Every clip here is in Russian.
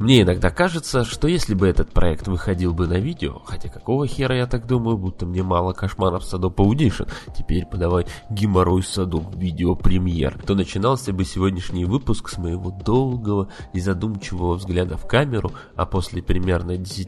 Мне иногда кажется, что если бы этот проект выходил бы на видео, хотя какого хера я так думаю, будто мне мало кошмаров с Adobe Audition, теперь подавай геморрой с Adobe Video Premiere, то начинался бы сегодняшний выпуск с моего долгого и задумчивого взгляда в камеру, а после примерно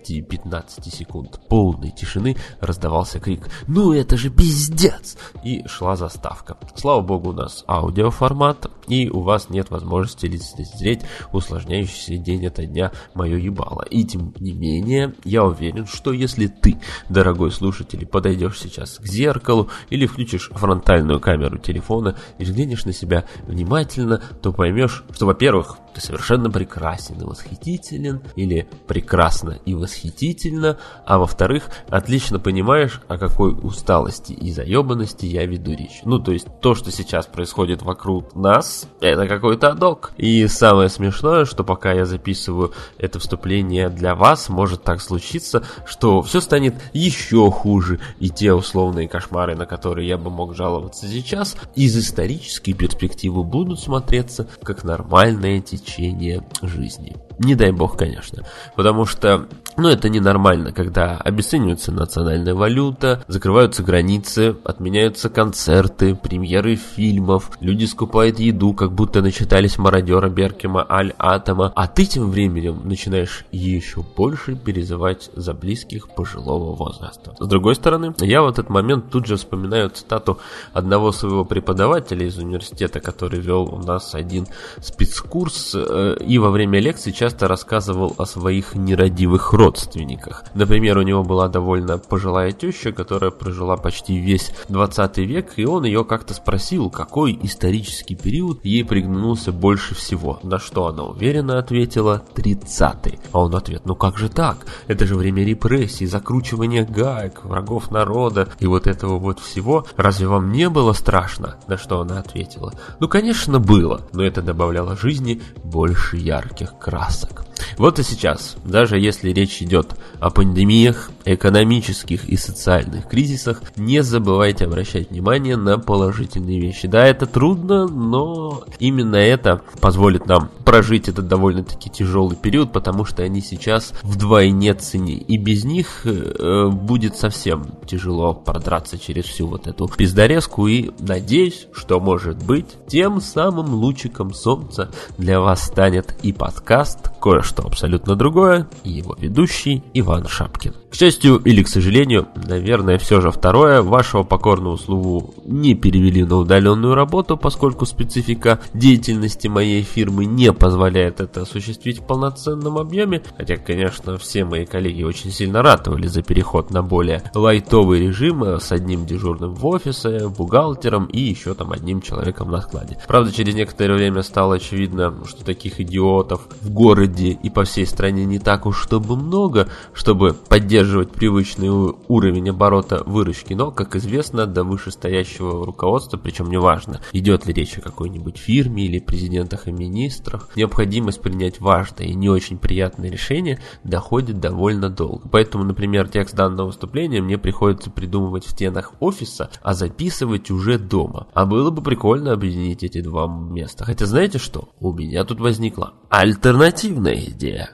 10-15 секунд полной тишины раздавался крик «Ну это же пиздец!» и шла заставка. Слава богу, у нас аудиоформат, и у вас нет возможности лицезреть усложняющийся день ото дня мое ебало. И тем не менее, я уверен, что если ты, дорогой слушатель, подойдешь сейчас к зеркалу или включишь фронтальную камеру телефона и взглянешь на себя внимательно, то поймешь, что, во-первых, ты совершенно прекрасен и восхитителен, или прекрасно и восхитительно, а во-вторых, отлично понимаешь, о какой усталости и заебанности я веду речь. Ну, то есть, то, что сейчас происходит вокруг нас, это какой-то адок. И самое смешное, что пока я записываю это вступление для вас, может так случиться, что все станет еще хуже, и те условные кошмары, на которые я бы мог жаловаться сейчас, из исторической перспективы будут смотреться как нормальное течение жизни. Не дай бог, конечно, потому что, это ненормально, когда обесценивается национальная валюта, закрываются границы, отменяются концерты, премьеры фильмов, люди скупают еду, как будто начитались мародера Беркема Аль-Атома, а ты тем временем начинаешь еще больше переживать за близких пожилого возраста. С другой стороны, я в этот момент тут же вспоминаю цитату одного своего преподавателя из университета, который вел у нас один спецкурс, и во время лекции часто рассказывал о своих нерадивых родственниках. Например, у него была довольно пожилая теща, которая прожила почти весь 20 век, и он ее как-то спросил, какой исторический период ей приглянулся больше всего. На что она уверенно ответила: 30-й. А он в ответ: ну как же так? Это же время репрессий, закручивания гаек, врагов народа и вот этого вот всего. Разве вам не было страшно? На что она ответила: ну конечно было, но это добавляло жизни больше ярких красок. Вот и сейчас, даже если речь идет о пандемиях, экономических и социальных кризисах, не забывайте обращать внимание на положительные вещи. Да, это трудно, но именно это позволит нам прожить этот довольно-таки тяжелый период, потому что они сейчас вдвойне ценнее. И без них будет совсем тяжело продраться через всю вот эту пиздорезку. И надеюсь, что, может быть, тем самым лучиком солнца для вас станет и подкаст «Кое-что абсолютно другое» и его ведущий Иван Шапкин. К счастью или к сожалению, наверное, все же второе, вашего покорного слугу не перевели на удаленную работу, поскольку специфика деятельности моей фирмы не позволяет это осуществить в полноценном объеме, хотя, конечно, все мои коллеги очень сильно ратовали за переход на более лайтовый режим с одним дежурным в офисе, бухгалтером и еще там одним человеком на складе. Правда, через некоторое время стало очевидно, что таких идиотов в городе и по всей стране не так уж чтобы много, чтобы поддерживать привычный уровень оборота выручки, но, как известно, до вышестоящего руководства, причем неважно, идет ли речь о какой-нибудь фирме или президентах и министрах, необходимость принять важное и не очень приятное решение доходит довольно долго. Поэтому, например, текст данного выступления мне приходится придумывать в стенах офиса, а записывать уже дома. А было бы прикольно объединить эти два места. Хотя знаете что? У меня тут возникла альтернативная идея.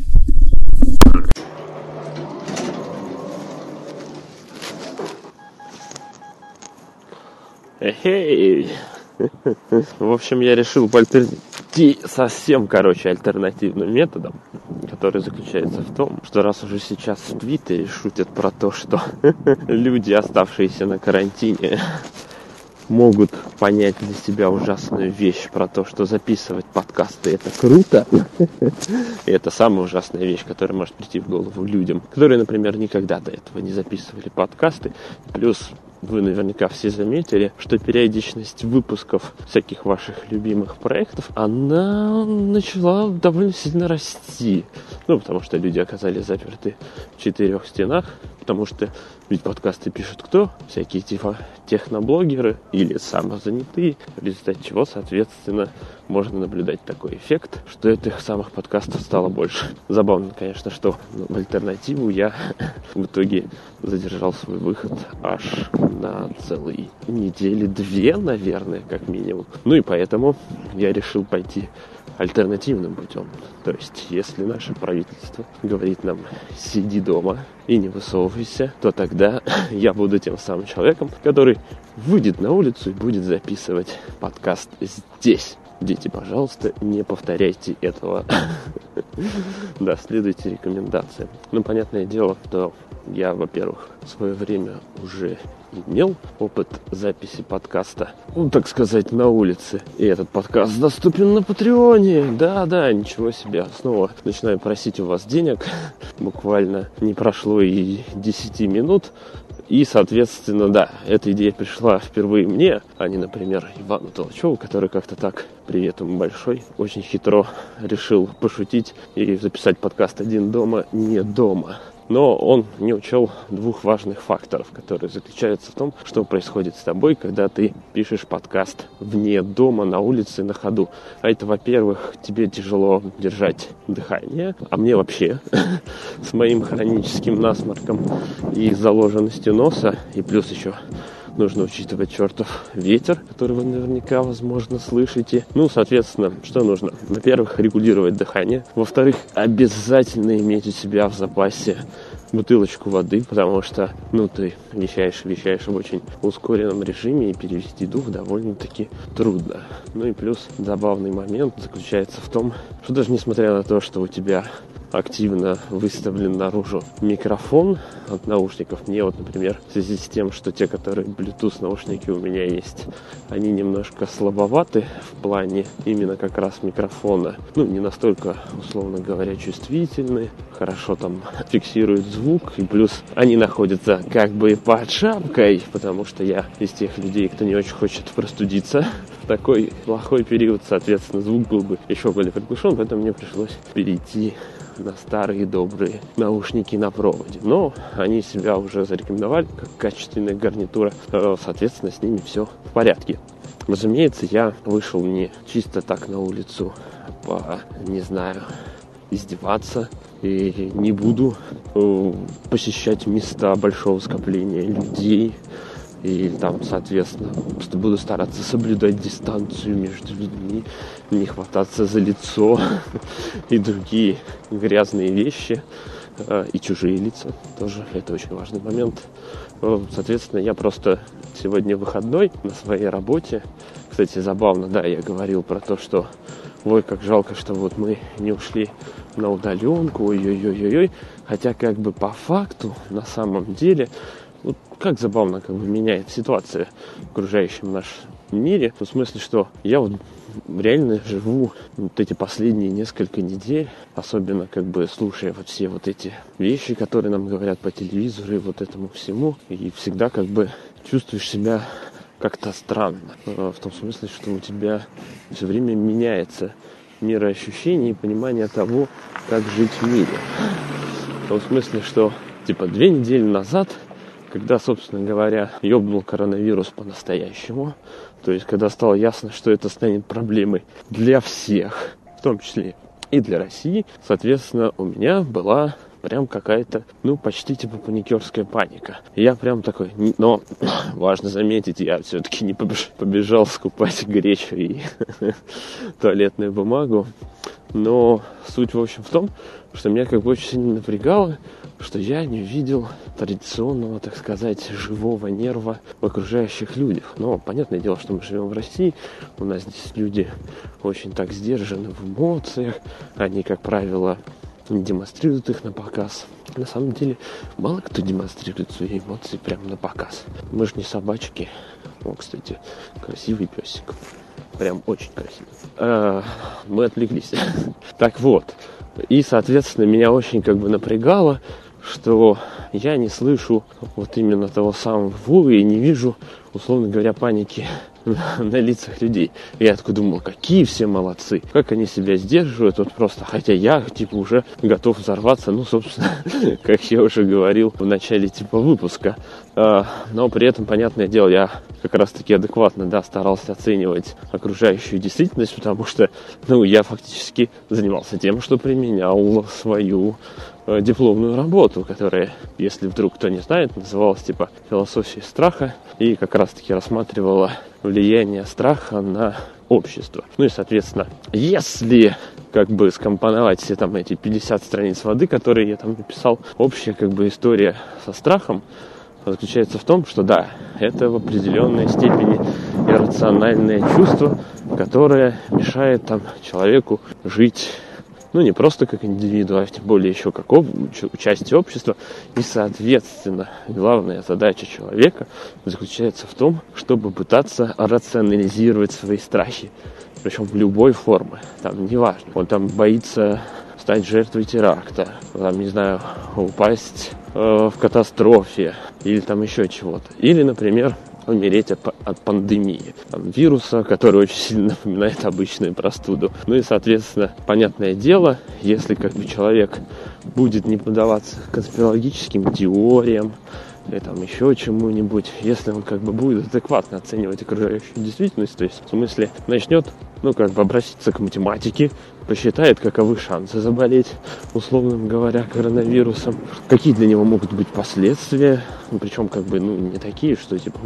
Эй! В общем, я решил пойти совсем, альтернативным методом, который заключается в том, что раз уже сейчас в Твиттере шутят про то, что люди, оставшиеся на карантине, могут понять для себя ужасную вещь про то, что записывать подкасты — это круто. И это самая ужасная вещь, которая может прийти в голову людям, которые, например, никогда до этого не записывали подкасты. Плюс вы наверняка все заметили, что периодичность выпусков всяких ваших любимых проектов, она начала довольно сильно расти. Потому что люди оказались заперты в 4 стенах, потому что ведь подкасты пишут кто? Всякие типа техноблогеры или самозанятые, в результате чего, соответственно, можно наблюдать такой эффект, что этих самых подкастов стало больше. Забавно, конечно, что в альтернативу я в итоге задержал свой выход аж на целые недели, 2, наверное, как минимум. И поэтому я решил пойти альтернативным путем. То есть, если наше правительство говорит нам «сиди дома и не высовывайся», то тогда я буду тем самым человеком, который выйдет на улицу и будет записывать подкаст здесь. Дети, пожалуйста, не повторяйте этого. Да, следуйте рекомендациям. Ну, понятное дело, что я, во-первых, в свое время уже имел опыт записи подкаста, ну, так сказать, на улице. И этот подкаст доступен на Патреоне. Да, ничего себе. Снова начинаю просить у вас денег. Буквально не прошло и 10 минут. И, соответственно, да, эта идея пришла впервые мне, а не, например, Ивану Толчеву, который как-то так, привет ему большой, очень хитро решил пошутить и записать подкаст «Один дома, не дома». Но он не учел двух важных факторов, которые заключаются в том, что происходит с тобой, когда ты пишешь подкаст вне дома, на улице, на ходу. А это, во-первых, тебе тяжело держать дыхание, а мне вообще с моим хроническим насморком и заложенностью носа, и плюс еще нужно учитывать чертов ветер, который вы наверняка, возможно, слышите. Ну, соответственно, что нужно? Во-первых, регулировать дыхание. Во-вторых, обязательно иметь у себя в запасе бутылочку воды, потому что, ты вещаешь в очень ускоренном режиме, и перевести дух довольно-таки трудно. Ну и плюс забавный момент заключается в том, что даже несмотря на то, что у тебя активно выставлен наружу микрофон от наушников. Мне вот, например, в связи с тем, что те, которые Bluetooth наушники у меня есть, они немножко слабоваты в плане именно как раз микрофона. Не настолько, условно говоря, чувствительны, хорошо там фиксируют звук, и плюс они находятся как бы под шапкой, потому что я из тех людей, кто не очень хочет простудиться. В такой плохой период, соответственно, звук был бы еще более приглушен, поэтому мне пришлось перейти на старые добрые наушники на проводе. Но они себя уже зарекомендовали как качественная гарнитура. Соответственно, с ними все в порядке. Разумеется, я вышел не чисто так на улицу, издеваться. И не буду посещать места большого скопления людей. И там, соответственно, просто буду стараться соблюдать дистанцию между людьми, не хвататься за лицо и другие грязные вещи, и чужие лица тоже. Это очень важный момент. Соответственно, я просто сегодня выходной на своей работе. Кстати, забавно, да, я говорил про то, что ой, как жалко, что вот мы не ушли на удаленку, ой-ой-ой-ой. Хотя как бы по факту, на самом деле, вот как забавно меняет ситуация в окружающем нашем мире. В смысле, что я вот реально живу вот эти последние несколько недель, особенно слушая вот все вот эти вещи, которые нам говорят по телевизору и вот этому всему. И всегда чувствуешь себя как-то странно. В том смысле, что у тебя все время меняется мироощущение и понимание того, как жить в мире. В том смысле, что 2 недели назад, когда, собственно говоря, ёбнул коронавирус по-настоящему, то есть когда стало ясно, что это станет проблемой для всех, в том числе и для России, соответственно, у меня была прям какая-то, почти паникерская паника. И я прям такой, но важно заметить, я все-таки не побежал скупать гречу и туалетную бумагу. Но суть, в общем, в том, что меня очень сильно напрягало, что я не видел традиционного, так сказать, живого нерва в окружающих людях. Но понятное дело, что мы живем в России, у нас здесь люди очень так сдержаны в эмоциях, они, как правило, не демонстрируют их на показ. На самом деле, мало кто демонстрирует свои эмоции прямо на показ. Мы же не собачки. Кстати, красивый песик. Прям очень красивый. Мы отвлеклись. Так вот. И, соответственно, меня очень напрягало, что я не слышу вот именно того самого вуа и не вижу, условно говоря, паники на лицах людей. Я такой думал, какие все молодцы, как они себя сдерживают, вот просто, хотя я уже готов взорваться, собственно, как я уже говорил в начале выпуска. Но при этом, понятное дело, я как раз-таки адекватно, старался оценивать окружающую действительность, потому что, я фактически занимался тем, что применял свою дипломную работу, которая, если вдруг кто не знает, называлась «Философия страха». И как раз раз-таки рассматривала влияние страха на общество. Ну и, соответственно, если как бы скомпоновать все там эти 50 страниц воды, которые я там написал, общая как бы история со страхом заключается в том, что да, это в определенной степени иррациональное чувство, которое мешает там человеку жить, ну, не просто как индивиду, а тем более еще как части общества. И, соответственно, главная задача человека заключается в том, чтобы пытаться рационализировать свои страхи. Причем в любой форме. Там неважно. Он там боится стать жертвой теракта, там, не знаю, упасть в катастрофе или там еще чего-то. Или, например, умереть от пандемии, там, вируса, который очень сильно напоминает обычную простуду. Ну и, соответственно, понятное дело, если как бы человек будет не поддаваться конспирологическим теориям или там еще чему-нибудь, если он как бы будет адекватно оценивать окружающую действительность, то есть в смысле начнет, ну как бы обратиться к математике, посчитает, каковы шансы заболеть, условно говоря, коронавирусом, какие для него могут быть последствия, ну, причем как бы, ну, не такие, что типа,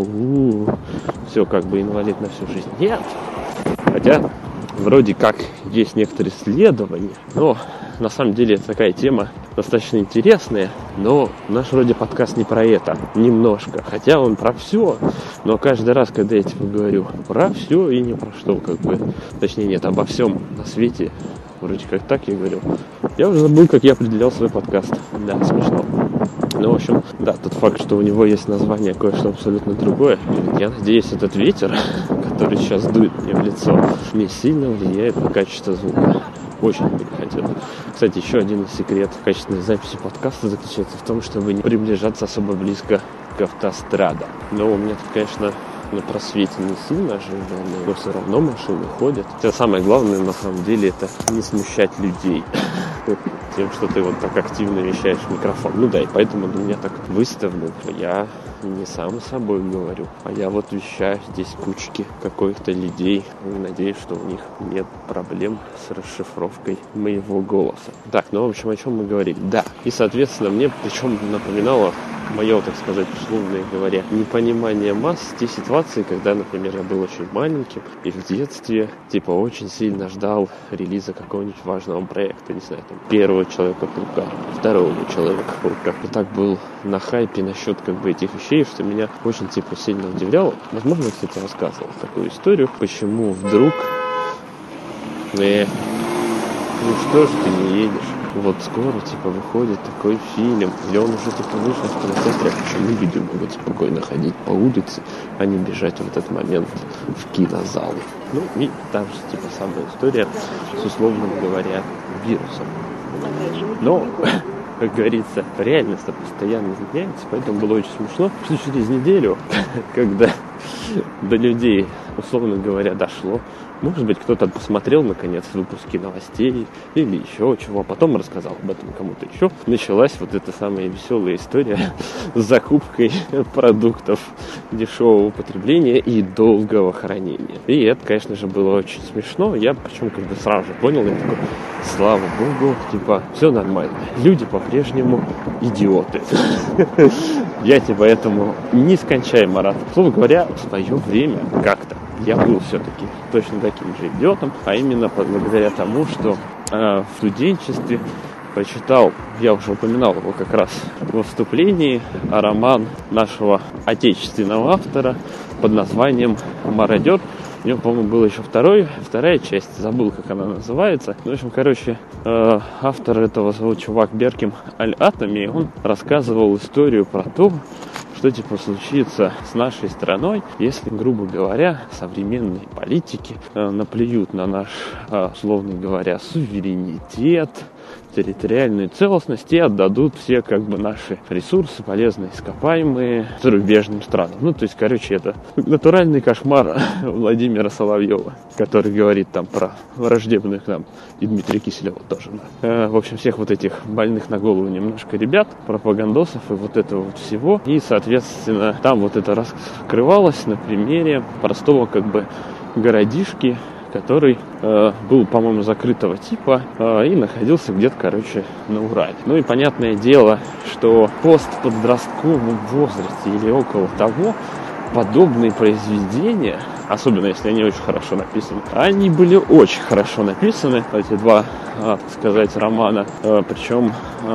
все как бы инвалид на всю жизнь. Нет! Хотя, вроде как, есть некоторые исследования, но на самом деле это такая тема достаточно интересная, но наш вроде подкаст не про это, немножко, хотя он про все, но каждый раз, когда я типа говорю про все и не про что, как бы, точнее нет, обо всем на свете, вроде как так я говорю, я уже забыл, как я определял свой подкаст, да, смешно. Ну, в общем, да, тот факт, что у него есть название кое-что абсолютно другое, я надеюсь, этот ветер, который сейчас дует мне в лицо, не сильно влияет на качество звука. Очень бы не хотел. Кстати, еще один из секретов качественной записи подкаста заключается в том, чтобы не приближаться особо близко к автострадам. Но у меня тут, конечно, на просвете не сильно оживленно, но все равно машины ходят. Хотя самое главное, на самом деле, это не смущать людей тем, что ты вот так активно вещаешь в микрофон. Ну да, и поэтому у меня так выставлен. Я не сам собой говорю, а я вот вещаю здесь кучки каких-то людей. И надеюсь, что у них нет проблем с расшифровкой моего голоса. Так, ну, в общем, о чем мы говорили? Да, и, соответственно, мне причем напоминало мое, так сказать, условно говоря, непонимание масс те ситуации, когда, например, я был очень маленьким и в детстве, типа, очень сильно ждал релиза какого-нибудь важного проекта, не знаю, там, первого Человека-паука, второго Человека-паука. И так был на хайпе насчет, как бы, этих вещей, что меня очень, типа, сильно удивляло. Возможно, я, кстати, рассказывал такую историю, почему вдруг, ну что ж ты не едешь? Вот скоро, типа, выходит такой фильм, или он уже, типа, вышел в кинотеатре, почему люди могут спокойно ходить по улице, а не бежать в этот момент в кинозал. Ну, и там же, типа, самая история с, условно говоря, вирусом. Но, как говорится, реальность-то постоянно меняется, поэтому было очень смешно, что через неделю, когда до людей, условно говоря, дошло, может быть, кто-то посмотрел, наконец, выпуски новостей или еще чего, а потом рассказал об этом кому-то еще. Началась вот эта самая веселая история с закупкой продуктов дешевого употребления и долгого хранения. И это, конечно же, было очень смешно. Я причем как бы сразу же понял, я такой, слава богу, типа, все нормально. Люди по-прежнему идиоты. Я типа этому нескончаемо рад. Слово говоря, в свое время как-то я был все-таки точно таким же идиотом, а именно благодаря тому, что в студенчестве прочитал, я уже упоминал его как раз во вступлении, роман нашего отечественного автора под названием «Мародер». У него, по-моему, была еще вторая часть, забыл, как она называется. Ну, в общем, короче, автор этого зовут чувак Берким Аль-Атами, он рассказывал историю про то, что типа случится с нашей страной, если, грубо говоря, современные политики наплюют на наш, условно говоря, суверенитет, территориальную целостность и отдадут все как бы наши ресурсы, полезные, ископаемые, зарубежным странам. Ну, то есть, короче, это натуральный кошмар Владимира Соловьева, который говорит там про враждебных нам, и Дмитрия Киселева тоже, да. В общем, всех вот этих больных на голову немножко ребят, пропагандосов и вот этого вот всего. И, соответственно, там вот это раскрывалось на примере простого как бы городишки, который был, по-моему, закрытого типа и находился где-то, короче, на Урале. Ну и понятное дело, что в постподростковом возрасте или около того подобные произведения, особенно если они очень хорошо написаны, они были очень хорошо написаны, эти два, так сказать, романа. Причем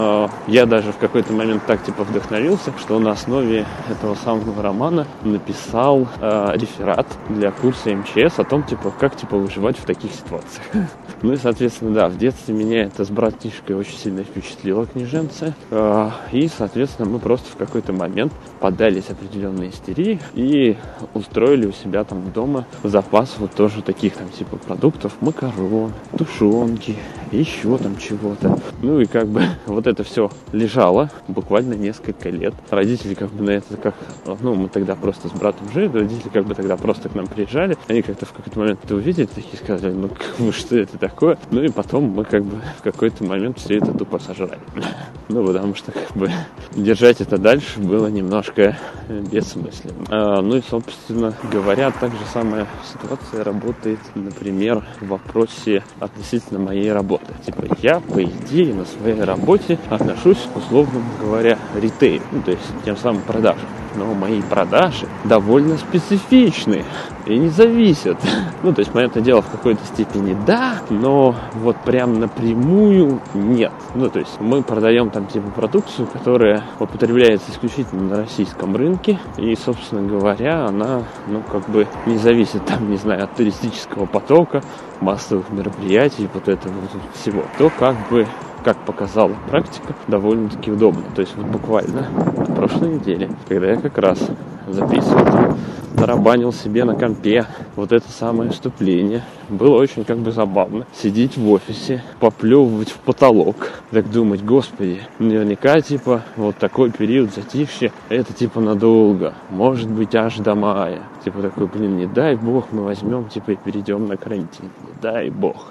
я даже в какой-то момент так вдохновился, что на основе этого самого романа написал реферат для курса МЧС о том, как выживать в таких ситуациях. Ну и, соответственно, да, в детстве меня это с братишкой очень сильно впечатлило, книженце. И, соответственно, мы просто в какой-то момент поддались определенной истерии и устроили у себя там дома запас вот тоже таких там продуктов, макарон, тушенки, еще там чего-то. Ну и вот это все лежало буквально несколько лет. Родители на это мы тогда просто с братом жили, родители тогда просто к нам приезжали, они в какой-то момент это увидели, такие сказали, что это такое? Ну и потом мы в какой-то момент все это тупо сожрали. Ну потому что держать это дальше было немножко бессмысленно. Ну и, собственно говоря, так же самая ситуация работает, например, в вопросе относительно моей работы. Я, по идее, на своей работе отношусь, условно говоря, ритейл, то есть тем самым продажам. Но мои продажи довольно специфичны и не зависят. То есть, понятное дело, в какой-то степени да, но вот прям напрямую нет. То есть, мы продаем там продукцию, которая употребляется исключительно на российском рынке. И, собственно говоря, она, не зависит от туристического потока, массовых мероприятий, вот этого всего. То как показала практика, довольно-таки удобно. То есть буквально на прошлой неделе, когда я как раз записывал, тарабанил себе на компе вот это самое вступление, было очень забавно сидеть в офисе, поплевывать в потолок, так думать, господи, наверняка вот такой период затишья, это надолго, может быть аж до мая. Такой, не дай бог мы возьмем и перейдем на карантин, не дай бог.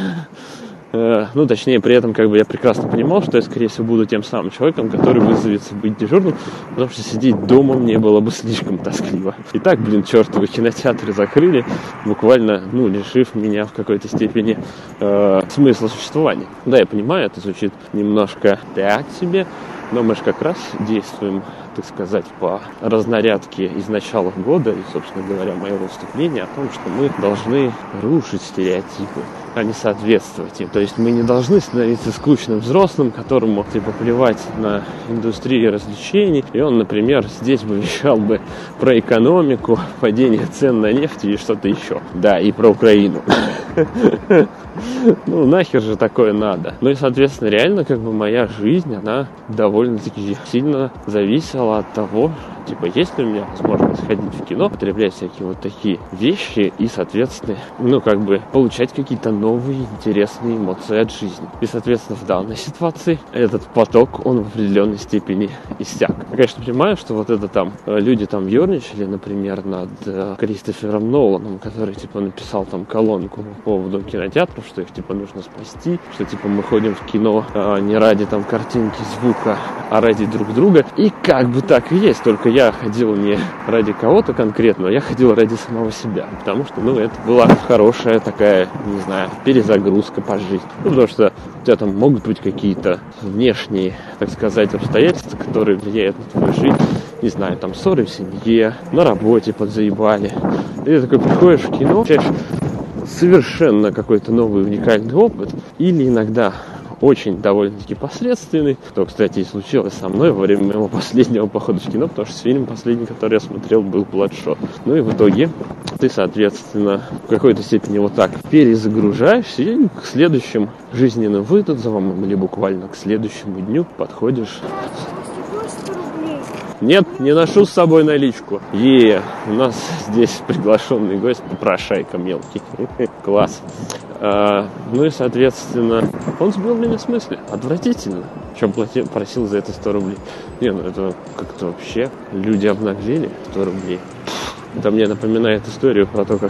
Точнее, при этом я прекрасно понимал, что я, скорее всего, буду тем самым человеком, который вызовется быть дежурным, потому что сидеть дома мне было бы слишком тоскливо. И так, чертовы кинотеатры закрыли, буквально, лишив меня в какой-то степени смысла существования. Да, я понимаю, это звучит немножко так себе, но мы же как раз действуем, так сказать, по разнарядке из начала года и, собственно говоря, моего выступления о том, что мы должны рушить стереотипы, а не соответствовать им. То есть мы не должны становиться скучным взрослым, которому плевать на индустрию развлечений, и он, например, здесь бы вещал бы про экономику, падение цен на нефть и что-то еще. Да, и про Украину. Нахер же такое надо. Ну и, соответственно, реально, моя жизнь, она довольно-таки сильно зависела от того, есть ли у меня возможность ходить в кино, потреблять всякие вот такие вещи и, соответственно, получать какие-то новые интересные эмоции от жизни. И, соответственно, в данной ситуации этот поток, он в определенной степени иссяк. Я, конечно, понимаю, что вот это люди ерничали, например, над Кристофером Ноланом, который, написал колонку по поводу кинотеатров, что их, нужно спасти, что, мы ходим в кино не ради картинки, звука, а ради друг друга. И так и есть, только я ходил не ради кого-то конкретного, я ходил ради самого себя, потому что, это была хорошая такая, не знаю, перезагрузка по жизни. Потому что у тебя могут быть какие-то внешние, так сказать, обстоятельства, которые влияют на твою жизнь, не знаю, ссоры в семье, на работе подзаебали. И ты такой приходишь в кино, получаешь совершенно какой-то новый уникальный опыт, или иногда очень довольно-таки посредственный, что, кстати, и случилось со мной во время моего последнего похода в кино, потому что фильм последний, который я смотрел, был Bloodshot. И в итоге ты, соответственно, в какой-то степени вот так перезагружаешься и к следующим жизненным вызовам или буквально к следующему дню подходишь. Нет, не ношу с собой наличку. У нас здесь приглашенный гость, попрошайка мелкий. Класс. И, соответственно, он сбил меня с мысли. Отвратительно. Причем просил за это 100 рублей. Это как-то вообще люди обнаглели. 100 рублей. Это мне напоминает историю про то, как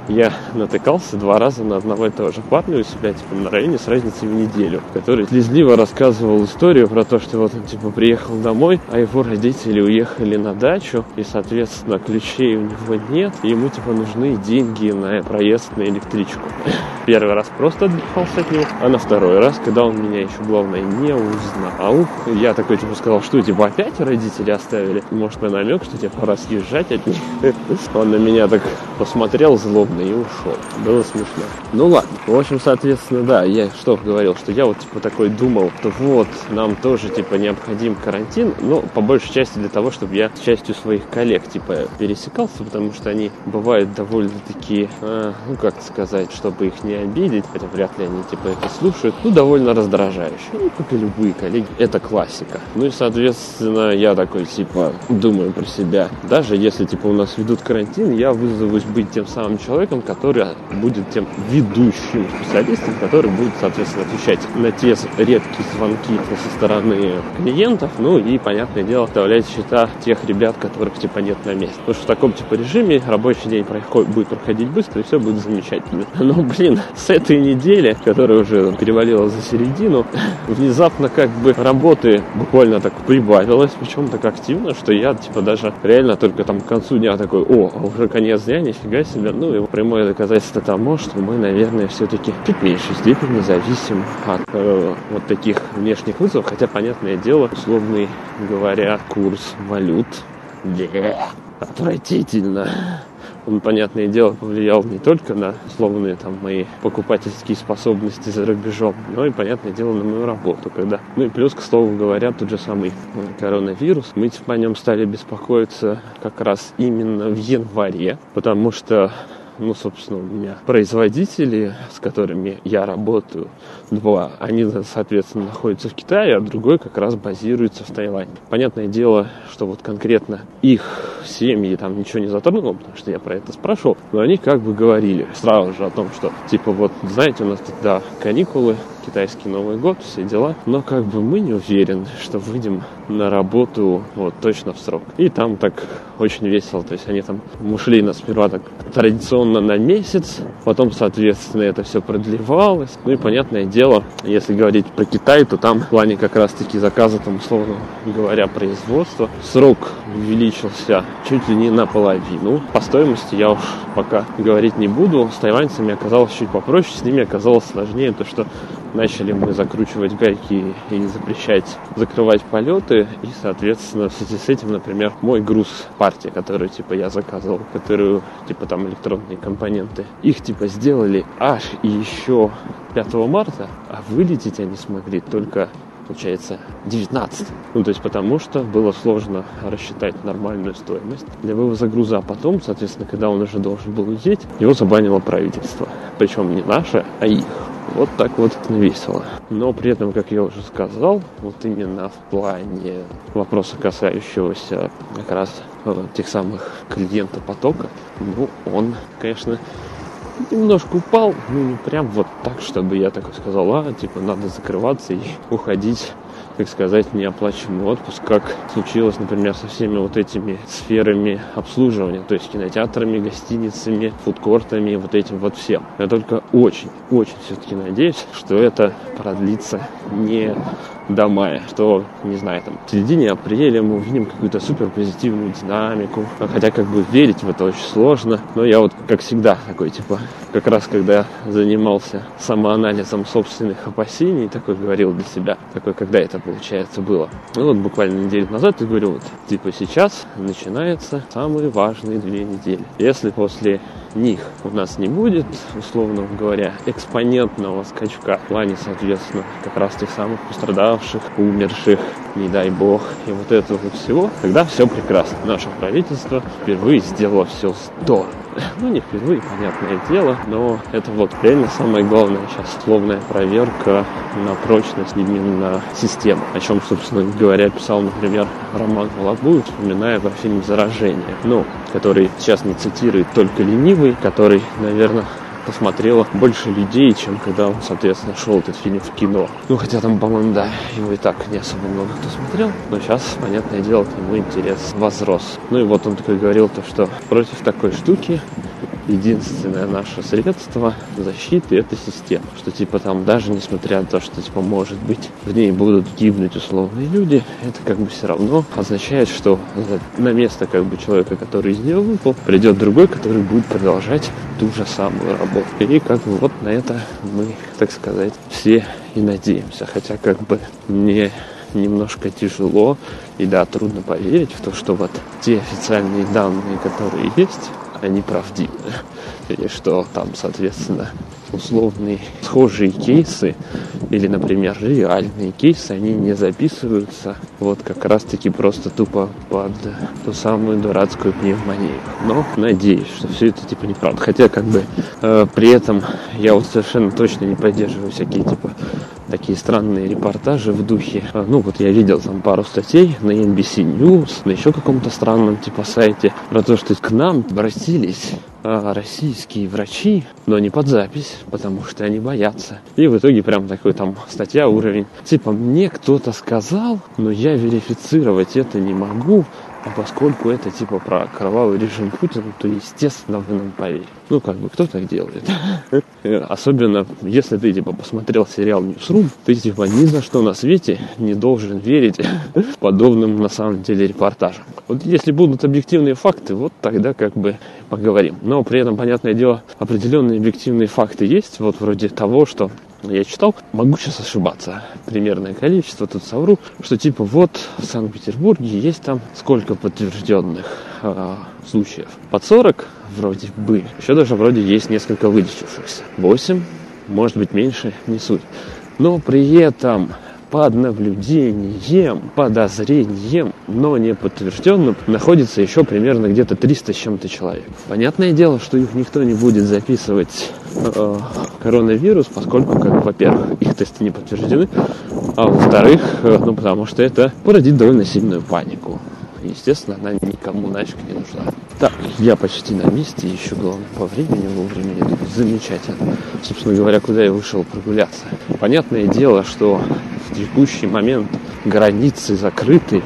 я натыкался 2 раза на одного и того же парня у себя, типа, на районе с разницей в неделю, который слезливо рассказывал историю про то, что вот он, типа, приехал домой, а его родители уехали на дачу, и, соответственно, ключей у него нет, и ему, типа, нужны деньги на проезд на электричку. Первый раз просто отдыхался от него, а на второй раз, когда он меня еще, главное, не узнал, я такой, типа, сказал, что, типа, опять родители оставили? Может, на намек, что тебе пора съезжать от них? Он на меня так посмотрел злобно и ушел. Было смешно. Ну ладно. В общем, соответственно, да, я что говорил, что я вот, типа, такой думал, что вот, нам тоже, типа, необходим карантин, но по большей части для того, чтобы я с частью своих коллег, типа, пересекался, потому что они бывают довольно-таки, ну, как сказать, чтобы их не обидеть, хотя вряд ли они, типа, это слушают, ну, довольно раздражающие. Ну, как и любые коллеги. Это классика. Ну и, соответственно, я такой, типа, думаю про себя. Даже если, типа, у нас ведут карантин, я вызовусь быть тем самым человеком, который будет тем ведущим специалистом, который будет, соответственно, отвечать на те редкие звонки со стороны клиентов, ну и, понятное дело, вставлять счета тех ребят, которых, типа, нет на месте. Потому что в таком, типа, режиме рабочий день будет проходить быстро, и все будет замечательно. Но, блин, с этой недели, которая уже перевалила за середину, внезапно, как бы, работы буквально так прибавилось, причем так активно, что я, типа, даже реально только там к концу дня такой, а уже конец дня, нифига себе. Ну, и прямое доказательство тому, что мы, наверное, все-таки в чуть меньшей степени зависим от вот таких внешних вызовов, хотя, понятное дело, условный говоря, курс валют, отвратительно. Он, понятное дело, повлиял не только на условные там мои покупательские способности за рубежом, но и, понятное дело, на мою работу. Ну и плюс, к слову говоря, тот же самый коронавирус. Мы типа о нем стали беспокоиться как раз именно в январе, потому что, ну, собственно, у меня производители, с которыми я работаю, 2, они, соответственно, находятся в Китае, а другой как раз базируется в Таиланде. Понятное дело, что вот конкретно их семьи там ничего не затронуло, потому что я про это спрашивал, но они как бы говорили сразу же о том, что, типа, вот, знаете, у нас тут, да, каникулы, китайский Новый год, все дела, но как бы мы не уверены, что выйдем на работу вот точно в срок. И там так очень весело, то есть они там ушли сперва так традиционно на месяц, потом, соответственно, это все продлевалось. Ну и, понятное дело, если говорить про Китай, то там в плане как раз-таки заказа, там, условно говоря, производства, срок увеличился чуть ли не наполовину. По стоимости я уж пока говорить не буду. С тайваньцами оказалось чуть попроще, с ними оказалось сложнее, то что начали мы закручивать гайки и запрещать закрывать полеты, и, соответственно, в связи с этим, например, мой груз партии, которую, типа, я заказывал, которую, типа, там, электронные компоненты, их, типа, сделали аж и еще 5 марта, а вылететь они смогли только, получается, 19. Ну, то есть, потому что было сложно рассчитать нормальную стоимость для вывоза груза. А потом, соответственно, когда он уже должен был лететь, его забанило правительство. Причем не наше, а их. Вот так вот весело. Но при этом, как я уже сказал, вот именно в плане вопроса, касающегося как раз тех самых клиентопотока, ну, он, конечно, немножко упал, ну, не прям вот так, чтобы я такой сказал, типа, надо закрываться и уходить, так сказать, в неоплачиваемый отпуск, как случилось, например, со всеми вот этими сферами обслуживания, то есть кинотеатрами, гостиницами, фудкортами, вот этим вот всем. Я только очень все-таки надеюсь, что это продлится не до мая, что, не знаю, там, в середине апреля мы увидим какую-то супер позитивную динамику, хотя как бы верить в это очень сложно, но я вот, как всегда, такой, типа, как раз когда занимался самоанализом собственных опасений, такой говорил для себя, такой, когда это, получается, было. Ну вот буквально неделю назад я говорю, вот, типа, сейчас начинаются самые важные 2 недели. Если после них у нас не будет, условно говоря, экспонентного скачка в плане, соответственно, как раз тех самых пострадавших, умерших, не дай бог, и вот этого вот всего, тогда все прекрасно. Наше правительство впервые сделало все здорово. Ну, не впервые, понятное дело, но это вот реально самое главное сейчас условная проверка на прочность именно системы. О чем, собственно говоря, писал, например, Роман Волобуев, вспоминая про фильм «Заражение», ну, который сейчас не цитирует только ленивый, который, наверное, посмотрело больше людей, чем когда он, соответственно, шел этот фильм в кино. Ну, хотя там, по-моему, да, его и так не особо много кто смотрел, но сейчас, понятное дело, к нему интерес возрос. Ну и вот он такой говорил, то, что против такой штуки единственное наше средство защиты — это система. Что типа там даже несмотря на то, что типа может быть в ней будут гибнуть условные люди, это как бы все равно означает, что на место как бы человека, который из нее выпал, придет другой, который будет продолжать ту же самую работу. И как бы вот на это мы, так сказать, все и надеемся. Хотя как бы мне немножко тяжело и да, трудно поверить в то, что вот те официальные данные, которые есть, они правдивы. И что там, соответственно, условные схожие кейсы или, например, реальные кейсы, они не записываются вот как раз-таки просто тупо под ту самую дурацкую пневмонию. Но надеюсь, что все это типа неправда. Хотя как бы при этом я вот совершенно точно не поддерживаю всякие типа такие странные репортажи в духе. Ну вот я видел там пару статей на NBC News, на еще каком-то странном типа сайте про то, что к нам обратились российские врачи, но не под запись, потому что они боятся. И в итоге прям такой там статья уровень. Типа мне кто-то сказал, но я верифицировать это не могу. А поскольку это типа про кровавый режим Путина, то естественно вы нам поверите. Ну как бы кто так делает? Особенно если ты типа посмотрел сериал Newsroom, ты типа ни за что на свете не должен верить подобным на самом деле репортажам. Вот если будут объективные факты, вот тогда как бы поговорим. Но при этом, понятное дело, определенные объективные факты есть. Вот вроде того, что я читал, могу сейчас ошибаться, примерное количество, тут совру, что типа вот в Санкт-Петербурге есть там сколько подтвержденных случаев? Под 40 вроде бы, еще даже вроде есть несколько вылечившихся. 8, может быть меньше, не суть. Но при этом под наблюдением, подозрением, но не подтвержденным, находится еще примерно где-то 300 с чем-то человек. Понятное дело, что их никто не будет записывать коронавирус, поскольку, как, во-первых, их тесты не подтверждены, а во-вторых, ну, потому что это породит довольно сильную панику. Естественно, она никому нафиг не нужна. Так, я почти на месте, еще главное по времени, вовремя это замечательно. Собственно говоря, куда я вышел прогуляться. Понятное дело, что в текущий момент границы закрыты,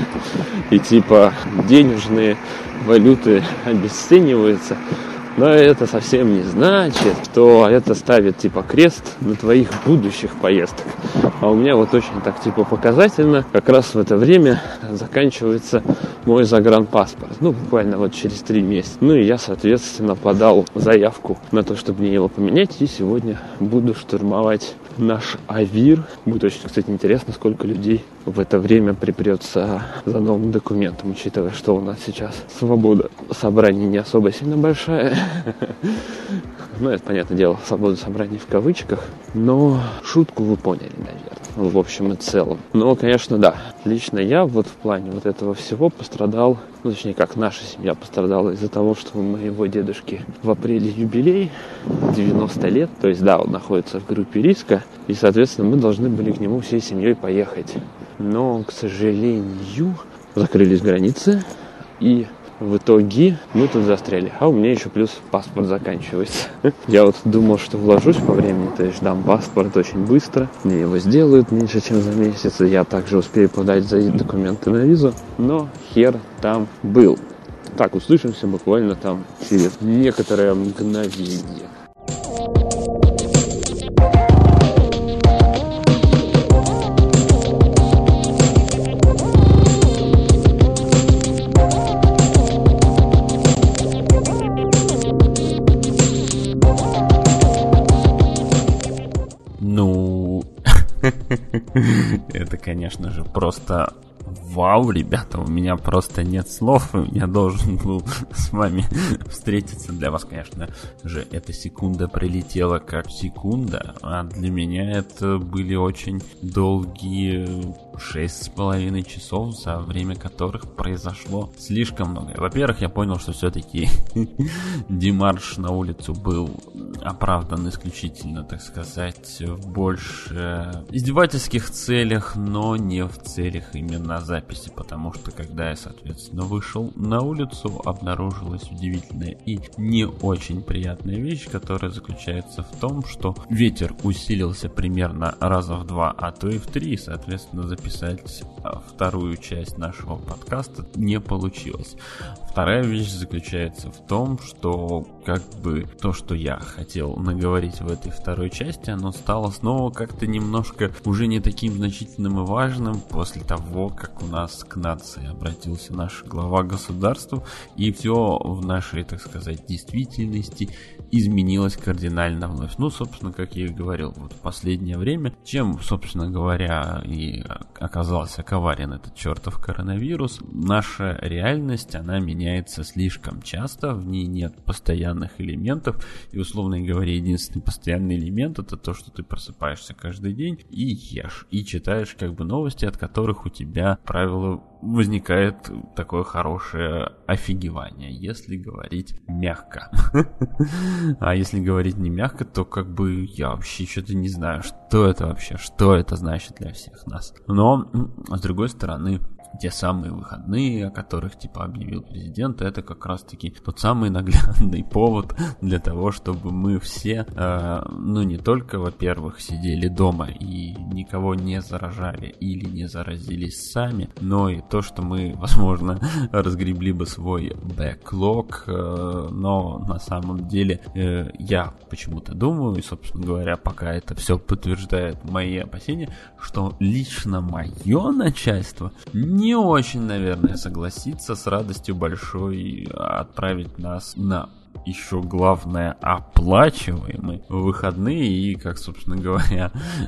и типа денежные валюты обесцениваются. Но это совсем не значит, что это ставит типа крест на твоих будущих поездках. А у меня вот очень так типа показательно, как раз в это время заканчивается мой загранпаспорт. Ну, буквально вот через 3 месяца. Ну и я, соответственно, подал заявку на то, чтобы мне его поменять. И сегодня буду штурмовать наш АВИР. Будет очень, кстати, интересно, сколько людей в это время припрется за новым документом, учитывая, что у нас сейчас свобода собраний не особо сильно большая. Ну, это, понятное дело, свобода собраний в кавычках. Но шутку вы поняли, наверное, в общем и целом. Но, конечно, да, лично я вот в плане вот этого всего пострадал, ну, точнее, как наша семья пострадала из-за того, что у моего дедушки в апреле юбилей, 90 лет. То есть, да, он находится в группе риска, и, соответственно, мы должны были к нему всей семьей поехать. Но, к сожалению, закрылись границы, и в итоге мы тут застряли. А у меня еще плюс паспорт заканчивается. Я вот думал, что вложусь по времени, то есть дам паспорт очень быстро. Мне его сделают меньше, чем за месяц. И я также успею подать за документы на визу. Но хер там был. Так, услышимся буквально там через некоторое мгновение. Это, конечно же, просто вау, ребята, у меня просто нет слов, я должен был с вами встретиться. Для вас, конечно же, эта секунда прилетела как секунда, а для меня это были очень долгие 6,5 часов, за время которых произошло слишком много. Во-первых, я понял, что все-таки демарш на улицу был оправдан исключительно, так сказать, в больше издевательских целях, но не в целях именно записи, потому что когда я, соответственно, вышел на улицу, обнаружилась удивительная и не очень приятная вещь, которая заключается в том, что ветер усилился примерно раза в 2, а то и в 3, соответственно, записать вторую часть нашего подкаста не получилось. Вторая вещь заключается в том, что как бы то, что я хотел наговорить в этой второй части, оно стало снова как-то немножко уже не таким значительным и важным после того, как у нас к нации обратился наш глава государства, и все в нашей, так сказать, действительности изменилось кардинально вновь. Ну, собственно, как я и говорил, вот в последнее время, чем, собственно говоря, и оказался коварен этот чертов коронавирус, наша реальность, она меняется слишком часто, в ней нет постоянных элементов, и, условно говоря, единственный постоянный элемент — это то, что ты просыпаешься каждый день и ешь, и читаешь как бы новости, от которых у тебя, как правило, возникает такое хорошее офигевание, если говорить мягко. А если говорить не мягко, то как бы я вообще что-то не знаю, что это вообще, что это значит для всех нас. Но, с другой стороны, те самые выходные, о которых типа объявил президент, это как раз таки тот самый наглядный повод для того, чтобы мы все, не только, во-первых, сидели дома и никого не заражали или не заразились сами, но и то, что мы, возможно, разгребли бы свой бэклог, но на самом деле я почему-то думаю, и, собственно говоря, пока это все подтверждает мои опасения, что лично мое начальство не очень, наверное, согласится с радостью большой отправить нас на еще главное оплачиваемые выходные. И, как, собственно говоря,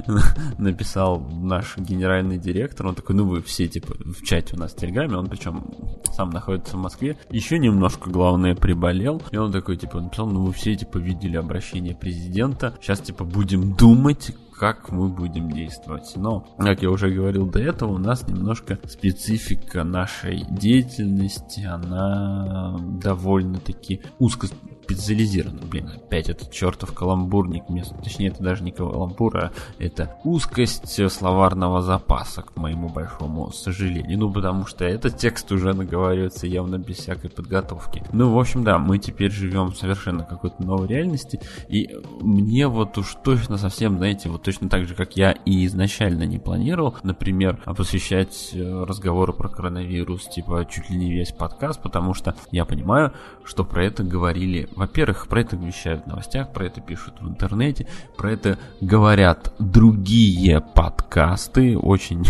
написал наш генеральный директор, он такой: вы все типа в чате у нас в Телеграме, он причем сам находится в Москве, еще немножко, главное, приболел, и он такой типа написал: вы все типа видели обращение президента, сейчас типа будем думать, как мы будем действовать. Но, как я уже говорил до этого, у нас немножко специфика нашей деятельности, она довольно-таки узко специализирована. Опять этот чертов каламбурник, точнее, это даже не каламбур, а это узкость словарного запаса, к моему большому сожалению. Потому что этот текст уже наговаривается явно без всякой подготовки. В общем, да, мы теперь живем в совершенно какой-то новой реальности, и мне вот уж точно совсем, знаете, вот точно так же, как я и изначально не планировал, например, посвящать разговору про коронавирус, типа, чуть ли не весь подкаст, потому что я понимаю, что про это говорили, во-первых, про это вещают в новостях, про это пишут в интернете, про это говорят другие подкасты очень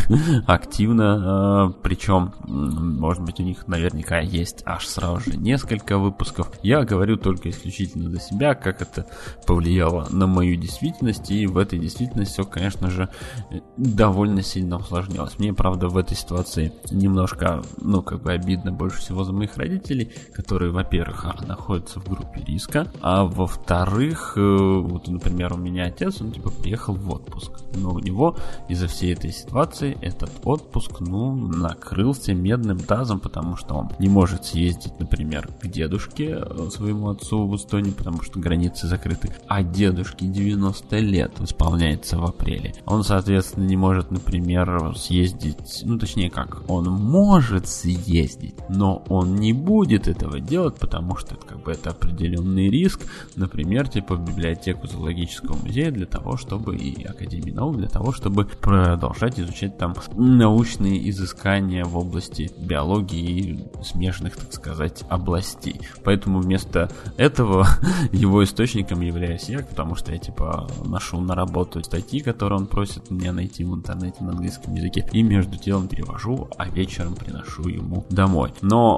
активно, причем, может быть, у них наверняка есть аж сразу же несколько выпусков. Я говорю только исключительно за себя, как это повлияло на мою действительность, и в этой действительности все, конечно же, довольно сильно усложнялось. Мне, правда, в этой ситуации немножко, обидно больше всего за моих родителей, которые, во-первых, находятся в группе риска, а во-вторых, вот, например, у меня отец, он типа приехал в отпуск, но у него из-за всей этой ситуации этот отпуск, накрылся медным тазом, потому что он не может съездить, например, к дедушке, своему отцу в Эстонии, потому что границы закрыты, а дедушке 90 лет исполняется в апреле. Он, соответственно, не может, например, съездить, точнее как, он может съездить, но он не будет этого делать, потому что это определенный риск, например, типа в библиотеку зоологического музея для того, чтобы, и Академии наук, для того, чтобы продолжать изучать там научные изыскания в области биологии и смежных, так сказать, областей. Поэтому вместо этого его источником являюсь я, потому что я типа ношу на работу статьи, которые он просит меня найти в интернете на английском языке, и между делом перевожу, а вечером приношу ему домой. Но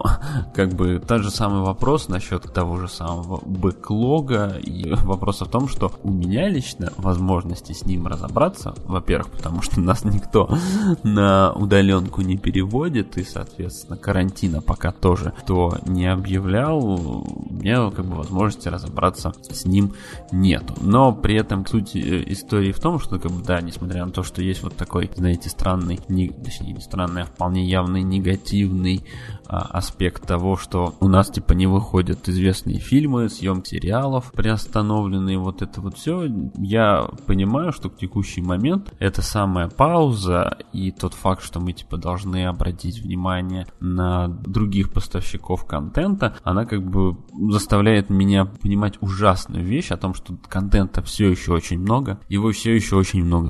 тот же самый вопрос насчет того же самого бэклога, и вопрос в том, что у меня лично возможности с ним разобраться, во-первых, потому что нас никто на удаленку не переводит, и, соответственно, карантина пока тоже кто не объявлял, у меня возможности разобраться с ним нету. Но при этом суть истории в том, что несмотря на то, что есть вот такой, знаете, странный, точнее не странный, а вполне явный негативный аспект того, что у нас типа не выходят известные фильмы, съемки сериалов приостановленные, вот это вот все, я понимаю, что к текущий момент эта самая пауза и тот факт, что мы типа должны обратить внимание на других поставщиков контента, она заставляет меня понимать ужасную вещь о том, что контента все еще очень много, его все еще очень много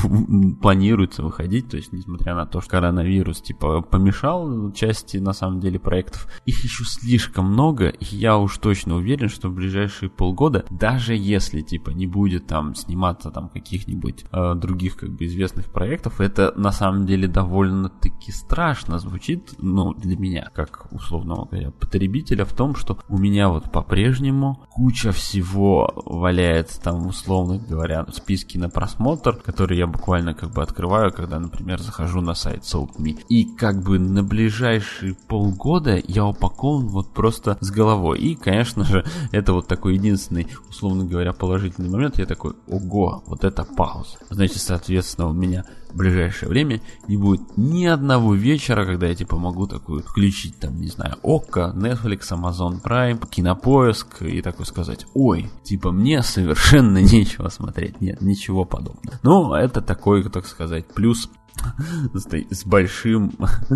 планируется выходить, то есть несмотря на то, что коронавирус помешал части на самом деле проектов, их еще слишком много, и я уж точно уверен, что в ближайшие полгода, даже если, типа, не будет там сниматься там каких-нибудь других, как бы, известных проектов, это на самом деле довольно-таки страшно звучит, ну, для меня, как, условно говоря, потребителя, в том, что у меня вот по-прежнему куча всего валяется там, условно говоря, в списке на просмотр, который я буквально как бы открываю, когда, например, захожу на сайт Sold.me. И как бы на ближайшие полгода я упакован вот просто с головой. И, конечно же, это вот такой единственный, условно говоря, положительный момент. Я такой, ого, вот это пауза. Значит, соответственно, у меня в ближайшее время не будет ни одного вечера, когда я типа могу такую включить, там, не знаю, Окко, Netflix, Amazon Prime, Кинопоиск и такой сказать, ой, типа мне совершенно нечего смотреть. Нет, ничего подобного. Но это такой, так сказать, плюс с большим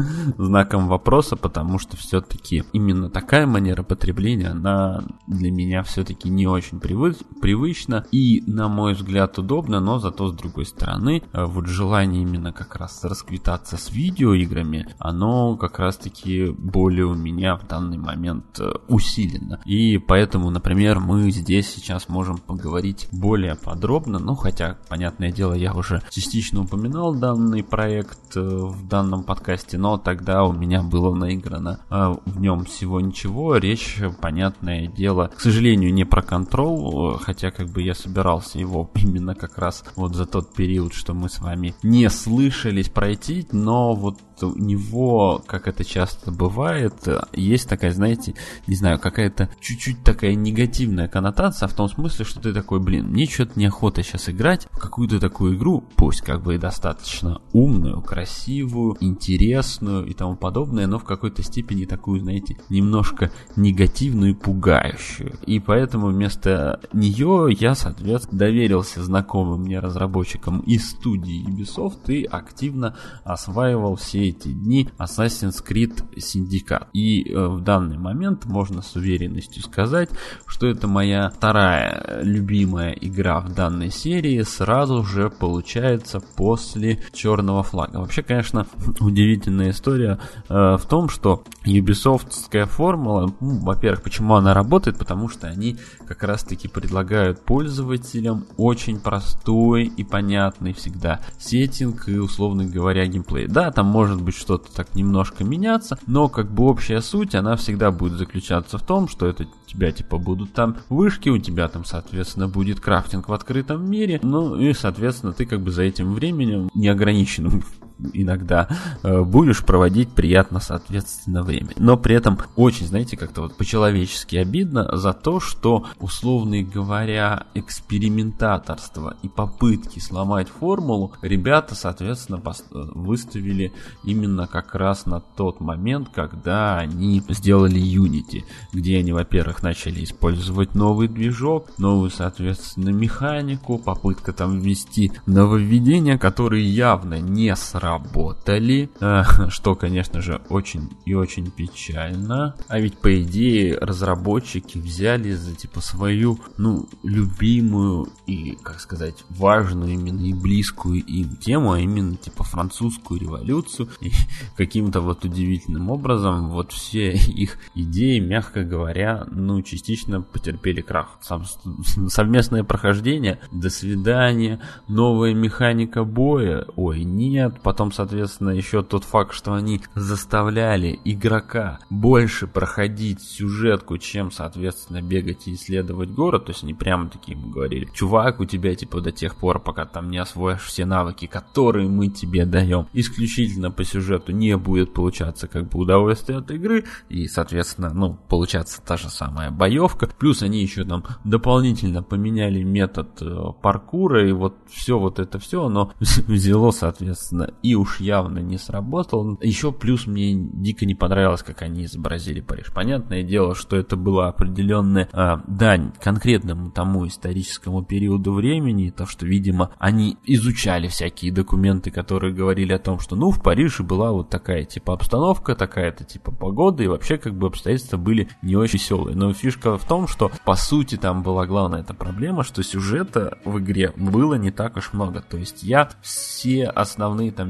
знаком вопроса, потому что все-таки именно такая манера потребления, она для меня все-таки не очень привычна и, на мой взгляд, удобна, но зато, с другой стороны, вот желание именно как раз расквитаться с видеоиграми, оно как раз-таки более у меня в данный момент усилено. И поэтому, например, мы здесь сейчас можем поговорить более подробно, ну, хотя, понятное дело, я уже частично упоминал данный проект в данном подкасте, но тогда у меня было наиграно в нем всего ничего. Речь, понятное дело, к сожалению, не про Control, хотя как бы я собирался его именно как раз вот за тот период, что мы с вами не слышались, пройти, но вот у него, как это часто бывает, есть такая, знаете, не знаю, какая-то чуть-чуть такая негативная коннотация в том смысле, что ты такой, блин, мне что-то неохота сейчас играть в какую-то такую игру, пусть как бы и достаточно умную, красивую, интересную и тому подобное, но в какой-то степени такую, знаете, немножко негативную и пугающую. И поэтому вместо нее я, соответственно, доверился знакомым мне разработчикам из студии Ubisoft и активно осваивал все эти дни Assassin's Creed Syndicate. И в данный момент можно с уверенностью сказать, что это моя вторая любимая игра в данной серии, сразу же получается после Черного флага. Вообще, конечно, удивительная история в том, что Ubisoftская формула, во-первых, почему она работает, потому что они как раз-таки предлагают пользователям очень простой и понятный всегда сеттинг и, условно говоря, геймплей. Да, там может быть что-то так немножко меняться, но как бы общая суть, она всегда будет заключаться в том, что это у тебя типа будут там вышки, у тебя там, соответственно, будет крафтинг в открытом мире, ну и, соответственно, ты как бы за этим временем неограниченным иногда будешь проводить приятно, соответственно, время. Но при этом очень, знаете, как-то вот по-человечески обидно за то, что, условно говоря, экспериментаторство и попытки сломать формулу ребята, соответственно, выставили именно как раз на тот момент, когда они сделали Unity, где они, во-первых, начали использовать новый движок, новую, соответственно, механику, попытка там ввести нововведения, которые явно не сработали, что, конечно же, очень и очень печально. А ведь, по идее, разработчики взяли за, типа, свою, ну, любимую и, как сказать, важную именно и близкую им тему, а именно, типа, французскую революцию, и каким-то вот удивительным образом вот все их идеи, мягко говоря, ну, частично потерпели крах. Совместное прохождение, до свидания, новая механика боя, ой, нет, потом, соответственно, еще тот факт, что они заставляли игрока больше проходить сюжетку, чем, соответственно, бегать и исследовать город, то есть они прямо такие ему говорили, чувак, у тебя, типа, до тех пор, пока там не освоишь все навыки, которые мы тебе даем, исключительно по сюжету не будет получаться как бы удовольствие от игры, и, соответственно, ну, получаться та же самая боевка, плюс они еще там дополнительно поменяли метод паркура, и вот все вот это все, оно взяло, соответственно, и уж явно не сработало. Еще плюс мне дико не понравилось, как они изобразили Париж. Понятное дело, что это была определенная дань конкретному тому историческому периоду времени, то, что, видимо, они изучали всякие документы, которые говорили о том, что, ну, в Париже была вот такая, типа, обстановка, такая-то, типа, погода, и вообще, как бы, обстоятельства были не очень веселые. Но фишка в том, что, по сути, там была главная эта проблема, что сюжета в игре было не так уж много. То есть я все основные, там,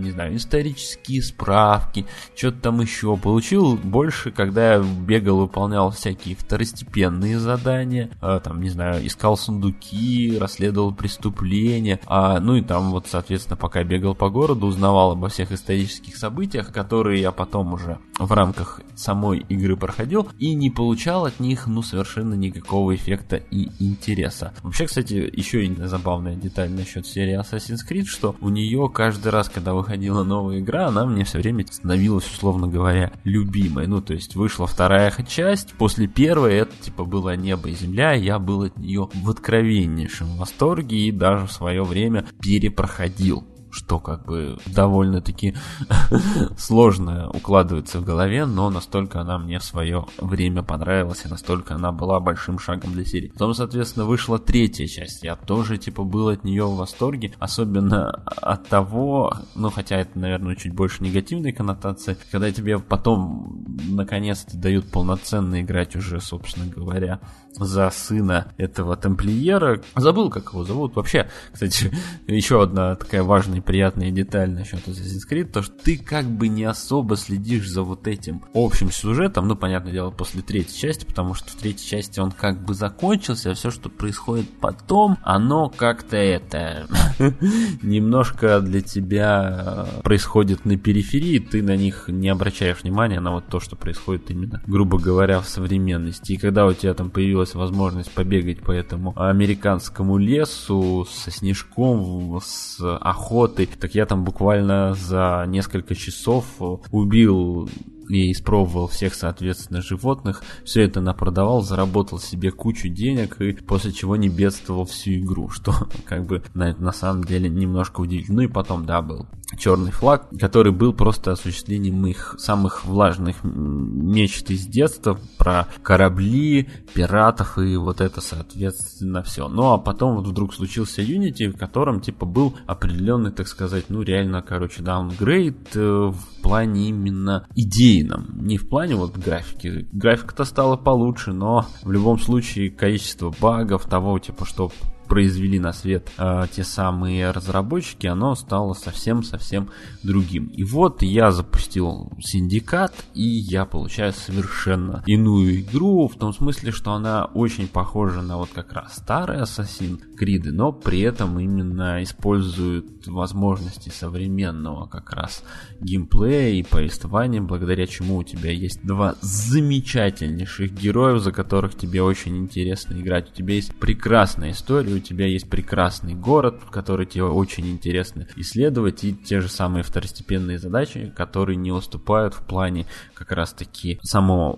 не знаю, исторические справки, что-то там еще. Получил больше, когда я бегал, выполнял всякие второстепенные задания, там, не знаю, искал сундуки, расследовал преступления, ну и там вот, соответственно, пока я бегал по городу, узнавал обо всех исторических событиях, которые я потом уже в рамках самой игры проходил, и не получал от них, совершенно никакого эффекта и интереса. Вообще, кстати, еще и забавная деталь насчет серии Assassin's Creed, что у нее каждый раз, когда выходила новая игра, она мне все время становилась, условно говоря, любимой. То есть вышла вторая часть, после первой это типа было небо и земля, и я был от нее в откровеннейшем восторге и даже в свое время перепроходил, что как бы довольно-таки сложно укладывается в голове, но настолько она мне в свое время понравилась, и настолько она была большим шагом для серии. Потом, соответственно, вышла третья часть, я тоже типа был от нее в восторге, особенно от того, хотя это, наверное, чуть больше негативной коннотации, когда тебе потом наконец-то дают полноценно играть уже, собственно говоря, за сына этого тамплиера. Забыл, как его зовут. Вообще, кстати, еще одна такая важная и приятная деталь насчет Assassin's Creed, то, что ты как бы не особо следишь за вот этим общим сюжетом, понятное дело, после третьей части, потому что в третьей части он как бы закончился, а все, что происходит потом, оно как-то немножко для тебя происходит на периферии, ты на них не обращаешь внимания, на вот то, что происходит именно, грубо говоря, в современности. И когда у тебя там появилась возможность побегать по этому американскому лесу со снежком, с охотой, так я там буквально за несколько часов убил и испробовал всех, соответственно, животных, все это напродавал, заработал себе кучу денег, и после чего не бедствовал всю игру, что как бы на самом деле немножко удивительно. И потом, был черный флаг, который был просто осуществлением моих самых влажных мечт из детства про корабли, пиратов и вот это, соответственно, все. А потом вот вдруг случился Unity, в котором типа был определенный, так сказать, реально, даунгрейд в плане именно идейном, не в плане вот графики. Графика-то стала получше, но в любом случае количество багов, того типа, что произвели на свет те самые разработчики, оно стало совсем-совсем другим. И вот я запустил Syndicate, и я получаю совершенно иную игру, в том смысле, что она очень похожа на вот как раз старые Assassin's Creed, но при этом именно использует возможности современного как раз геймплея и повествования, благодаря чему у тебя есть два замечательнейших героев, за которых тебе очень интересно играть. У тебя есть прекрасная история, у тебя есть прекрасный город, который тебе очень интересно исследовать, и те же самые второстепенные задачи, которые не уступают в плане как раз таки самого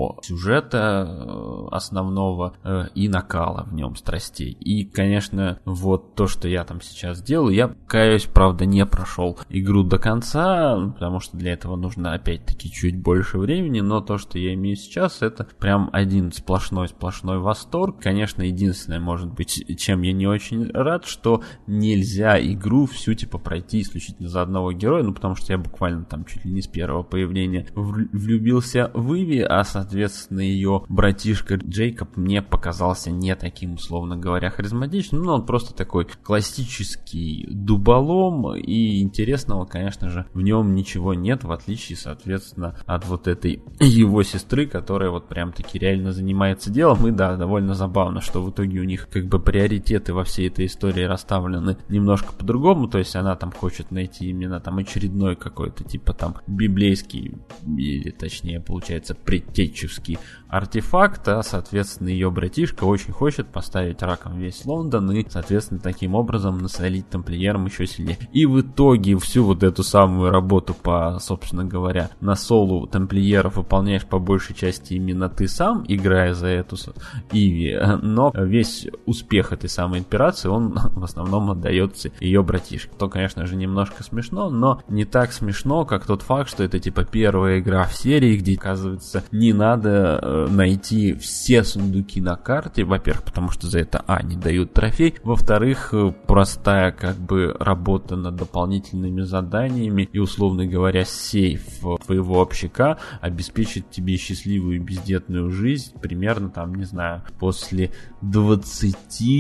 сюжета основного и накала в нем страстей. И, конечно, вот то, что я там сейчас делаю, я, каюсь, правда, не прошел игру до конца, потому что для этого нужно опять-таки чуть больше времени, но то, что я имею сейчас, это прям один сплошной восторг. Конечно, единственное, может быть, чем я не очень рад, что нельзя игру всю типа пройти исключительно за одного героя, потому что я буквально там чуть ли не с первого появления влюбился в Иви, а соответственно ее братишка Джейкоб мне показался не таким, условно говоря, харизматичным, он просто такой классический дуболом, и интересного, конечно же, в нем ничего нет, в отличие, соответственно, от вот этой его сестры, которая вот прям таки реально занимается делом. И довольно забавно, что в итоге у них как бы приоритеты во всей этой истории расставлены немножко по-другому, то есть она там хочет найти именно там очередной какой-то типа там библейский, или точнее получается предтечевский артефакт, а соответственно ее братишка очень хочет поставить раком весь Лондон и соответственно таким образом насолить тамплиерам еще сильнее. И в итоге всю вот эту самую работу по, собственно говоря, насолу тамплиеров выполняешь по большей части именно ты сам, играя за эту Иви, но весь успех этой самой операции, он в основном отдается ее братишке. То, конечно же, немножко смешно, но не так смешно, как тот факт, что это типа первая игра в серии, где, оказывается, не надо найти все сундуки на карте, во-первых, потому что за это, не дают трофей, во-вторых, простая как бы работа над дополнительными заданиями и, условно говоря, сейф твоего общака обеспечит тебе счастливую и бездетную жизнь примерно там, не знаю, после 20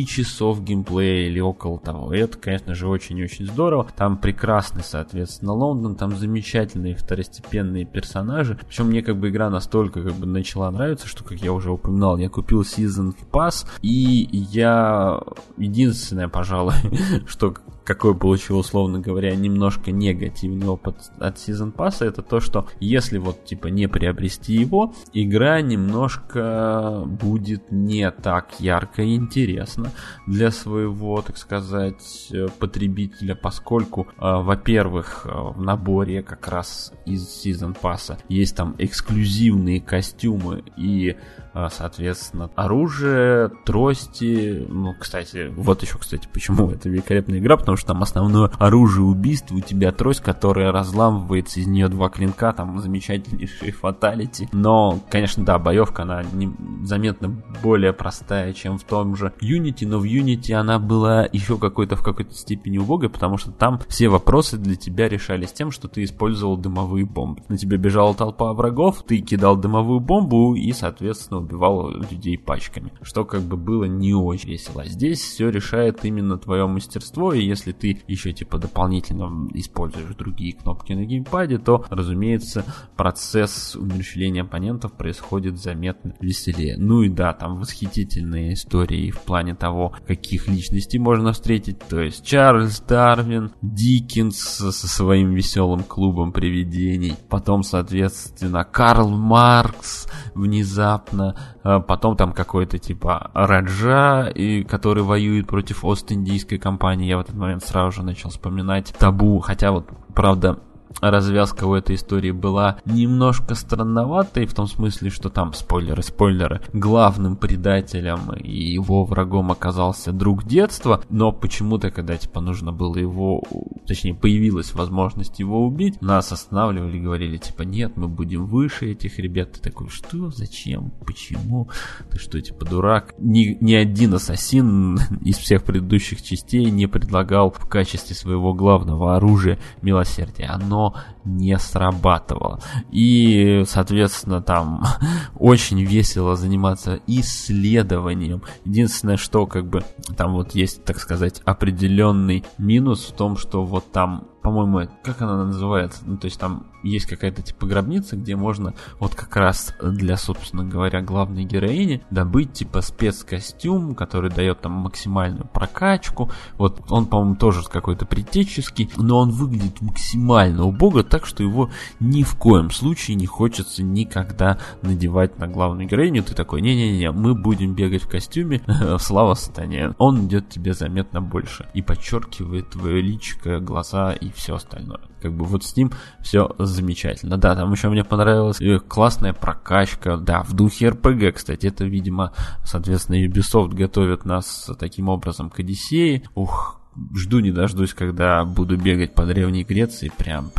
часов геймплея или около того. И это, конечно же, очень и очень здорово. Там прекрасный, соответственно, Лондон, там замечательные второстепенные персонажи. Причем мне как бы игра настолько как бы начала нравиться, что, как я уже упоминал, я купил Season Pass, и я единственное, пожалуй, что какой получил, условно говоря, немножко негативный опыт от Season Pass, это то, что если вот типа не приобрести его, игра немножко будет не так ярко и интересно для своего, так сказать, потребителя, поскольку, во-первых, в наборе как раз из Season Pass есть там эксклюзивные костюмы и, соответственно, оружие, трости. Ну, кстати, вот еще, кстати, почему это великолепная игра, потому что там основное оружие убийств, у тебя трость, которая разламывается, из нее 2 клинка, там замечательнейшие фаталити. Но, конечно, да, боевка, она заметно более простая, чем в том же Unity, но в Unity она была еще в какой-то степени убогой, потому что там все вопросы для тебя решались тем, что ты использовал дымовые бомбы. На тебя бежала толпа врагов, ты кидал дымовую бомбу и, соответственно, убивал людей пачками, что как бы было не очень весело. Здесь все решает именно твое мастерство, и если ты еще типа дополнительно используешь другие кнопки на геймпаде, то, разумеется, процесс умерщвления оппонентов происходит заметно веселее. Ну и да, там восхитительные истории в плане того, каких личностей можно встретить, то есть Чарльз Дарвин, Диккенс со своим веселым клубом привидений, потом, соответственно, Карл Маркс внезапно, потом там какой-то типа Раджа, который воюет против Ост-Индийской компании. Я в этот момент сразу же начал вспоминать Табу, хотя вот, правда, развязка у этой истории была немножко странноватой, в том смысле, что там, спойлеры, главным предателем и его врагом оказался друг детства, но почему-то, когда типа нужно было его, точнее, появилась возможность его убить, нас останавливали и говорили, типа, нет, мы будем выше этих ребят. Ты такой, что, зачем, почему, ты что, типа, дурак? Ни один ассасин из всех предыдущих частей не предлагал в качестве своего главного оружия милосердие. Оно не срабатывало. И, соответственно, там очень весело заниматься исследованием. Единственное, что как бы там вот есть, так сказать, определенный минус в том, что вот там, по-моему, как она называется? Ну, то есть там есть какая-то типа гробница, где можно вот как раз для, собственно говоря, главной героини добыть типа спецкостюм, который дает там максимальную прокачку. Вот он, по-моему, тоже какой-то предтеческий, но он выглядит максимально убого, так что его ни в коем случае не хочется никогда надевать на главную героиню. Ты такой, не-не-не, мы будем бегать в костюме, слава сатане. Он идет тебе заметно больше и подчеркивает твое личико, глаза и все остальное. Как бы вот с ним все замечательно. Да, там еще мне понравилась классная прокачка. Да, в духе RPG, кстати. Это, видимо, соответственно, Ubisoft готовит нас таким образом к Одиссее. Ух, жду не дождусь, когда буду бегать по Древней Греции. Прям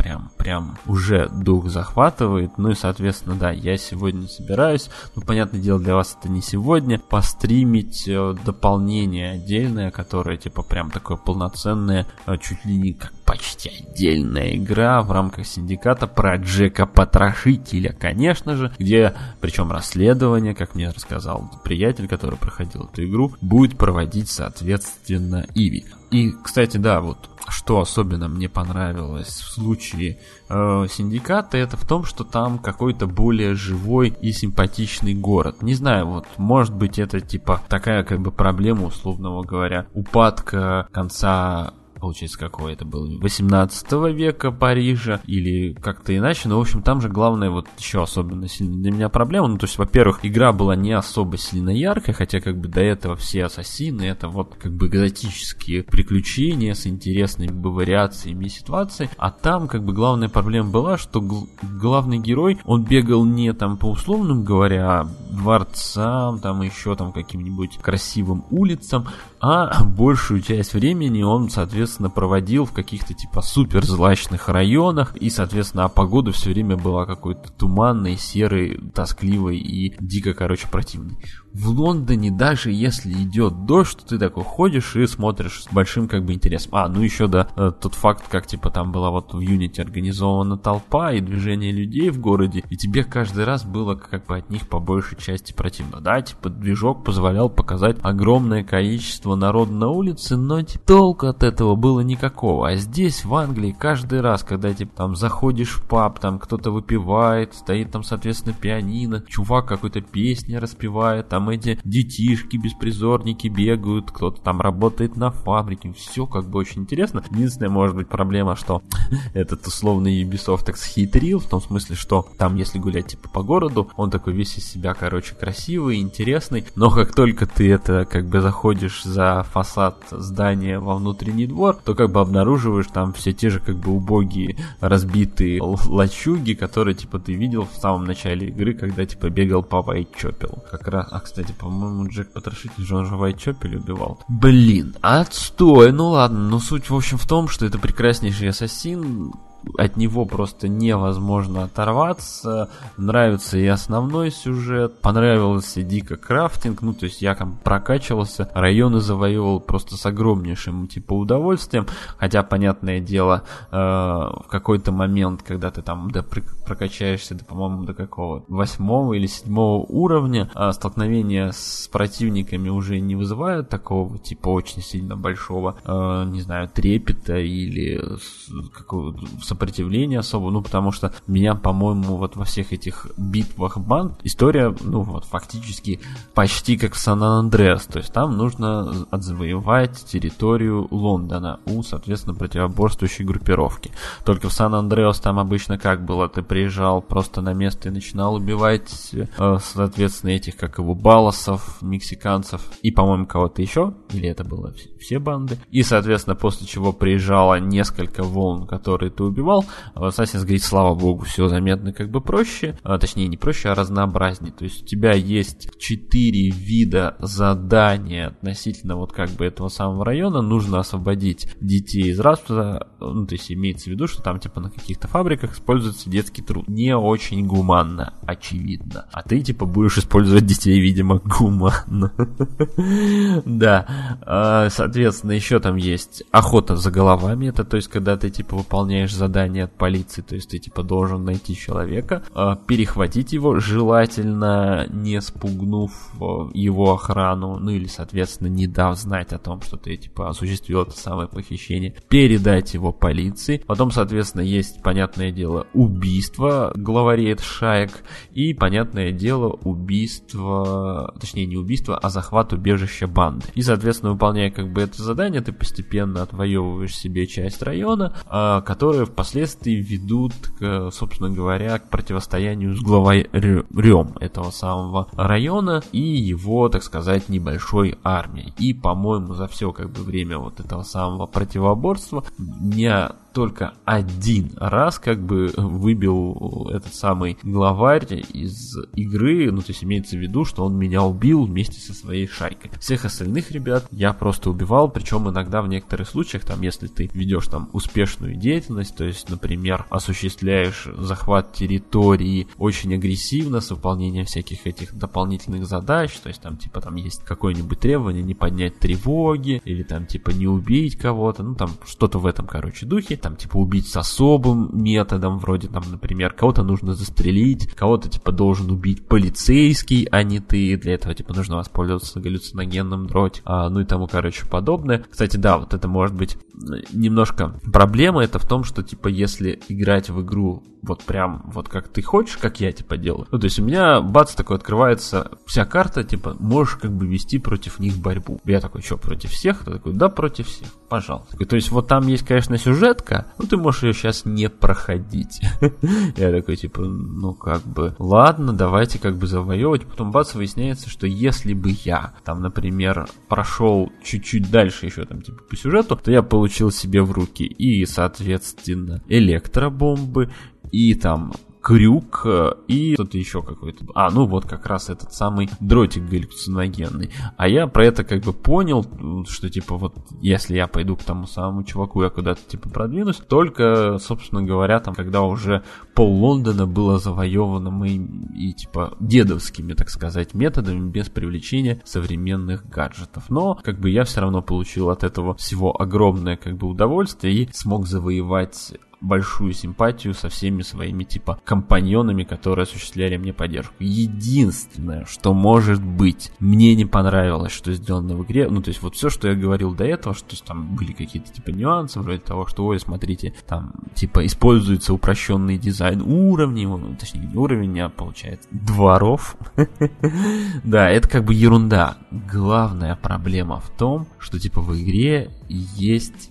уже дух захватывает. Ну и, соответственно, да, я сегодня собираюсь, ну, понятное дело, для вас это не сегодня, постримить дополнение отдельное, которое, типа, прям такое полноценное, чуть ли не как почти отдельная игра в рамках синдиката про Джека Потрошителя, конечно же, где, причем расследование, как мне рассказал приятель, который проходил эту игру, будет проводить, соответственно, Иви. И, кстати, да, вот что особенно мне понравилось в случае Синдиката, это в том, что там какой-то более живой и симпатичный город. Не знаю, вот, может быть, это типа такая как бы проблема, условно говоря, упадка конца, получается, какой это был, 18 века Парижа или как-то иначе, но, в общем, там же главное, вот еще особенно сильно для меня проблема, ну, то есть, во-первых, игра была не особо сильно яркой, хотя, как бы, до этого все ассасины, это вот, как бы, экзотические приключения с интересными, как бы, вариациями ситуаций, а там, как бы, главная проблема была, что главный герой, он бегал не, там, по условным говоря, дворцам, там, еще, там, каким-нибудь красивым улицам, а большую часть времени он, соответственно, соответственно, проводил в каких-то, типа, супер злачных районах, и, соответственно, погода все время была какой-то туманной, серой, тоскливой и дико, короче, противной. В Лондоне, даже если идет дождь, то ты такой ходишь и смотришь с большим, как бы, интересом. Ну еще, да, тот факт, как, типа, там была вот в Unity организована толпа и движение людей в городе, и тебе каждый раз было, как бы, от них по большей части противно. Да, типа, движок позволял показать огромное количество народа на улице, но типа, толку от этого было никакого. А здесь, в Англии, каждый раз, когда, типа, там, заходишь в паб, там, кто-то выпивает, стоит там, соответственно, пианино, чувак какой-то песни распевает, там, эти детишки, беспризорники бегают, кто-то там работает на фабрике, все как бы очень интересно. Единственная, может быть, проблема, что этот условный Ubisoft так схитрил, в том смысле, что там, если гулять типа по городу, он такой весь из себя, короче, красивый, интересный, но как только ты это, как бы, заходишь за фасад здания во внутренний двор, то как бы обнаруживаешь там все те же, как бы, убогие, разбитые лачуги, которые, типа, ты видел в самом начале игры, когда, типа, бегал по Вайтчопелу. Как раз, кстати, по-моему, Джек Потрошитель же, он же Вайтчопель убивал. Блин, отстой, ну ладно, но суть, в общем, в том, что это прекраснейший ассасин, от него просто невозможно оторваться. Нравится и основной сюжет, понравился дико крафтинг, ну то есть я там прокачивался, районы завоевывал просто с огромнейшим типа удовольствием, хотя, понятное дело, в какой-то момент, когда ты там прокачаешься до, по-моему, до какого 8 или 7 уровня, столкновения с противниками уже не вызывают такого типа очень сильно большого, не знаю, трепета или какого-то сопротивления особо, ну, потому что меня, по-моему, вот во всех этих битвах банд история, ну, вот, фактически почти как в Сан-Андреас, то есть там нужно отвоевать территорию Лондона у, соответственно, противоборствующей группировки. Только в Сан-Андреас там обычно как было, ты приезжал просто на место и начинал убивать, соответственно, этих, как его, балласов, мексиканцев и, по-моему, кого-то еще, или это было все банды, и, соответственно, после чего приезжало несколько волн, которые ты убивал. В Assassin's Creed, слава богу, все заметно как бы проще, точнее не проще, а разнообразнее. То есть у тебя есть 4 вида задания относительно вот как бы этого самого района. Нужно освободить детей из рабства, ну то есть имеется в виду, что там типа на каких-то фабриках используется детский труд. Не очень гуманно, очевидно. А ты типа будешь использовать детей, видимо, гуманно. Да, соответственно, еще там есть охота за головами. Это то есть когда ты типа выполняешь задание от полиции, то есть ты типа должен найти человека, перехватить его, желательно не спугнув его охрану, ну или, соответственно, не дав знать о том, что ты типа осуществил это самое похищение, передать его полиции. Потом, соответственно, есть, понятное дело, убийство главарей шаек и, понятное дело, убийство, точнее не убийство, а захват убежища банды. И, соответственно, выполняя как бы это задание, ты постепенно отвоевываешь себе часть района, которые впоследствии ведут, собственно говоря, к противостоянию с главарем этого самого района и его, так сказать, небольшой армией. И, по-моему, за все как бы время вот этого самого противоборства меня только один раз как бы выбил этот самый главарь из игры, ну то есть имеется в виду, что он меня убил вместе со своей шайкой. Всех остальных ребят я просто убивал, причем иногда в некоторых случаях, там, если ты ведешь там успешную деятельность, то есть, например, осуществляешь захват территории очень агрессивно с выполнением всяких этих дополнительных задач, то есть там типа там есть какое-нибудь требование не поднять тревоги или там типа не убить кого-то, ну там что-то в этом, короче, духе, там типа убить с особым методом, вроде там, например, кого-то нужно застрелить, кого-то типа должен убить полицейский, а не ты, для этого типа нужно воспользоваться галлюциногенным дротиком, ну и тому, короче, подобное. Кстати, да, вот это может быть немножко проблема, это в том, что типа если играть в игру вот прям вот как ты хочешь, как я типа делаю, ну то есть у меня бац такой открывается вся карта, типа можешь как бы вести против них борьбу. Я такой, что, против всех? Ты такой, да, против всех, пожалуйста. То есть вот там есть, конечно, сюжетка, ну ты можешь ее сейчас не проходить. Я такой, типа, ну как бы, ладно, давайте как бы завоевывать. Потом бац, выясняется, что если бы я там, например, прошел чуть-чуть дальше еще там типа по сюжету, то я получил себе в руки и, соответственно, электробомбы, и там крюк и что-то еще какой-то. Ну вот как раз этот самый дротик галлюциногенный. А я про это как бы понял, что типа вот если я пойду к тому самому чуваку, я куда-то типа продвинусь, только, собственно говоря, там, когда уже пол Лондона было завоевано моими и типа дедовскими, так сказать, методами, без привлечения современных гаджетов. Но как бы я все равно получил от этого всего огромное как бы удовольствие и смог завоевать большую симпатию со всеми своими типа компаньонами, которые осуществляли мне поддержку. Единственное, что может быть, мне не понравилось, что сделано в игре, то есть вот все, что я говорил до этого, что там были какие-то типа нюансы, вроде того, что, ой, смотрите, там типа используется упрощенный дизайн уровней, точнее не уровень, а получается дворов. Да, это как бы ерунда. Главная проблема в том, что типа в игре есть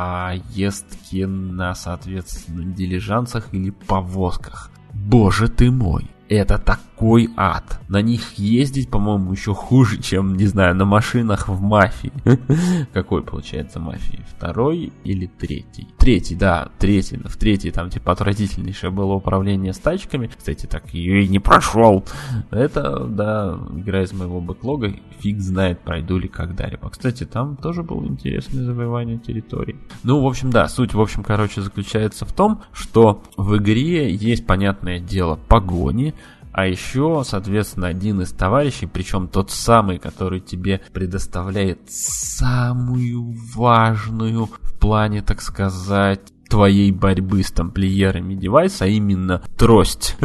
поездки на, соответственно, дилижансах или повозках. Боже ты мой, это такой ад. На них ездить, по-моему, еще хуже, чем, не знаю, на машинах в Мафии. Какой, получается, Мафии? Второй или третий? Третий, да, третий. В третьей там, типа, отвратительнейшее было управление с тачками. Кстати, так ее и не прошел. Это, да, игра из моего бэклога. Фиг знает, пройду ли когда-либо. Кстати, там тоже было интересное завоевание территорий. В общем, да, суть, заключается в том, что в игре есть, понятное дело, погони. А еще, соответственно, один из товарищей, причем тот самый, который тебе предоставляет самую важную в плане, так сказать, твоей борьбы с тамплиерами девайс, а именно трость.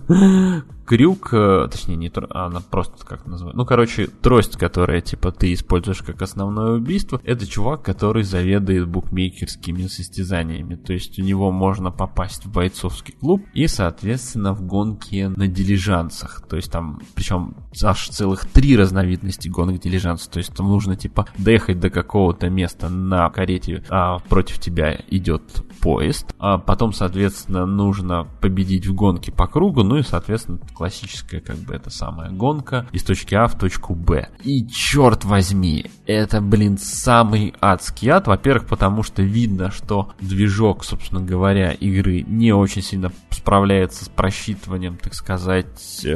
Крюк, точнее не трость, она просто как называется. Трость, которая типа ты используешь как основное убийство, это чувак, который заведует букмекерскими состязаниями. То есть у него можно попасть в бойцовский клуб и, соответственно, в гонки на дилижансах. То есть там, причем аж целых 3 разновидности гонок дилижансов. То есть там нужно типа доехать до какого-то места на карете, а против тебя идет поезд. А потом, соответственно, нужно победить в гонке по кругу, и, соответственно, классическая, как бы, это самая гонка из точки А в точку Б. И черт возьми, это, самый адский ад. Во-первых, потому что видно, что движок, собственно говоря, игры не очень сильно справляется с просчитыванием, так сказать,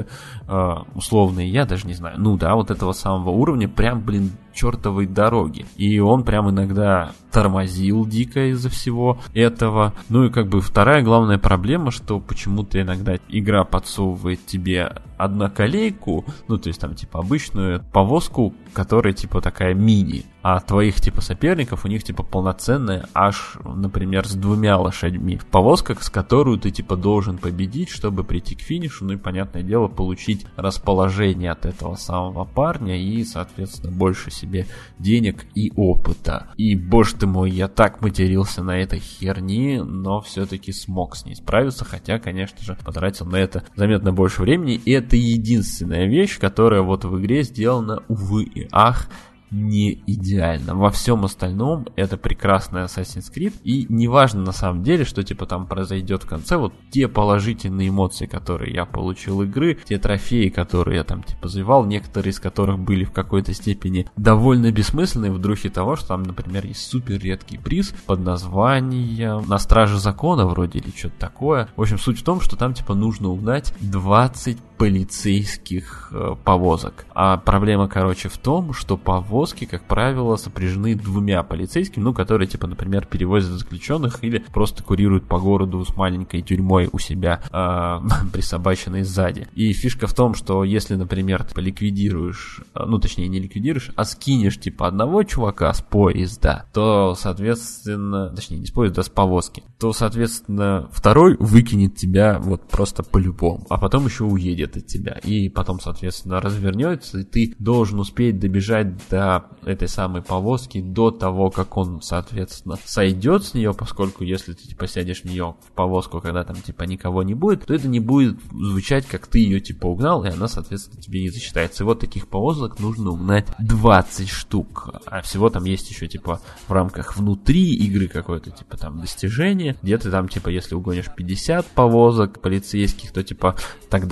условно, я даже не знаю, вот этого самого уровня, прям, чертовой дороги. И он прям иногда тормозил дико из-за всего этого. И как бы вторая главная проблема, что почему-то иногда игра подсовывает тебе одноколейку, то есть там типа обычную повозку, которая типа такая мини, а твоих типа соперников у них типа полноценная аж, например, с 2 лошадьми. Повозка, с которую ты типа должен победить, чтобы прийти к финишу, и, понятное дело, получить расположение от этого самого парня и, соответственно, больше себе денег и опыта. И, боже ты мой, я так матерился на этой херни, но все-таки смог с ней справиться, хотя, конечно же, потратил на это заметно больше времени, и это единственная вещь, которая вот в игре сделана, увы и ах, не идеально. Во всем остальном это прекрасный Assassin's Creed, и неважно на самом деле, что типа там произойдет в конце, вот те положительные эмоции, которые я получил игры, те трофеи, которые я там типа завоевал, некоторые из которых были в какой-то степени довольно бессмысленные в духе того, что там, например, есть супер редкий приз под названием «На страже закона» вроде или что-то такое. В общем, суть в том, что там типа нужно угнать 20 полицейских повозок. А проблема, в том, что повозки, как правило, сопряжены 2 полицейскими, которые, типа, например, перевозят заключенных или просто курируют по городу с маленькой тюрьмой у себя, присобаченной сзади. И фишка в том, что если, например, ты ликвидируешь, точнее, не ликвидируешь, а скинешь, типа, одного чувака с поезда, то, соответственно, точнее, не с поезда, а с повозки, то, соответственно, второй выкинет тебя вот просто по-любому, а потом еще уедет от тебя, и потом, соответственно, развернется, и ты должен успеть добежать до этой самой повозки до того, как он, соответственно, сойдет с нее, поскольку если ты, типа, сядешь в нее в повозку, когда там, типа, никого не будет, то это не будет звучать, как ты ее, типа, угнал, и она, соответственно, тебе не засчитается. И вот таких повозок нужно угнать 20 штук, а всего там есть еще, типа, в рамках внутри игры какое-то, типа, там, достижение, где ты там, типа, если угонишь 50 повозок полицейских, то, типа, тогда они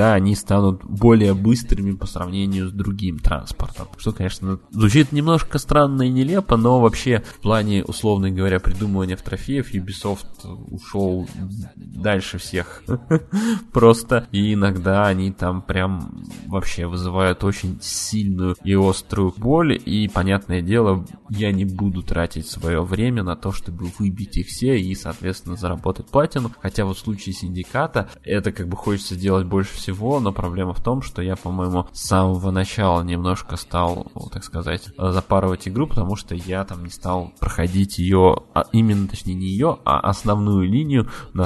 станут более быстрыми по сравнению с другим транспортом. Что, конечно, звучит немножко странно и нелепо, но вообще в плане, условно говоря, придумывания трофеев Ubisoft ушел дальше всех. Просто и иногда они там прям вообще вызывают очень сильную и острую боль, и, понятное дело, я не буду тратить свое время на то, чтобы выбить их все и, соответственно, заработать платину. Хотя вот в случае Синдиката это как бы хочется делать больше всего, но проблема в том, что я, по-моему, с самого начала немножко стал, так сказать, запарывать игру, потому что я там не стал проходить ее, именно, точнее, не ее, а основную линию на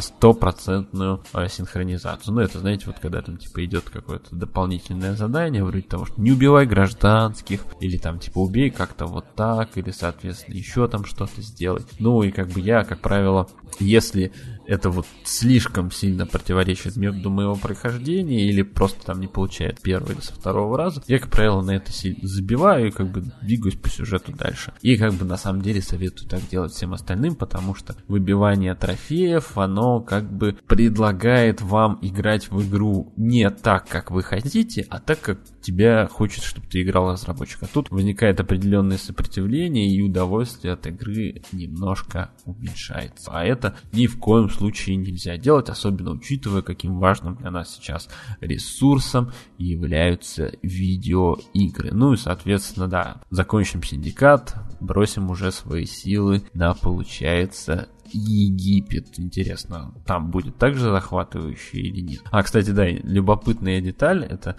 100% синхронизацию. Ну, это, знаете, вот когда там, типа, идет какое-то дополнительное задание, вроде того, что не убивай гражданских, или там, типа, убей как-то вот так, или, соответственно, еще там что-то сделать. Ну, и как бы я, как правило, если это вот слишком сильно противоречит методу моего прохождения или просто там не получает первого или со второго раза, я, как правило, на это забиваю и как бы двигаюсь по сюжету дальше. И как бы на самом деле советую так делать всем остальным, потому что выбивание трофеев, оно как бы предлагает вам играть в игру не так, как вы хотите, а так, как тебя хочет, чтобы ты играл разработчик. А тут возникает определенное сопротивление, и удовольствие от игры немножко уменьшается. А это ни в коем случае нельзя делать, особенно учитывая, каким важным для нас сейчас ресурсом являются видеоигры. Ну и, соответственно, да, закончим Синдикат, бросим уже свои силы на, получается, Египет. Интересно, там будет также захватывающе или нет? А, кстати, да, любопытная деталь, это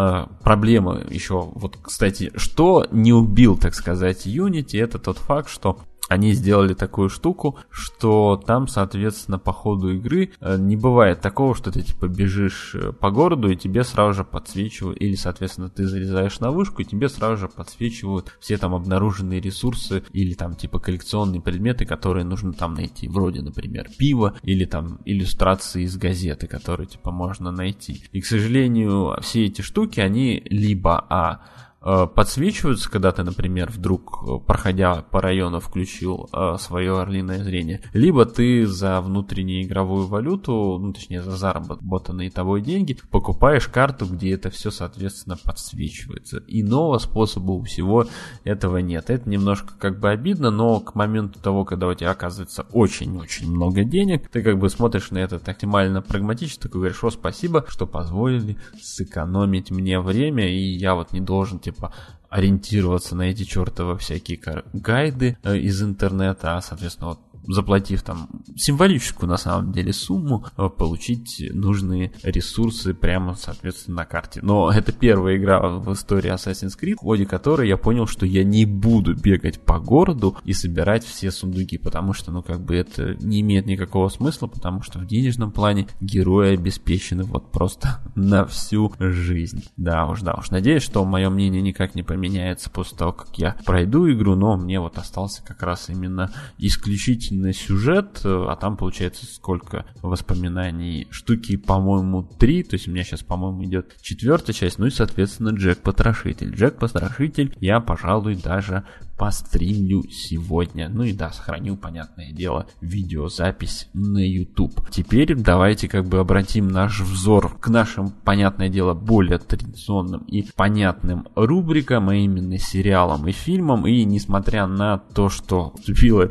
проблема еще, вот, кстати, что не убил, так сказать, Unity, это тот факт, что они сделали такую штуку, что там, соответственно, по ходу игры не бывает такого, что ты типа бежишь по городу и тебе сразу же подсвечивают, или, соответственно, ты залезаешь на вышку и тебе сразу же подсвечивают все там обнаруженные ресурсы или там типа коллекционные предметы, которые нужно там найти. Вроде, например, пиво или там иллюстрации из газеты, которые типа можно найти. И, к сожалению, все эти штуки, они либо подсвечиваются, когда ты, например, вдруг, проходя по району, включил свое орлиное зрение, либо ты за внутреннюю игровую валюту, ну, точнее, за заработанные тобой деньги, покупаешь карту, где это все, соответственно, подсвечивается. Иного способа у всего этого нет. Это немножко как бы обидно, но к моменту того, когда у тебя оказывается очень-очень много денег, ты как бы смотришь на это максимально прагматично, такой говоришь: о, спасибо, что позволили сэкономить мне время, и я вот не должен типа ориентироваться на эти чертовы всякие гайды из интернета, а, соответственно, вот, заплатив там символическую на самом деле сумму, получить нужные ресурсы прямо, соответственно, на карте. Но это первая игра в истории Assassin's Creed, в ходе которой я понял, что я не буду бегать по городу и собирать все сундуки, потому что, ну, как бы это не имеет никакого смысла, потому что в денежном плане герои обеспечены вот просто на всю жизнь. Да уж. Надеюсь, что мое мнение никак не поменяется после того, как я пройду игру, но мне вот остался как раз именно исключительно сюжет, а там получается сколько воспоминаний, штуки, по-моему, 3, то есть у меня сейчас, по-моему, идет 4-я часть, ну и, соответственно, Джек-Потрошитель. Джек-Потрошитель я, пожалуй, даже постримлю сегодня. Ну и да, сохраню, понятное дело, видеозапись на YouTube. Теперь давайте как бы обратим наш взор к нашим, понятное дело, более традиционным и понятным рубрикам, а именно сериалам и фильмам. И несмотря на то, что вступила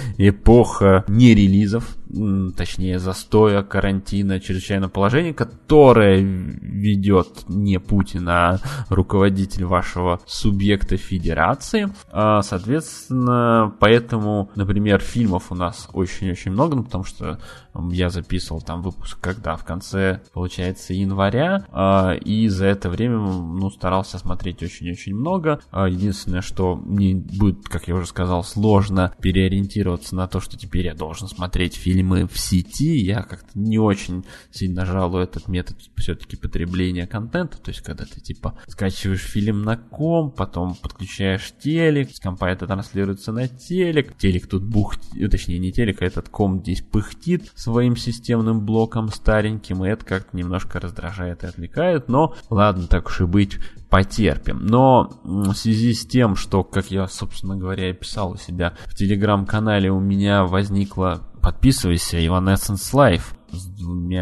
эпоха нерелизов, точнее застоя, карантина, чрезвычайного положения, которое ведет не Путин, а руководитель вашего субъекта федерации. Соответственно, поэтому, например, фильмов у нас очень-очень много, потому что я записывал там выпуск когда? В конце, получается, января, и за это время, ну, старался смотреть очень-очень много. Единственное, что мне будет, как я уже сказал, сложно переориентироваться на то, что теперь я должен смотреть фильмы в сети. Я как-то не очень сильно жалую этот метод все-таки потребления контента, то есть когда ты типа скачиваешь фильм на комп, потом подключаешь телек, с компа это транслируется на телек тут точнее не телек, а этот комп здесь пыхтит своим системным блоком стареньким, и это как-то немножко раздражает и отвлекает, но ладно, так уж и быть, потерпим. Но в связи с тем, что, как я, собственно говоря, писал у себя в телеграм-канале, у меня возникла, подписывайся, Evanescence Live с 2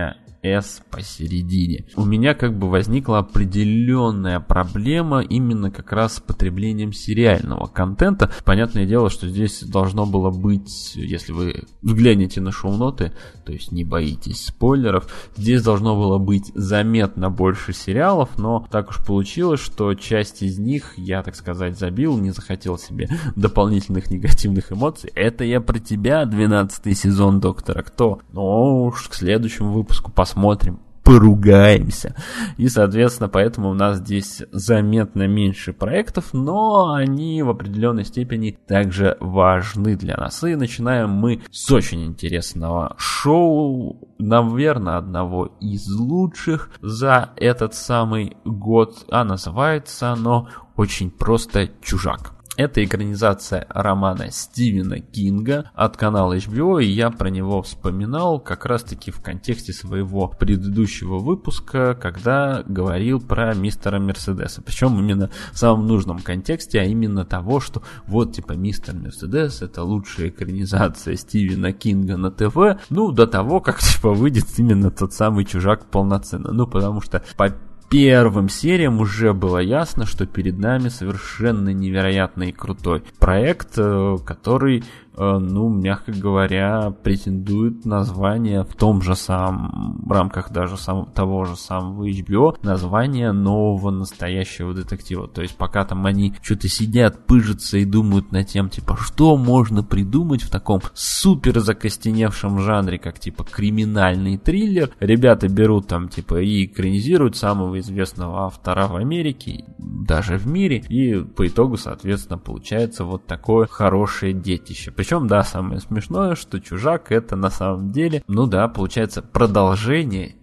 S посередине. У меня как бы возникла определенная проблема именно как раз с потреблением сериального контента. Понятное дело, что здесь должно было быть, если вы взглянете на шоу-ноты, то есть не боитесь спойлеров, здесь должно было быть заметно больше сериалов, но так уж получилось, что часть из них я, так сказать, забил, не захотел себе дополнительных негативных эмоций. Это я про тебя, 12-й сезон Доктора Кто. Ну уж к следующему выпуску посмотрим, поругаемся. И, соответственно, поэтому у нас здесь заметно меньше проектов, но они в определенной степени также важны для нас. И начинаем мы с очень интересного шоу, наверное, одного из лучших за этот самый год, а называется оно очень просто «Чужак». Это экранизация романа Стивена Кинга от канала HBO, и я про него вспоминал как раз-таки в контексте своего предыдущего выпуска, когда говорил про мистера Мерседеса. Причем именно в самом нужном контексте, а именно того, что вот типа мистер Мерседес — это лучшая экранизация Стивена Кинга на ТВ, ну до того, как типа выйдет именно тот самый «Чужак» полноценно. Ну потому что по первым сериям уже было ясно, что перед нами совершенно невероятный и крутой проект, который, ну, мягко говоря, претендует на название в том же самом, в рамках даже того же самого HBO, название нового настоящего детектива. То есть пока там они что-то сидят, пыжатся и думают над тем, типа, что можно придумать в таком супер закостеневшем жанре, как типа криминальный триллер, ребята берут там типа и экранизируют самого известного автора в Америке, даже в мире, и по итогу, соответственно, получается вот такое хорошее детище. Причем, да, самое смешное, что «Чужак» — это на самом деле, ну да, получается продолжение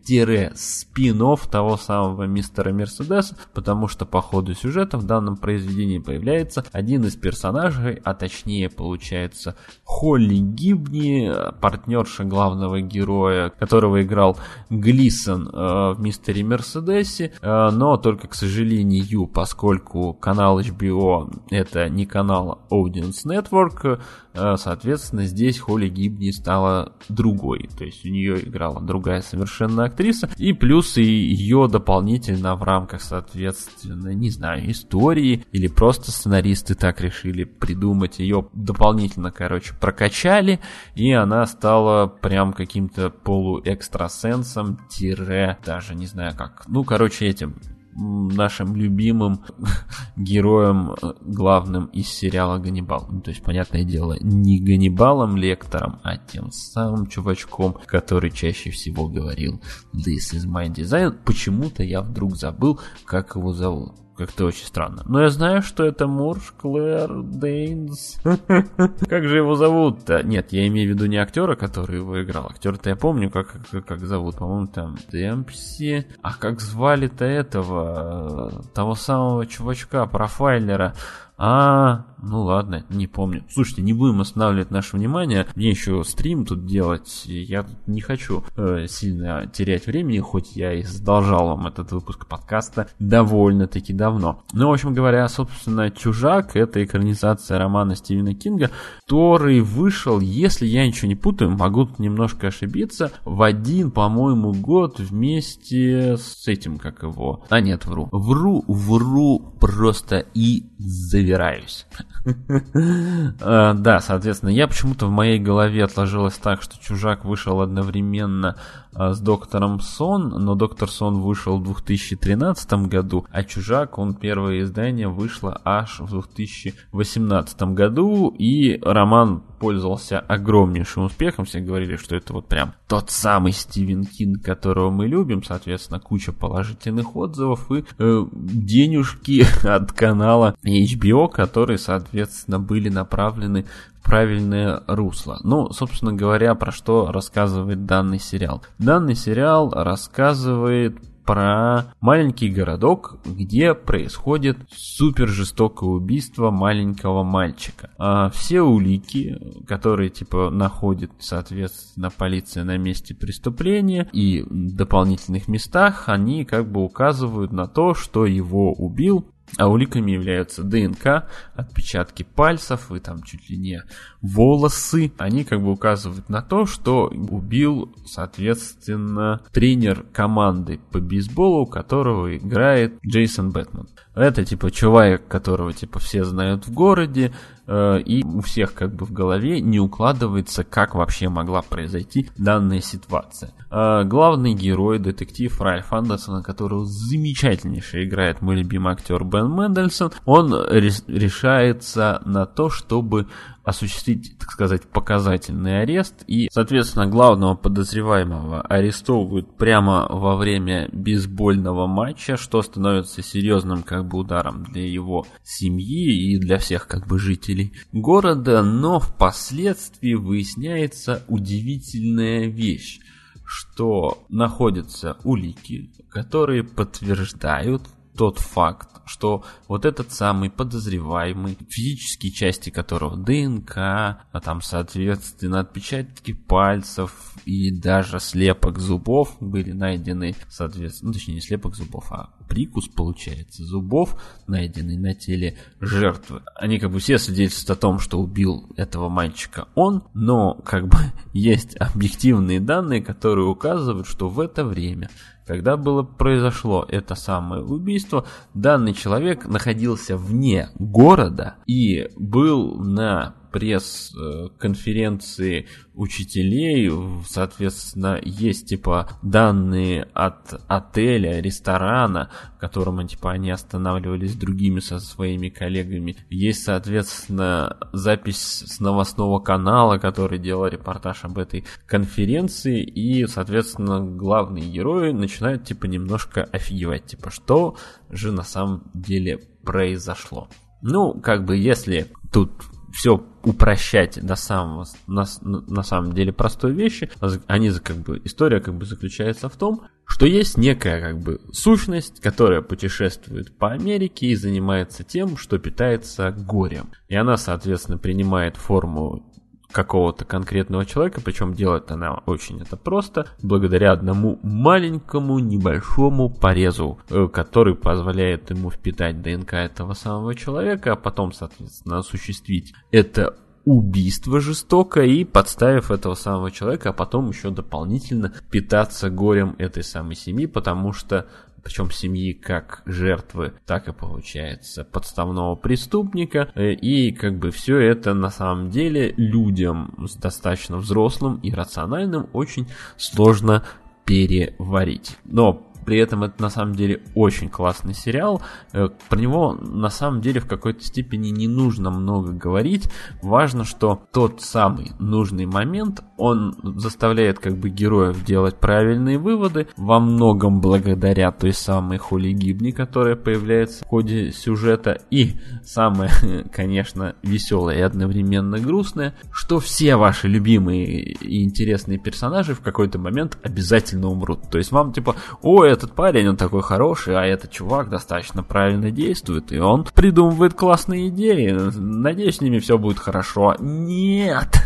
спин-офф того самого мистера Мерседеса, потому что по ходу сюжета в данном произведении появляется один из персонажей, а точнее получается Холли Гибни, партнерша главного героя, которого играл Глисон в мистере Мерседесе, но только, к сожалению, поскольку канал HBO это не канал Audience Network, соответственно, здесь Холли Гибни стала другой, то есть у нее играла другая совершенно актриса, и плюс и ее дополнительно в рамках, соответственно, не знаю, истории или просто сценаристы так решили придумать, ее дополнительно, короче, прокачали, и она стала прям каким-то полуэкстрасенсом, даже не знаю как, ну, короче, этим нашим любимым героем главным из сериала «Ганнибал». Ну, то есть, понятное дело, не Ганнибалом Лектором, а тем самым чувачком, который чаще всего говорил «This is my design». Почему-то я вдруг забыл, как его зовут. Как-то очень странно. Но я знаю, что это Мурш Клэр Дейнс. Как же его зовут-то? Нет, я имею в виду не актера, который его играл. Актера-то я помню, как зовут. По-моему, там Демпси. А как звали-то этого? Того самого чувачка, профайлера. Ну ладно, не помню. Слушайте, не будем останавливать наше внимание. Мне еще стрим тут делать. Я тут не хочу сильно терять времени, хоть я и задолжал вам этот выпуск подкаста довольно-таки давно. Ну, в общем говоря, собственно, «Чужак» — это экранизация романа Стивена Кинга, который вышел, если я ничего не путаю, могу тут немножко ошибиться, в один, по-моему, год вместе с этим, как его... Нет, вру просто и завираюсь. Да, соответственно, я почему-то в моей голове отложилось так, что «Чужак» вышел одновременно с «Доктором Сон», но «Доктор Сон» вышел в 2013 году, а «Чужак», он первое издание вышло аж в 2018 году, и роман пользовался огромнейшим успехом. Все говорили, что это вот прям тот самый Стивен Кинг, которого мы любим, соответственно, куча положительных отзывов и денежки от канала HBO, которые, соответственно, были направлены в правильное русло. Ну, собственно говоря, про что рассказывает данный сериал? Данный сериал рассказывает про маленький городок, где происходит супер жестокое убийство маленького мальчика. Все улики, которые типа находит, соответственно, полиция на месте преступления и в дополнительных местах, они как бы указывают на то, что его убил А уликами являются ДНК, отпечатки пальцев и там чуть ли не волосы. Они как бы указывают на то, что убил, соответственно, тренер команды по бейсболу, которого играет Джейсон Бэтмен. Это типа человек, которого типа все знают в городе, и у всех как бы в голове не укладывается, как вообще могла произойти данная ситуация. Главный герой, детектив Ральф Андерсон, которого замечательнейше играет мой любимый актер Бен Мендельсон, он решается на то, чтобы осуществить, так сказать, показательный арест, и, соответственно, главного подозреваемого арестовывают прямо во время бейсбольного матча, что становится серьезным как бы ударом для его семьи и для всех как бы жителей города, но впоследствии выясняется удивительная вещь, что находятся улики, которые подтверждают тот факт, что вот этот самый подозреваемый, физические части которого ДНК, а там, соответственно, отпечатки пальцев и даже слепок зубов были найдены, соответственно, ну, точнее, не слепок зубов, а прикус, получается, зубов, найденный на теле жертвы. Они как бы все свидетельствуют о том, что убил этого мальчика он, но как бы есть объективные данные, которые указывают, что в это время, когда произошло это самое убийство, данный человек находился вне города и был на пресс-конференции учителей, соответственно, есть типа данные от отеля, ресторана, в котором типа они останавливались с другими со своими коллегами. Есть, соответственно, запись с новостного канала, который делал репортаж об этой конференции, и, соответственно, главные герои начинают типа немножко офигевать, типа что же на самом деле произошло. Ну, как бы если тут все упрощать до самого, на самом деле простой вещи, история как бы заключается в том, что есть некая как бы сущность, которая путешествует по Америке и занимается тем, что питается горем. И она, соответственно, принимает форму какого-то конкретного человека, причем делает она очень это просто, благодаря одному маленькому небольшому порезу, который позволяет ему впитать ДНК этого самого человека, а потом, соответственно, осуществить это убийство жестокое и, подставив этого самого человека, а потом еще дополнительно питаться горем этой самой семьи, потому что причем семьи как жертвы, так и получается подставного преступника, и как бы все это на самом деле людям с достаточно взрослым и рациональным очень сложно переварить. Но при этом это на самом деле очень классный сериал. Про него на самом деле в какой-то степени не нужно много говорить. Важно, что тот самый нужный момент, он заставляет как бы героев делать правильные выводы, во многом благодаря той самой Холли Гибни, которая появляется в ходе сюжета. И самое, конечно, веселое и одновременно грустное, что все ваши любимые и интересные персонажи в какой-то момент обязательно умрут. То есть вам типа, ой, этот парень, он такой хороший, а этот чувак достаточно правильно действует, и он придумывает классные идеи. Надеюсь, с ними все будет хорошо. Нет!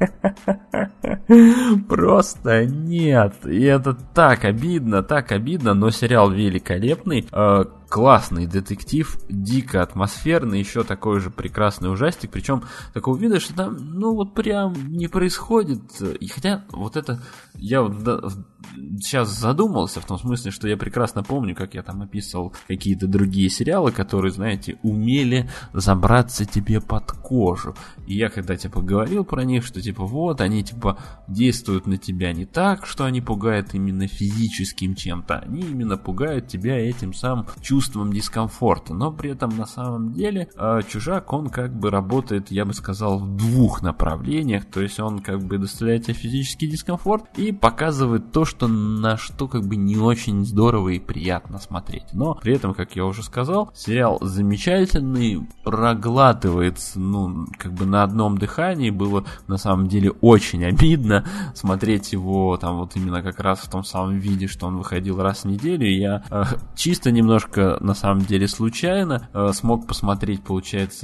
Просто нет. И это так обидно, но сериал великолепный. Классный детектив, дико атмосферный, еще такой же прекрасный ужастик, причем такого вида, что там, ну вот прям не происходит, и хотя вот это, я вот сейчас задумался в том смысле, что я прекрасно помню, как я там описывал какие-то другие сериалы, которые, знаете, умели забраться тебе под кожу, и я когда типа говорил про них, что типа вот, они типа действуют на тебя не так, что они пугают именно физическим чем-то, они именно пугают тебя этим самым чувством дискомфорта, но при этом на самом деле чужак, он как бы работает, я бы сказал, в двух направлениях, то есть он как бы доставляет тебе физический дискомфорт и показывает то, на что как бы не очень здорово и приятно смотреть, но при этом, как я уже сказал, сериал замечательный, проглатывается, ну, как бы на одном дыхании, было на самом деле очень обидно смотреть его там вот именно как раз в том самом виде, что он выходил раз в неделю, и я чисто немножко на самом деле случайно смог посмотреть, получается,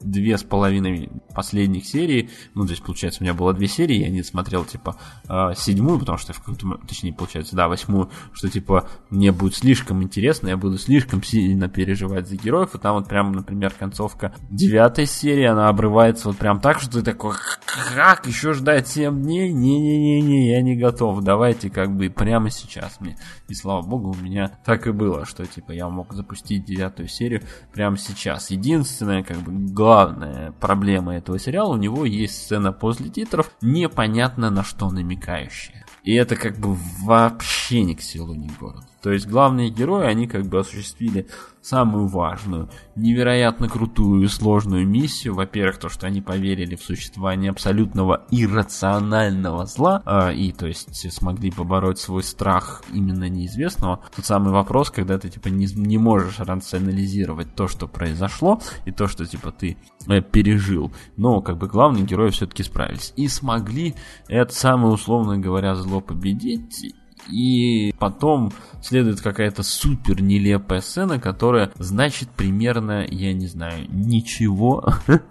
2,5 последних серий, ну, то есть, получается, у меня было 2 серии, я не смотрел, типа, 7-ю, потому что, точнее, получается, да, 8-ю, что, типа, мне будет слишком интересно, я буду слишком сильно переживать за героев, и там вот прям, например, концовка 9-й серии, она обрывается вот прям так, что ты такой, как, еще ждать 7 дней? Не-не-не-не, я не готов, давайте как бы прямо сейчас мне. И слава богу, у меня так и было, что, типа, я мог запустить 9-ю серию прямо сейчас. Единственная, как бы, главная проблема этого сериала, у него есть сцена после титров, непонятно на что намекающая. И это как бы вообще ни к селу, ни к городу. То есть главные герои, они как бы осуществили самую важную, невероятно крутую и сложную миссию. Во-первых, то, что они поверили в существование абсолютного иррационального зла, и то есть смогли побороть свой страх именно неизвестного. Тот самый вопрос, когда ты типа не можешь рационализировать то, что произошло, и то, что типа ты пережил. Но как бы главные герои все-таки справились. И смогли это самое, условно говоря, зло победить. И потом следует какая-то супер нелепая сцена, которая значит примерно, я не знаю, ничего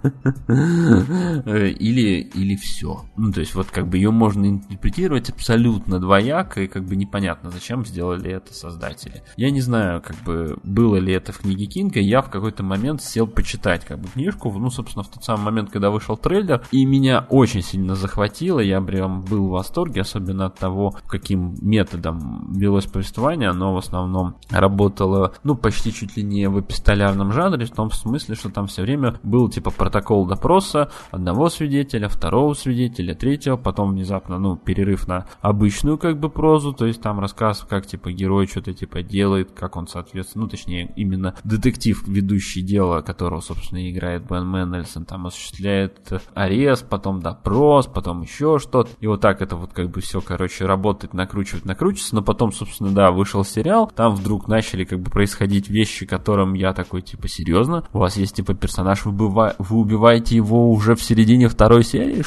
или все. Ну, то есть, вот как бы ее можно интерпретировать абсолютно двояко, и как бы непонятно, зачем сделали это создатели. Я не знаю, как бы было ли это в книге Кинга, я в какой-то момент сел почитать как бы книжку, ну, собственно, в тот самый момент, когда вышел трейлер, и меня очень сильно захватило, я прям был в восторге, особенно от того, каким методом велось повествование, оно в основном работало, ну, почти чуть ли не в эпистолярном жанре, в том смысле, что там все время был, типа, протокол допроса одного свидетеля, второго свидетеля, третьего, потом внезапно, ну, перерыв на обычную, как бы, прозу, то есть там рассказ, как, типа, герой что-то, типа, делает, как он, соответственно, ну, точнее, именно детектив, ведущий дело, которого, собственно, играет Бен Меннельсон, там осуществляет арест, потом допрос, потом еще что-то, и вот так это вот, как бы, все, короче, работает, накручивается, но потом, собственно, да, вышел сериал, там вдруг начали как бы происходить вещи, которым я такой, типа, серьезно? У вас есть, типа, персонаж, вы убиваете его уже в середине второй серии?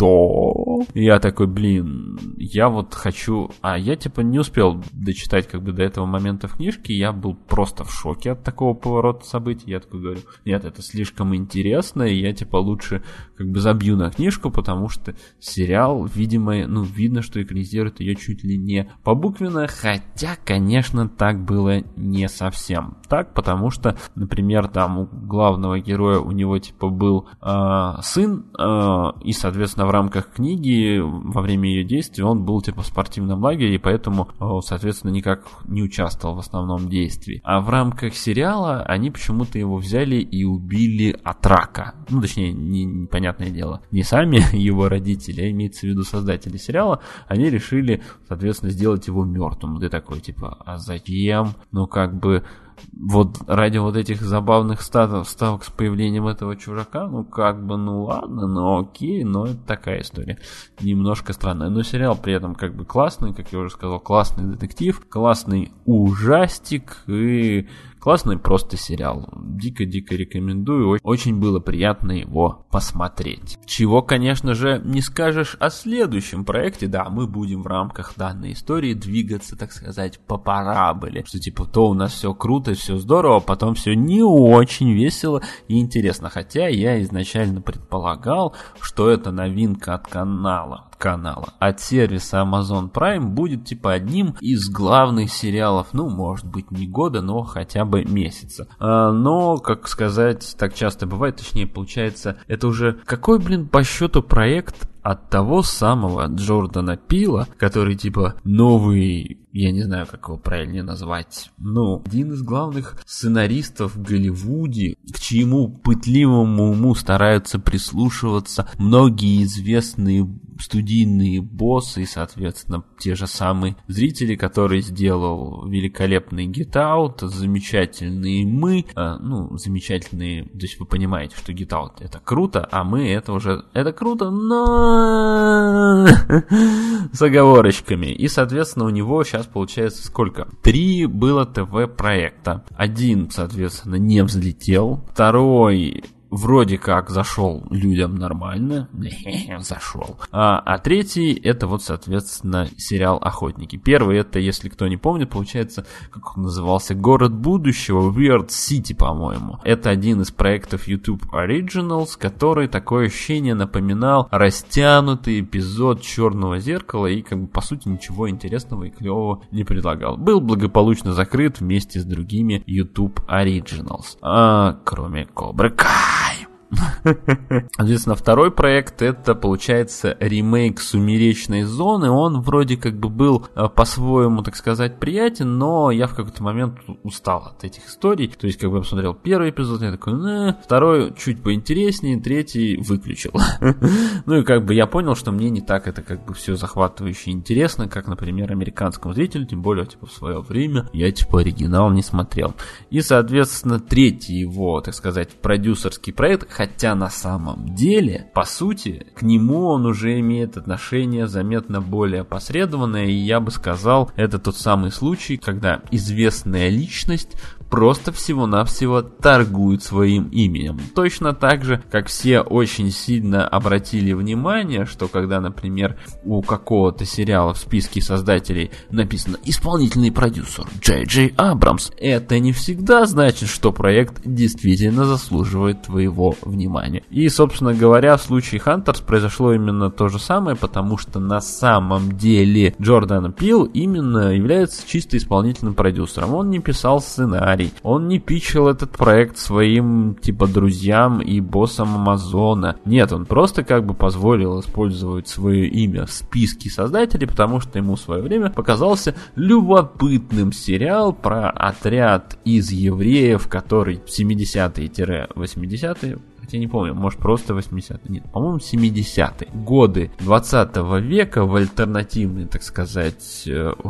Что? И я такой, блин, я вот хочу... А я, типа, не успел дочитать как бы до этого момента в книжке, я был просто в шоке от такого поворота событий. Я такой говорю, нет, это слишком интересно, и я, типа, лучше как бы забью на книжку, потому что сериал, видимо, ну, видно, что экранизирует ее чуть ли не побуквенно, хотя, конечно, так было не совсем так, потому что, например, там у главного героя, у него, типа, был сын, и, соответственно, в рамках книги, во время ее действия, он был, типа, в спортивном лагере, и поэтому, соответственно, никак не участвовал в основном действии. А в рамках сериала они почему-то его взяли и убили от рака. Ну, точнее, непонятное дело, не сами его родители, а имеется в виду создатели сериала, они решили, соответственно, сделать его мертвым. Ты такой, типа, а зачем? Ну, как бы... Вот ради вот этих забавных вставок с появлением этого чужака, ну как бы, ну ладно, ну окей, но это такая история. Немножко странная. Но сериал при этом как бы классный, как я уже сказал, классный детектив, классный ужастик и классный просто сериал. Дико-дико рекомендую. Очень было приятно его посмотреть. Чего, конечно же, не скажешь о следующем проекте. Да, мы будем в рамках данной истории двигаться, так сказать, по параболе. Что типа то у нас все круто, все здорово, потом все не очень весело и интересно. Хотя я изначально предполагал, что это новинка от канала, от сервиса Amazon Prime, будет типа одним из главных сериалов, ну, может быть, не года, но хотя бы месяца. Но, как сказать, так часто бывает, точнее, получается, это уже какой, блин, по счету проект от того самого Джордана Пила, который типа новый, я не знаю, как его правильнее назвать, ну, один из главных сценаристов в Голливуде, к чьему пытливому уму стараются прислушиваться многие известные студийные боссы и, соответственно, те же самые зрители, который сделал великолепный Get Out, замечательные мы, ну, замечательные, то есть вы понимаете, что Get Out это круто, а мы это уже, это круто, но с оговорочками. И, соответственно, у него сейчас получается сколько? 3 было ТВ-проекта. Один, соответственно, не взлетел, второй вроде как зашел людям нормально, зашел. А третий это вот, соответственно, сериал «Охотники». Первый это, если кто не помнит, получается, как он назывался, «Город будущего», Weird City, по-моему. Это один из проектов YouTube Originals, который, такое ощущение, напоминал растянутый эпизод «Черного зеркала» и, как бы, по сути, ничего интересного и клевого не предлагал. Был благополучно закрыт вместе с другими YouTube Originals. Кроме Cobra Kai. Соответственно, второй проект это, получается, ремейк «Сумеречной зоны». Он вроде как бы был по-своему, так сказать, приятен, но я в какой-то момент устал от этих историй. То есть, как бы я посмотрел первый эпизод, я такой, второй чуть поинтереснее, третий выключил. Ну и как бы я понял, что мне не так это как бы все захватывающе интересно, как, например, американскому зрителю, тем более, типа, в свое время я, типа, оригинал не смотрел. И, соответственно, третий его, так сказать, продюсерский проект, хотя на самом деле, по сути, к нему он уже имеет отношение заметно более опосредованное, и я бы сказал, это тот самый случай, когда известная личность просто всего-навсего торгует своим именем. Точно так же, как все очень сильно обратили внимание, что когда, например, у какого-то сериала в списке создателей написано «исполнительный продюсер Джей Джей Абрамс», это не всегда значит, что проект действительно заслуживает твоего внимания. И, собственно говоря, в случае Hunters произошло именно то же самое, потому что на самом деле Джордан Пил именно является чисто исполнительным продюсером. Он не писал сценарий, он не питчил этот проект своим, типа, друзьям и боссам Амазона. Нет, он просто как бы позволил использовать свое имя в списке создателей, потому что ему в свое время показался любопытным сериал про отряд из евреев, который в 70-е-80-е, хотя не помню, может просто 80-е, нет, по-моему 70-е годы 20 века в альтернативной, так сказать,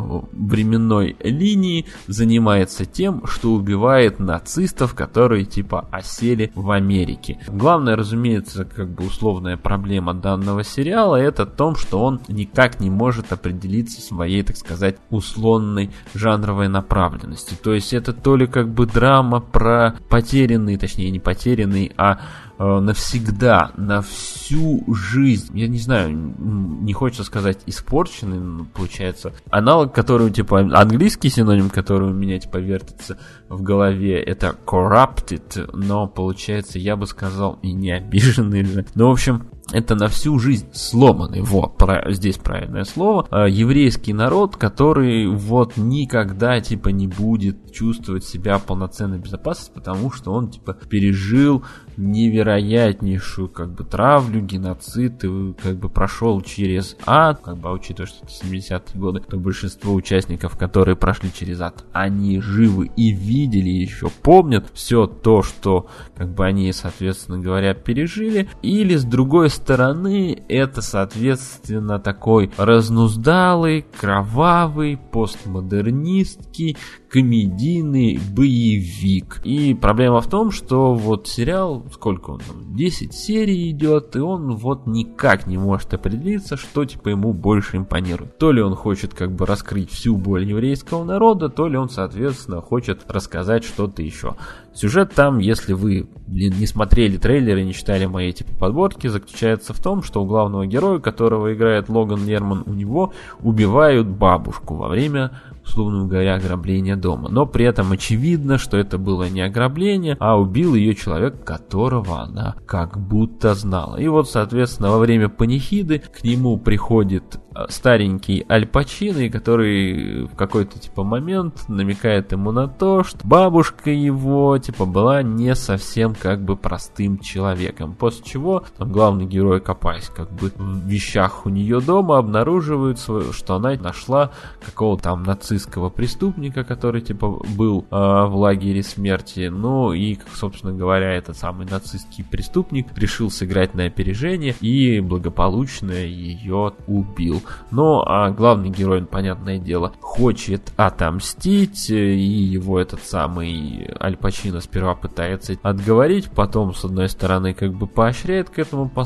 временной линии занимается тем, что убивает нацистов, которые типа осели в Америке. Главная, разумеется, как бы условная проблема данного сериала это в том, что он никак не может определиться своей, так сказать, условной жанровой направленности. То есть это то ли как бы драма про потерянный, точнее не потерянный, а навсегда, на всю жизнь, я не знаю, не хочется сказать испорченный, но получается аналог, который, типа, английский синоним, который у меня, типа, вертится в голове, это corrupted, но получается, я бы сказал, и не обиженный же, но, в общем, это на всю жизнь сломанный, вот, здесь правильное слово, еврейский народ, который вот никогда, типа, не будет чувствовать себя полноценной безопасностью, потому что он, типа, пережил невероятнейшую, как бы, травлю, геноцид, и, как бы, прошел через ад, как бы, учитывая, что это 70-е годы, то большинство участников, которые прошли через ад, они живы и видели, и еще помнят все то, что, как бы, они, соответственно говоря, пережили, или, с другой стороны, это, соответственно, такой разнуздалый, кровавый, постмодернистский, комедийный боевик. И проблема в том, что вот сериал, сколько он там, 10 серий идет, и он вот никак не может определиться, что типа ему больше импонирует. То ли он хочет как бы раскрыть всю боль еврейского народа, то ли он, соответственно, хочет рассказать что-то еще. Сюжет там, если вы, не смотрели трейлеры, не читали мои типа подборки, заключается в том, что у главного героя, которого играет Логан Лерман, у него убивают бабушку во время, условно говоря, ограбления дома. Но при этом очевидно, что это было не ограбление, а убил ее человек, которого она как будто знала. И вот, соответственно, во время панихиды к нему приходит старенький Аль Пачино, который в какой-то типа момент намекает ему на то, что бабушка его типа была не совсем как бы простым человеком. После чего там главный герой, копаясь как бы в вещах у нее дома, обнаруживает, что она нашла какого-то там нацистского преступника, который типа был в лагере смерти. Ну и, собственно говоря, этот самый нацистский преступник решил сыграть на опережение и благополучно ее убил. Ну, а главный герой, понятное дело, хочет отомстить, и его этот самый Аль Пачино сперва пытается отговорить, потом, с одной стороны, как бы поощряет к этому поступку,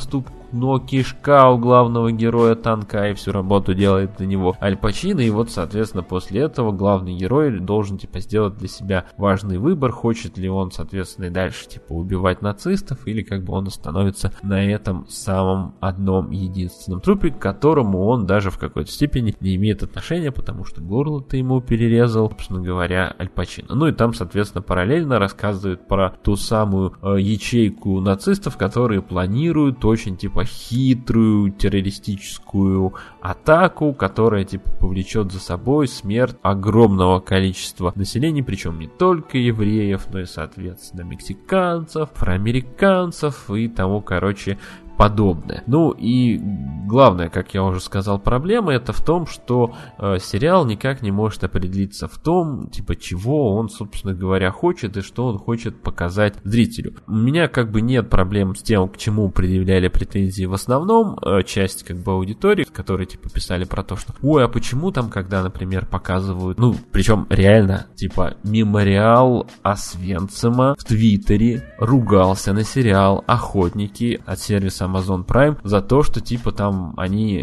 но кишка у главного героя танка, и всю работу делает для него Аль Пачино, и вот, соответственно, после этого главный герой должен, типа, сделать для себя важный выбор, хочет ли он, соответственно, и дальше, типа, убивать нацистов, или как бы он остановится на этом самом одном единственном трупе, к которому он даже в какой-то степени не имеет отношения, потому что горло-то ему перерезал, собственно говоря, Аль Пачино. Ну и там, соответственно, параллельно рассказывают про ту самую ячейку нацистов, которые планируют очень, типа, хитрую террористическую атаку, которая, типа, повлечет за собой смерть огромного количества населения, причем не только евреев, но и, соответственно, мексиканцев, афроамериканцев и тому, короче, подобное. Ну и главное, как я уже сказал, проблема это в том, что сериал никак не может определиться в том, типа, чего он, собственно говоря, хочет и что он хочет показать зрителю. У меня как бы нет проблем с тем, к чему предъявляли претензии в основном часть как бы аудитории, которые типа писали про то, что ой, а почему там, когда, например, показывают, ну, причем реально, типа, мемориал Освенцима в Твиттере ругался на сериал «Охотники» от сервиса Amazon Prime за то, что типа там они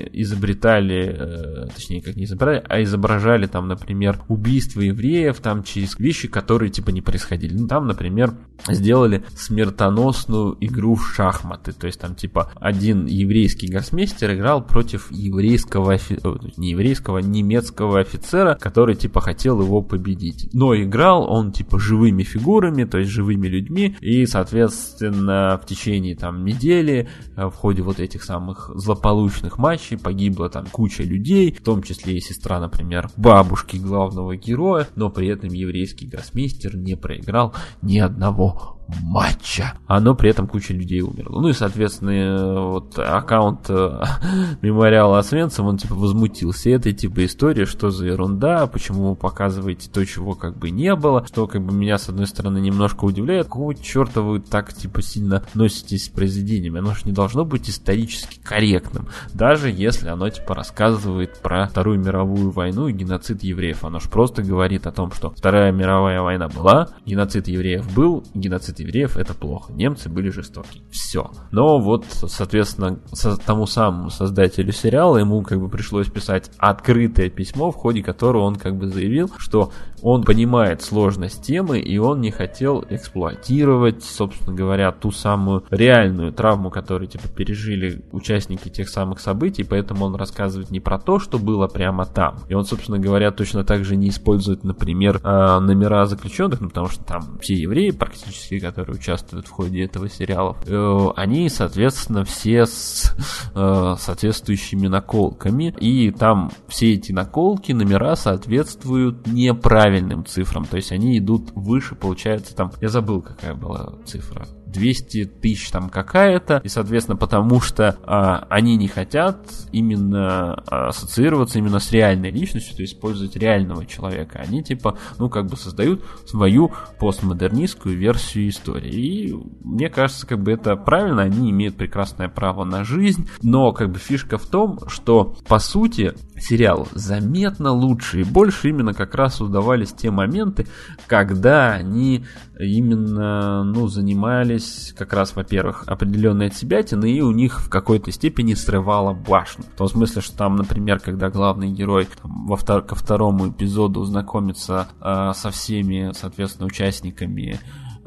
изобретали, точнее как не изобретали, а изображали там, например, убийство евреев там через вещи, которые типа не происходили. Ну там, например, сделали смертоносную игру в шахматы, то есть там типа один еврейский гроссмейстер играл против еврейского, не еврейского, немецкого офицера, который типа хотел его победить. Но играл он типа живыми фигурами, то есть живыми людьми, и соответственно в течение там недели в ходе вот этих самых злополучных матчей погибла там куча людей, в том числе и сестра, например, бабушки главного героя, но при этом еврейский гроссмейстер не проиграл ни одного матча, но при этом куча людей умерла. Ну и, соответственно, вот аккаунт мемориала Освенцим, он типа возмутился этой типа истории, что за ерунда, почему вы показываете то, чего как бы не было, что как бы меня с одной стороны немножко удивляет, какого черта вы так типа сильно носитесь с произведениями, оно же не должно быть исторически корректным, даже если оно типа рассказывает про Вторую мировую войну и геноцид евреев, оно же просто говорит о том, что Вторая мировая война была, геноцид евреев был, геноцид евреев это плохо, немцы были жестоки, все. Но вот, соответственно, тому самому создателю сериала ему как бы пришлось писать открытое письмо, в ходе которого он как бы заявил, что он понимает сложность темы и он не хотел эксплуатировать, собственно говоря, ту самую реальную травму, которую типа пережили участники тех самых событий, поэтому он рассказывает не про то, что было прямо там. И он, собственно говоря, точно так же не использует, например, номера заключенных, ну, потому что там все евреи практически, которые участвуют в ходе этого сериала, они, соответственно, все с соответствующими наколками, и там все эти наколки, номера соответствуют неправильным цифрам, то есть они идут выше, получается там, я забыл, какая была цифра, 200 тысяч там какая-то, и, соответственно, потому что они не хотят именно ассоциироваться именно с реальной личностью, то есть использовать реального человека. Они, типа, ну, как бы создают свою постмодернистскую версию истории. И мне кажется, как бы это правильно, они имеют прекрасное право на жизнь, но, как бы, фишка в том, что, по сути, сериал заметно лучше и больше именно как раз удавались те моменты, когда они именно, ну, занимались как раз, во-первых, определенной отсебятиной, и у них в какой-то степени срывало башню. В том смысле, что там, например, когда главный герой там, ко второму эпизоду знакомится со всеми, соответственно, участниками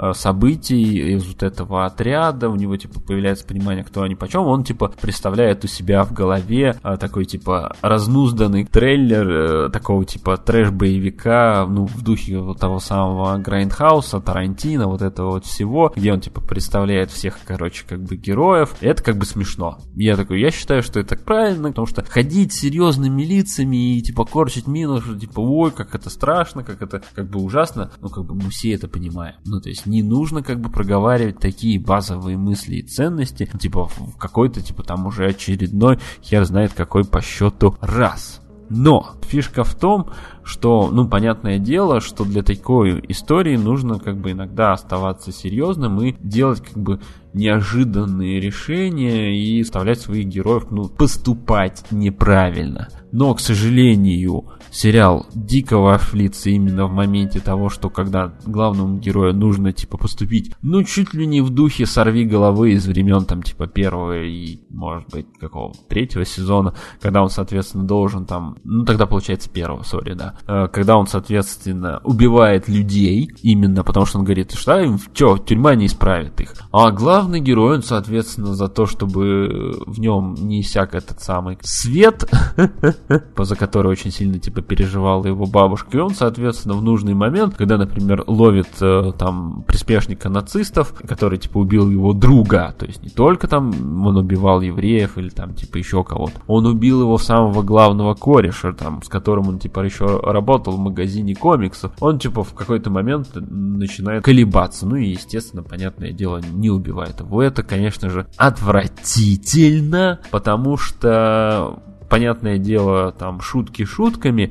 событий из вот этого отряда, у него типа появляется понимание, кто они почем, он типа представляет у себя в голове такой типа разнузданный трейлер такого типа трэш-боевика, ну, в духе вот того самого Грайндхауса, Тарантино, вот этого вот всего, где он типа представляет всех, короче, как бы героев, и это как бы смешно. Я считаю, что это правильно, потому что ходить серьезными лицами и типа корчить мину, что типа ой, как это страшно, как это как бы ужасно, ну как бы мы все это понимаем. Ну то есть не нужно как бы проговаривать такие базовые мысли и ценности, типа в какой-то типа там уже очередной хер знает какой по счету раз. Но фишка в том, что, ну, понятное дело, что для такой истории нужно как бы иногда оставаться серьезным и делать как бы неожиданные решения и заставлять своих героев, ну, поступать неправильно. Но, к сожалению, сериал дико вафлится именно в моменте того, что когда главному герою нужно, типа, поступить, ну, чуть ли не в духе «Сорви головы» из времен, там, типа, первого и, может быть, третьего сезона, когда он, соответственно, должен там, ну, тогда, получается, первого, когда он, соответственно, убивает людей, именно потому что он говорит, что им, тюрьма не исправит их. А главный герой, он, соответственно, за то, чтобы в нем не иссяк этот самый свет, за который очень сильно, типа, переживала его бабушка, и он, соответственно, в нужный момент, когда, например, ловит там приспешника нацистов, который, типа, убил его друга, то есть не только там он убивал евреев или там, типа, еще кого-то, он убил его самого главного кореша, там, с которым он, типа, еще работал в магазине комиксов, он, типа, в какой-то момент начинает колебаться, ну и, естественно, понятное дело, не убивает его. Это, конечно же, отвратительно, потому что... Понятное дело, там шутки шутками,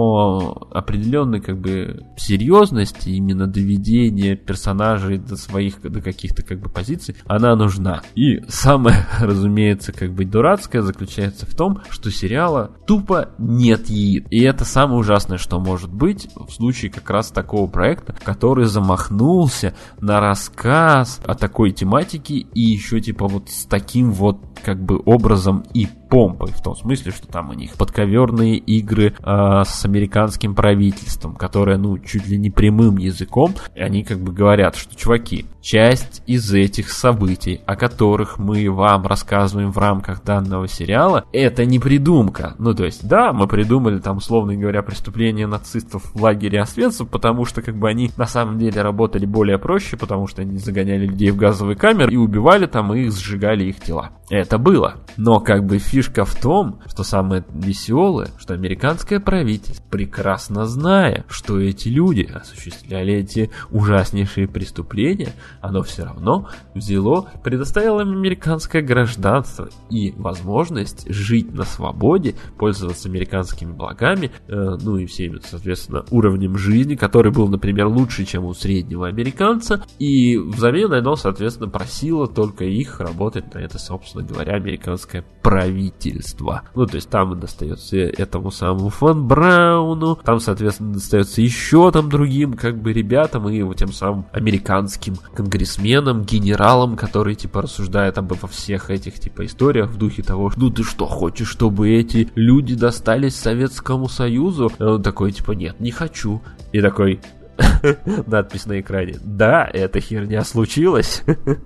но определенной как бы серьезности, именно доведения персонажей до каких-то как бы позиций, она нужна. И самое, разумеется, как бы дурацкое заключается в том, что сериала тупо нет яиц. И это самое ужасное, что может быть в случае как раз такого проекта, который замахнулся на рассказ о такой тематике и еще типа вот с таким вот как бы образом и помпой, в том смысле, что там у них подковерные игры с американским правительством, которое, ну, чуть ли не прямым языком, и они как бы говорят, что, чуваки, часть из этих событий, о которых мы вам рассказываем в рамках данного сериала, это не придумка. Ну, то есть, да, мы придумали там, условно говоря, преступления нацистов в лагере Освенцим, потому что как бы они на самом деле работали более проще, потому что они загоняли людей в газовые камеры и убивали там и сжигали их тела. Это было. Но как бы фишка в том, что самое веселое, что американское правительство, прекрасно зная, что эти люди осуществляли эти ужаснейшие преступления, оно все равно взяло, предоставило им американское гражданство и возможность жить на свободе, пользоваться американскими благами, ну и всеми, соответственно, уровнем жизни, который был, например, лучше, чем у среднего американца, и взамен оно, соответственно, просило только их работать на это, собственно говоря, американское правительство. Ну, то есть там достается этому самому Фон Брауну, там, соответственно, достается еще там другим, как бы, ребятам и вот тем самым американским конгрессменам, генералам, которые, типа, рассуждают обо всех этих, типа, историях в духе того, что, ну, ты что, хочешь, чтобы эти люди достались Советскому Союзу? И он такой, типа, нет, не хочу. И такой... Надпись на экране. Да, эта херня случилась.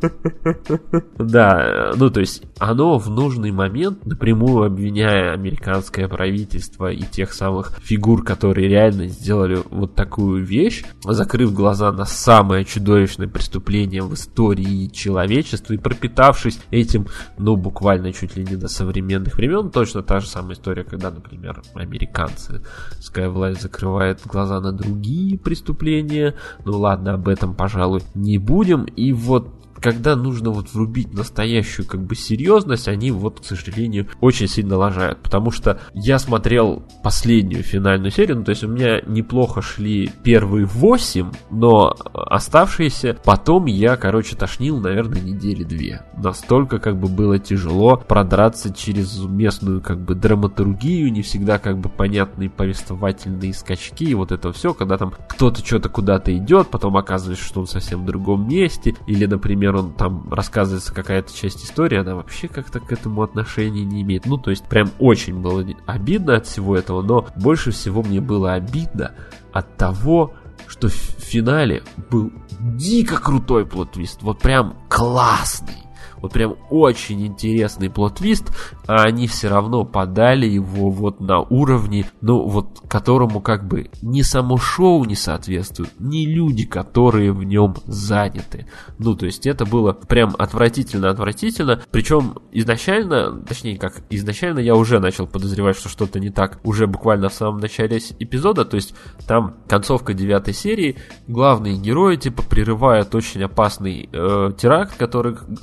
Да, ну то есть оно в нужный момент, напрямую обвиняя американское правительство и тех самых фигур, которые реально сделали вот такую вещь, закрыв глаза на самое чудовищное преступление в истории человечества и пропитавшись этим, ну буквально чуть ли не до современных времен. Точно та же самая история, когда, например, американская власть закрывает глаза на другие преступления. Ну ладно, об этом, пожалуй, не будем. И вот когда нужно вот врубить настоящую как бы серьезность, они вот, к сожалению, очень сильно лажают. Потому что я смотрел последнюю финальную серию, ну то есть у меня неплохо шли первые 8, но оставшиеся потом я, короче, тошнил, наверное, недели 2. Настолько как бы было тяжело продраться через местную как бы драматургию, не всегда как бы понятные повествовательные скачки и вот это все, когда там кто-то что-то куда-то идет, потом оказывается, что он совсем в другом месте, или, например, он там рассказывается какая-то часть истории, она вообще как-то к этому отношения не имеет. Ну, то есть, прям очень было обидно от всего этого, но больше всего мне было обидно от того, что в финале был дико крутой плот-твист, вот прям классный. Вот прям очень интересный плот-твист, а они все равно подали его вот на уровне, ну вот которому как бы ни само шоу не соответствует, ни люди, которые в нем заняты. Ну то есть это было прям отвратительно, причем изначально я уже начал подозревать, что что-то не так уже буквально в самом начале эпизода, то есть там концовка 9 серии, главные герои типа прерывают очень опасный теракт, который собирается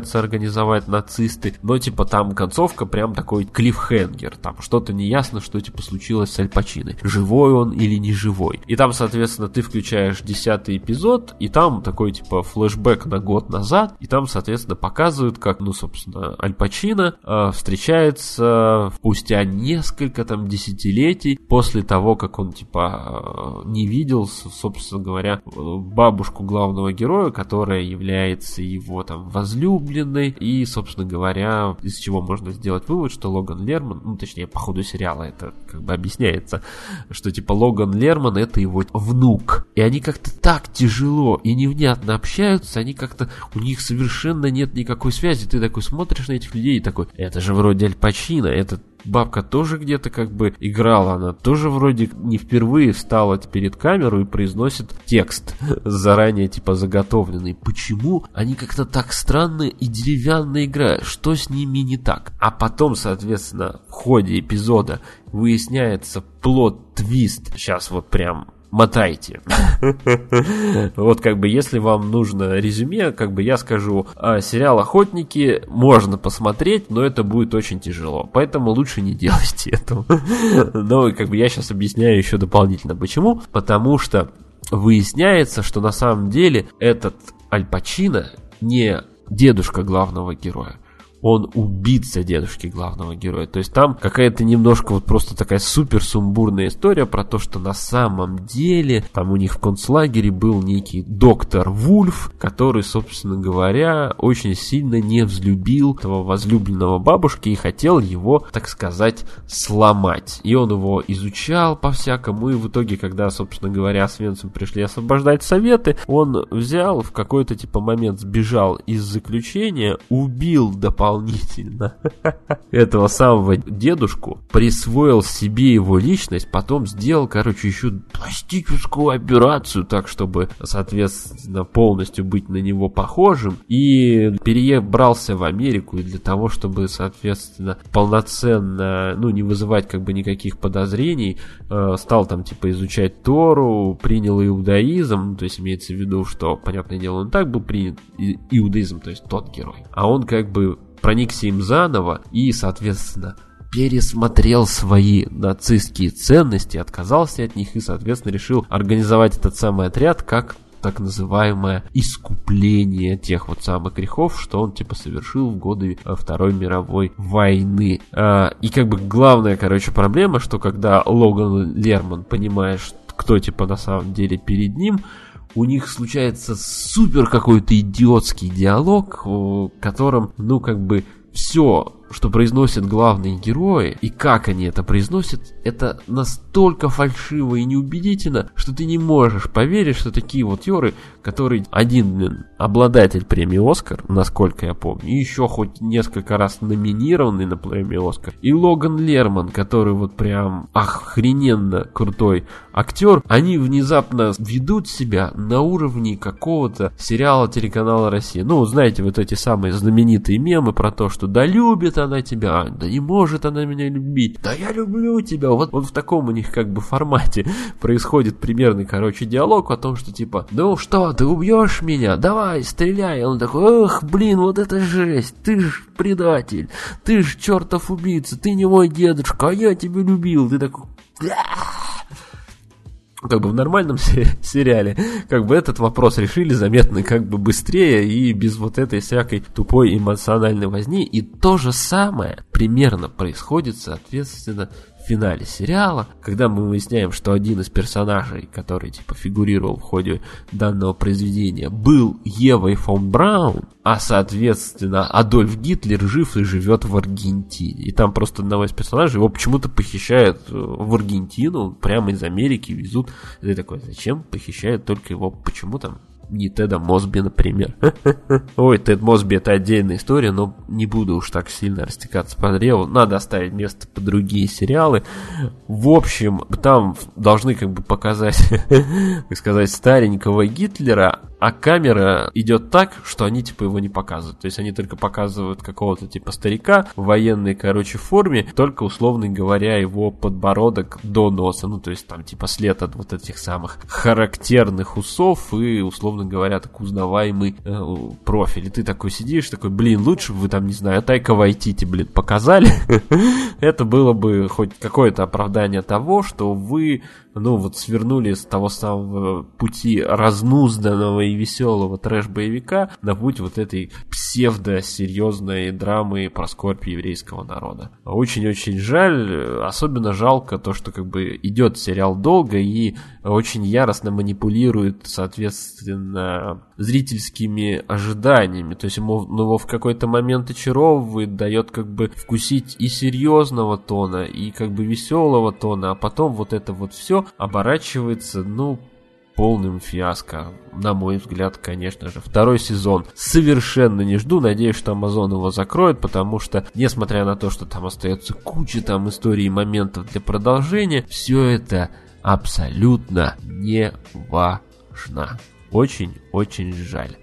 пытаются организовать нацисты, но типа там концовка прям такой клиффхенгер, там что-то неясно, что типа случилось с Аль Пачино, живой он или не живой. И там, соответственно, ты включаешь 10-й эпизод, и там такой типа флешбэк на год назад, и там, соответственно, показывают, как, ну, собственно, Аль Пачино встречается спустя несколько там десятилетий после того, как он типа не видел, собственно говоря, бабушку главного героя, которая является его там возлюбленной, и, собственно говоря, из чего можно сделать вывод, что Логан Лерман, ну, точнее, по ходу сериала это как бы объясняется, что типа Логан Лерман это его внук, и они как-то так тяжело и невнятно общаются, они как-то, у них совершенно нет никакой связи, ты такой смотришь на этих людей и такой, это же вроде Аль Пачино, это бабка тоже где-то как бы играла, она тоже вроде не впервые встала перед камеру и произносит текст заранее типа заготовленный. Почему они как-то так странно и деревянно играют? Что с ними не так? А потом, соответственно, в ходе эпизода выясняется плот-твист. Сейчас вот прям мотайте. Вот как бы если вам нужно резюме, как бы я скажу, сериал «Охотники» можно посмотреть, но это будет очень тяжело, поэтому лучше не делайте этого. Но как бы я сейчас объясняю еще дополнительно. Почему? Потому что выясняется, что на самом деле этот Аль Пачино не дедушка главного героя. Он убийца дедушки главного героя. То есть там какая-то немножко вот просто такая супер сумбурная история про то, что на самом деле там у них в концлагере был некий доктор Вульф, который, собственно говоря, очень сильно не взлюбил этого возлюбленного бабушки и хотел его, так сказать, сломать. И он его изучал по-всякому, и в итоге, когда, собственно говоря, освенцим пришли освобождать Советы, он взял в какой-то типа момент, сбежал из заключения, убил дополнительно этого самого дедушку, присвоил себе его личность, потом сделал, короче, еще пластическую операцию, так, чтобы, соответственно, полностью быть на него похожим, и перебрался в Америку, и для того, чтобы, соответственно, полноценно, ну, не вызывать как бы никаких подозрений, стал там, типа, изучать Тору, принял иудаизм, то есть имеется в виду, что, понятное дело, он так был принят, иудаизм, то есть тот герой, а он как бы проникся им заново и, соответственно, пересмотрел свои нацистские ценности, отказался от них и, соответственно, решил организовать этот самый отряд как так называемое искупление тех вот самых грехов, что он типа совершил в годы Второй мировой войны. И как бы главная, короче, проблема, что когда Логан Лерман понимает, кто типа на самом деле перед ним, у них случается супер какой-то идиотский диалог, в котором, ну, как бы, все, что произносят главные герои, и как они это произносят, это настолько фальшиво и неубедительно, что ты не можешь поверить, что такие вот актеры, который один обладатель премии «Оскар», насколько я помню, и еще хоть несколько раз номинированный на премию «Оскар», и Логан Лерман, который вот прям охрененно крутой актер, они внезапно ведут себя на уровне какого-то сериала телеканала «Россия». Ну, знаете, вот эти самые знаменитые мемы про то, что да любит она тебя, да не может она меня любить, да я люблю тебя. Вот в таком у них как бы формате происходит примерный, короче, диалог о том, что типа, ну что, ты убьешь меня? Давай, стреляй. И он такой, эх, блин, вот это жесть, ты ж предатель, ты ж чертов убийца, ты не мой дедушка, а я тебя любил. Ты такой... Как бы в нормальном сериале как бы этот вопрос решили заметно как бы быстрее и без вот этой всякой тупой эмоциональной возни. И то же самое примерно происходит, соответственно, в финале сериала, когда мы выясняем, что один из персонажей, который типа фигурировал в ходе данного произведения, был Евой фон Браун, а соответственно Адольф Гитлер жив и живет в Аргентине. И там просто одного из персонажей его почему-то похищают в Аргентину, прямо из Америки везут. И ты такой, зачем похищают только его? Почему там не Теда Мосби, например? Ой, Тед Мосби — это отдельная история, но не буду уж так сильно растекаться по древу. Надо оставить место под другие сериалы. В общем, там должны как бы показать, так сказать, старенького Гитлера, а камера идет так, что они типа его не показывают. То есть они только показывают какого-то типа старика в военной, форме, только, условно говоря, его подбородок до носа. Ну, то есть там типа след от вот этих самых характерных усов и, условно говоря, так узнаваемый профиль. И ты такой сидишь, такой, блин, лучше бы вы там, не знаю, Тайка Вайтити, блин, показали. Это было бы хоть какое-то оправдание того, что вы, свернули с того самого пути разнузданного и веселого трэш-боевика на путь вот этой псевдо-серьезной драмы про скорбь еврейского народа. Очень-очень жаль, особенно жалко то, что идет сериал долго и очень яростно манипулирует, соответственно, зрительскими ожиданиями. То есть его в какой-то момент очаровывает, дает вкусить и серьезного тона, и веселого тона, а потом вот это вот все оборачивается, полным фиаско, на мой взгляд, конечно же. Второй сезон совершенно не жду, надеюсь, что Amazon его закроет, потому что, несмотря на то, что там остается куча историй и моментов для продолжения, все это абсолютно не важно. Очень-очень жаль.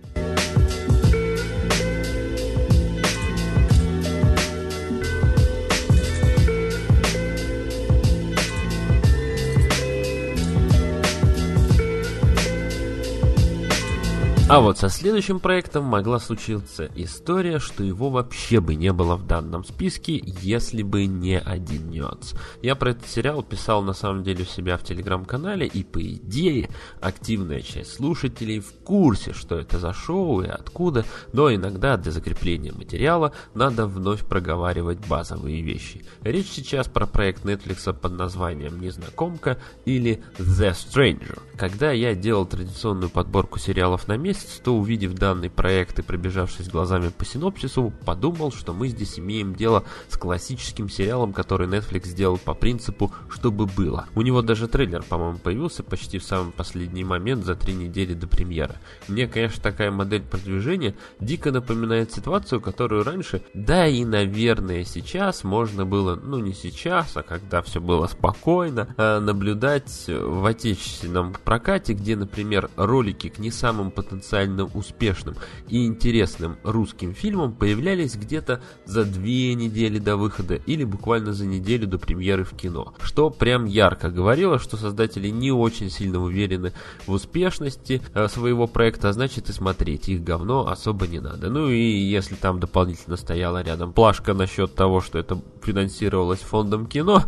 А вот со следующим проектом могла случиться история, что его вообще бы не было в данном списке, если бы не один нюанс. Я про этот сериал писал на самом деле у себя в телеграм-канале, и по идее активная часть слушателей в курсе, что это за шоу и откуда, но иногда для закрепления материала надо вновь проговаривать базовые вещи. Речь сейчас про проект Netflix под названием «Незнакомка» или The Stranger. Когда я делал традиционную подборку сериалов на месяц, то, увидев данный проект и пробежавшись глазами по синопсису, подумал, что мы здесь имеем дело с классическим сериалом, который Netflix сделал по принципу «чтобы было». У него даже трейлер, по-моему, появился почти в самый последний момент за 3 недели до премьеры. Мне, конечно, такая модель продвижения дико напоминает ситуацию, которую раньше, да и, наверное, сейчас можно было, не сейчас, а когда все было спокойно, наблюдать в отечественном прокате, где, например, ролики к не самым потенциальным успешным и интересным русским фильмам появлялись где-то за 2 недели до выхода или буквально за неделю до премьеры в кино, что прям ярко говорило, что создатели не очень сильно уверены в успешности своего проекта, а значит и смотреть их говно особо не надо. И если там дополнительно стояла рядом плашка насчет того, что это финансировалось фондом кино,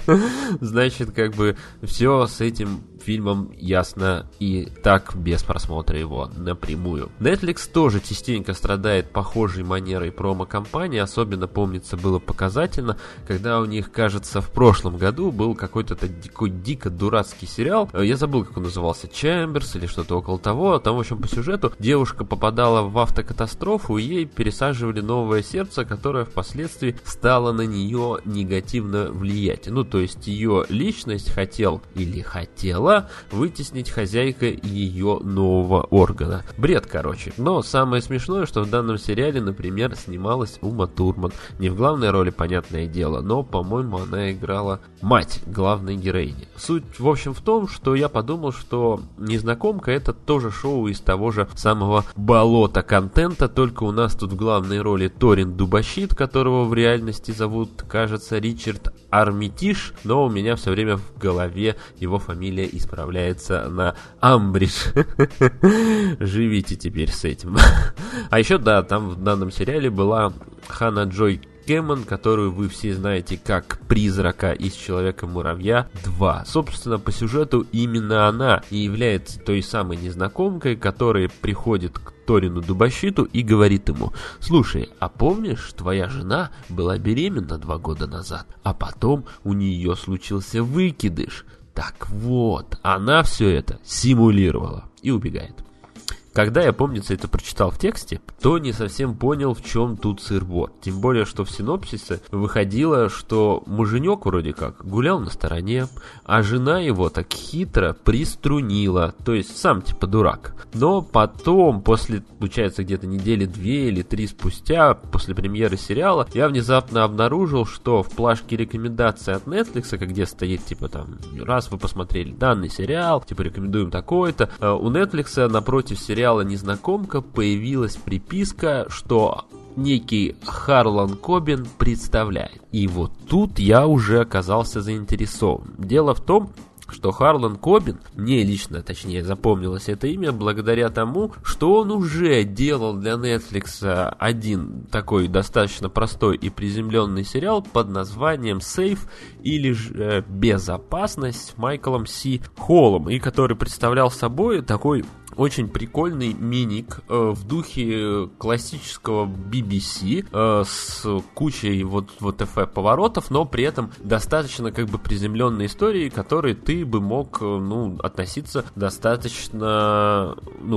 значит все с этим фильмом ясно и так без просмотра его напрямую. Netflix тоже частенько страдает похожей манерой промо-компании, особенно, помнится, было показательно, когда у них, кажется, в прошлом году был какой-то такой дико дурацкий сериал, я забыл, как он назывался, Чемберс или что-то около того, там, в общем, по сюжету девушка попадала в автокатастрофу, и ей пересаживали новое сердце, которое впоследствии стало на нее негативно влиять. То есть ее личность хотела вытеснить хозяйка ее нового органа. Бред, короче. Но самое смешное, что в данном сериале, например, снималась Ума Турман. Не в главной роли, понятное дело, но, по-моему, она играла мать главной героини. Суть, в общем, в том, что я подумал, что «Незнакомка» — это тоже шоу из того же самого болота контента, только у нас тут в главной роли Торин Дубощит, которого в реальности зовут, кажется, Ричард Армитиш, но у меня все время в голове его фамилия исправляется на Амбридж. Живите теперь с этим. А еще, да, там в данном сериале была Ханна Джой Кэмон, которую вы все знаете как призрака из Человека-муравья 2. Собственно, по сюжету именно она и является той самой незнакомкой, которая приходит к Торину Дубощиту и говорит ему: слушай, а помнишь, твоя жена была беременна 2 года назад, а потом у нее случился выкидыш. Так вот, она все это симулировала и убегает. когда я, помнится, это прочитал в тексте, то не совсем понял, в чем тут сыр-бор. Тем более, что в синопсисе выходило, что муженек вроде как гулял на стороне, а жена его так хитро приструнила, то есть сам типа дурак. Но потом, после, получается, где-то недели 2 или 3 спустя, после премьеры сериала, я внезапно обнаружил, что в плашке рекомендаций от Netflix, где стоит типа там, раз вы посмотрели данный сериал, типа рекомендуем такой-то, у Netflix напротив сериала «Незнакомка» появилась приписка, что некий Харлан Кобен представляет. И вот тут я уже оказался заинтересован. Дело в том, что Харлан Кобен, мне лично, точнее, запомнилось это имя благодаря тому, что он уже делал для Netflix один такой достаточно простой и приземленный сериал под названием «Сейф» или же «Безопасность» с Майклом Си Холлом, и который представлял собой такой очень прикольный миник в духе классического BBC с кучей вот поворотов, но при этом достаточно как бы приземленной истории, к которой ты бы мог относиться достаточно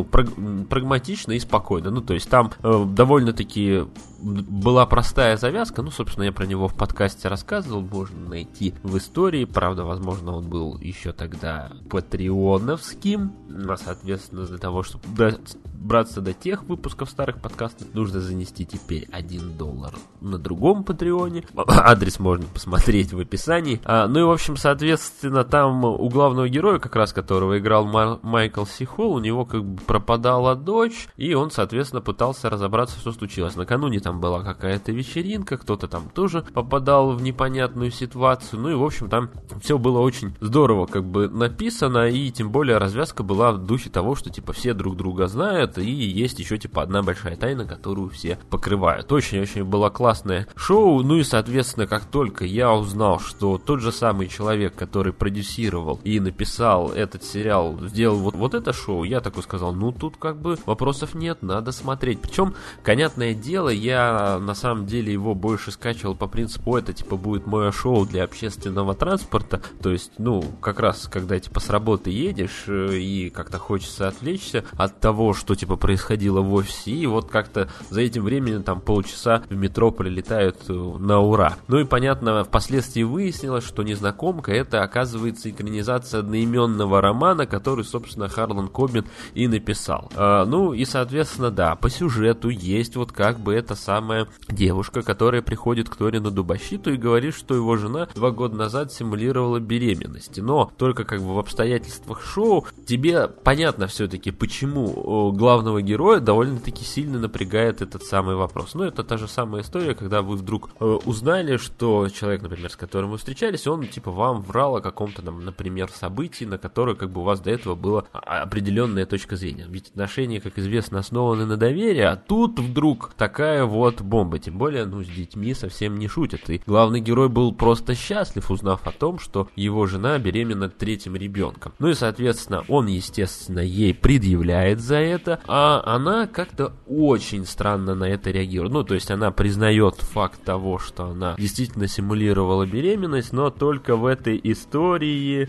прагматично и спокойно. То есть там довольно-таки была простая завязка, собственно, я про него в подкасте рассказывал, можно найти в истории, правда, возможно, он был еще тогда патреоновским, соответственно, для того, чтобы браться до тех выпусков старых подкастов, нужно занести теперь $1 на другом патреоне, адрес можно посмотреть в описании, в общем, соответственно, там у главного героя, как раз которого играл Майкл Си Холл, у него как бы пропадала дочь, и он, соответственно, пытался разобраться, что случилось. Накануне там была какая-то вечеринка, кто-то там тоже попадал в непонятную ситуацию, в общем, там все было очень здорово как бы написано, и тем более развязка была в духе того, что типа все друг друга знают, и есть еще типа одна большая тайна, которую все покрывают. Очень-очень было классное шоу, и соответственно, как только я узнал, что тот же самый человек, который продюсировал и написал этот сериал, сделал вот это шоу, я такой сказал, тут как бы вопросов нет, надо смотреть. Причем, понятное дело, я на самом деле его больше скачивал по принципу, это типа будет мое шоу для общественного транспорта, то есть, как раз, когда типа с работы едешь и как-то хочется отвлечься от того, что типа происходило в офисе, и вот как-то за этим временем там полчаса в метро прилетают на ура. И понятно, впоследствии выяснилось, что «Незнакомка» это, оказывается, экранизация одноименного романа, который, собственно, Харлан Кобен и написал. И, соответственно, да, по сюжету есть вот как бы эта самая девушка, которая приходит к Торину Дубощиту и говорит, что его жена 2 года назад симулировала беременность. Но только как бы в обстоятельствах шоу тебе понятно все-таки, почему главного героя довольно-таки сильно напрягает этот самый вопрос. Это та же самая история, когда вы вдруг узнали, что человек, например, с которым вы встречались, он типа вам врал о каком-то, например, событии, на которое как бы у вас до этого была определенная точка зрения. Ведь отношения, как известно, основаны на доверии, а тут вдруг такая вот бомба. Тем более, с детьми совсем не шутят. И главный герой был просто счастлив, узнав о том, что его жена беременна 3-м ребенком. И, соответственно, он, естественно, ей предъявляет за это, а она как-то очень странно на это реагирует. То есть она признает факт того, что она действительно симулировала беременность, но только в этой истории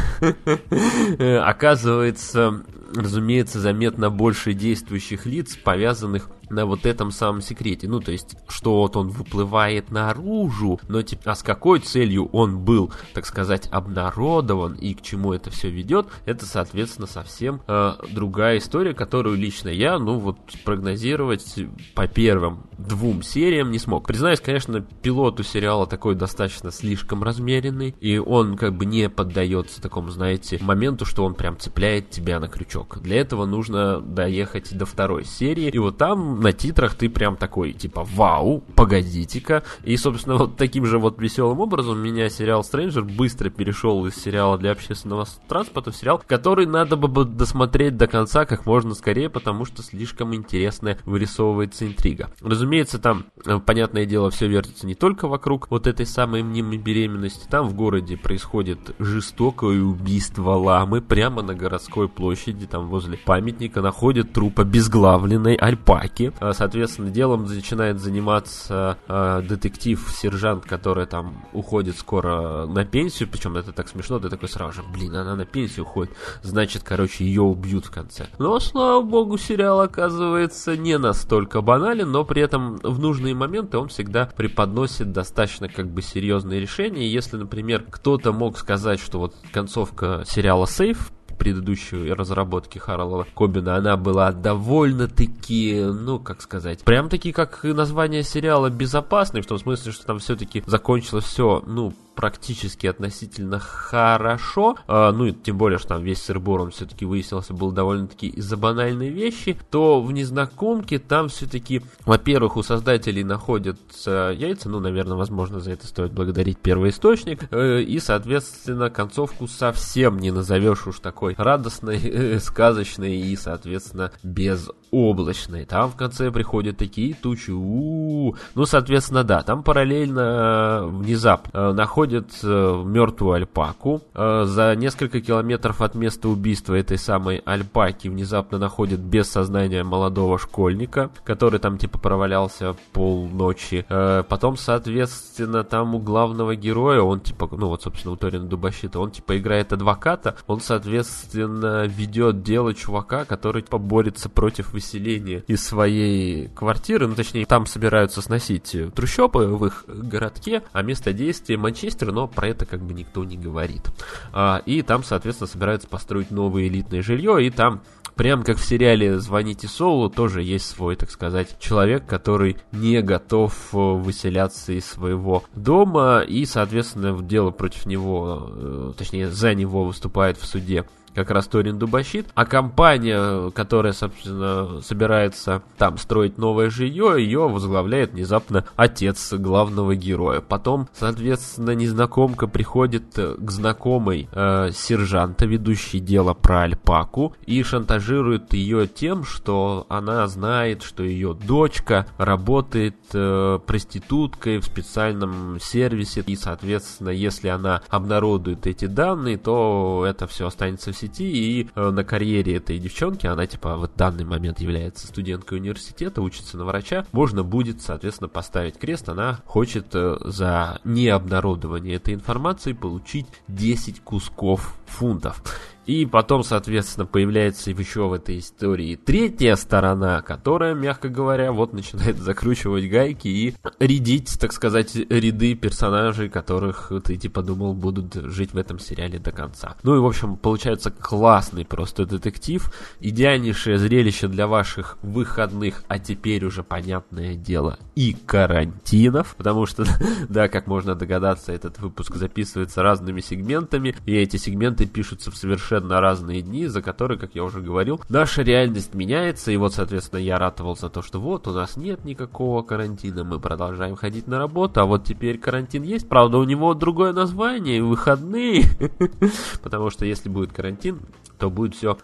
оказывается, разумеется, заметно больше действующих лиц, повязанных на вот этом самом секрете. То есть, что вот он выплывает наружу, но а с какой целью он был, так сказать, обнародован и к чему это все ведет, это, соответственно, совсем другая история, которую лично я, прогнозировать по первым 2 сериям не смог. Признаюсь, конечно, пилот у сериала такой достаточно слишком размеренный, и он как бы не поддается такому, знаете, моменту, что он прям цепляет тебя на крючок. Для этого нужно доехать до 2 серии, и вот там на титрах ты прям такой, типа, вау, погодите-ка. И, собственно, вот таким же вот веселым образом меня сериал Stranger быстро перешел из сериала для общественного транспорта в сериал, который надо бы досмотреть до конца как можно скорее, потому что слишком интересная вырисовывается интрига. Разумеется, там, понятное дело, все вертится не только вокруг вот этой самой мнимой беременности. Там в городе происходит жестокое убийство ламы прямо на городской площади, там возле памятника находят труп обезглавленной альпаки. гайки. Соответственно, делом начинает заниматься детектив-сержант, который там уходит скоро на пенсию. Причем это так смешно, ты такой сразу же, блин, она на пенсию уходит. Значит, короче, ее убьют в конце. Но, слава богу, сериал оказывается не настолько банален, но при этом в нужные моменты он всегда преподносит достаточно как бы серьезные решения. Если, например, кто-то мог сказать, что вот концовка сериала «Сейф», предыдущей разработки Харрела Кобина, она была довольно-таки, ну, как сказать, прям-таки как и название сериала «Безопасный», в том смысле, что там все-таки закончилось все, ну, практически относительно хорошо, ну и тем более, что там весь сыр-бор, он все-таки выяснился, был довольно-таки из-за банальной вещи, то в «Незнакомке» там все-таки, во-первых, у создателей находятся яйца, ну, наверное, возможно, за это стоит благодарить первоисточник, и, соответственно, концовку совсем не назовешь уж такой радостной, сказочной и, соответственно, безоблачной. Там в конце приходят такие тучи, ну, соответственно, да, там параллельно внезапно находят мертвую альпаку. За несколько километров от места убийства этой самой альпаки внезапно находят без сознания молодого школьника, который там типа провалялся полночи. Потом, соответственно, там у главного героя, он типа, ну вот, собственно, у Торина Дубощита, он типа играет адвоката, он, соответственно, ведет дело чувака, который типа борется против выселения из своей квартиры, ну точнее, там собираются сносить трущобы в их городке, а место действия Манчестер, но про это как бы никто не говорит. И там, соответственно, собираются построить новое элитное жилье, и там, прям как в сериале «Звоните Солу», тоже есть свой, так сказать, человек, который не готов выселяться из своего дома, и, соответственно, дело против него, точнее, за него выступает в суде как раз Торин Дубощит, а компания, которая, собственно, собирается там строить новое жилье, ее возглавляет внезапно отец главного героя. Потом, соответственно, незнакомка приходит к знакомой сержанта, ведущей дело про альпаку, и шантажирует ее тем, что она знает, что ее дочка работает проституткой в специальном сервисе, и, соответственно, если она обнародует эти данные, то это все останется в сети, и на карьере этой девчонки, она типа в данный момент является студенткой университета, учится на врача, можно будет, соответственно, поставить крест. Она хочет за необнародование этой информации получить 10 кусков фунтов. И потом, соответственно, появляется еще в этой истории третья сторона, которая, мягко говоря, вот начинает закручивать гайки и рядить, так сказать, ряды персонажей, которых ты типа думал будут жить в этом сериале до конца. Ну и, в общем, получается классный просто детектив, идеальнейшее зрелище для ваших выходных, а теперь уже, понятное дело, и карантинов, потому что, да, как можно догадаться, этот выпуск записывается разными сегментами, и эти сегменты пишутся в совершенно разные дни, за которые, как я уже говорил, наша реальность меняется, и вот, соответственно, я ратовал за то, что вот, у нас нет никакого карантина, мы продолжаем ходить на работу, а вот теперь карантин есть, правда, у него другое название, выходные, потому что если будет карантин, то будет все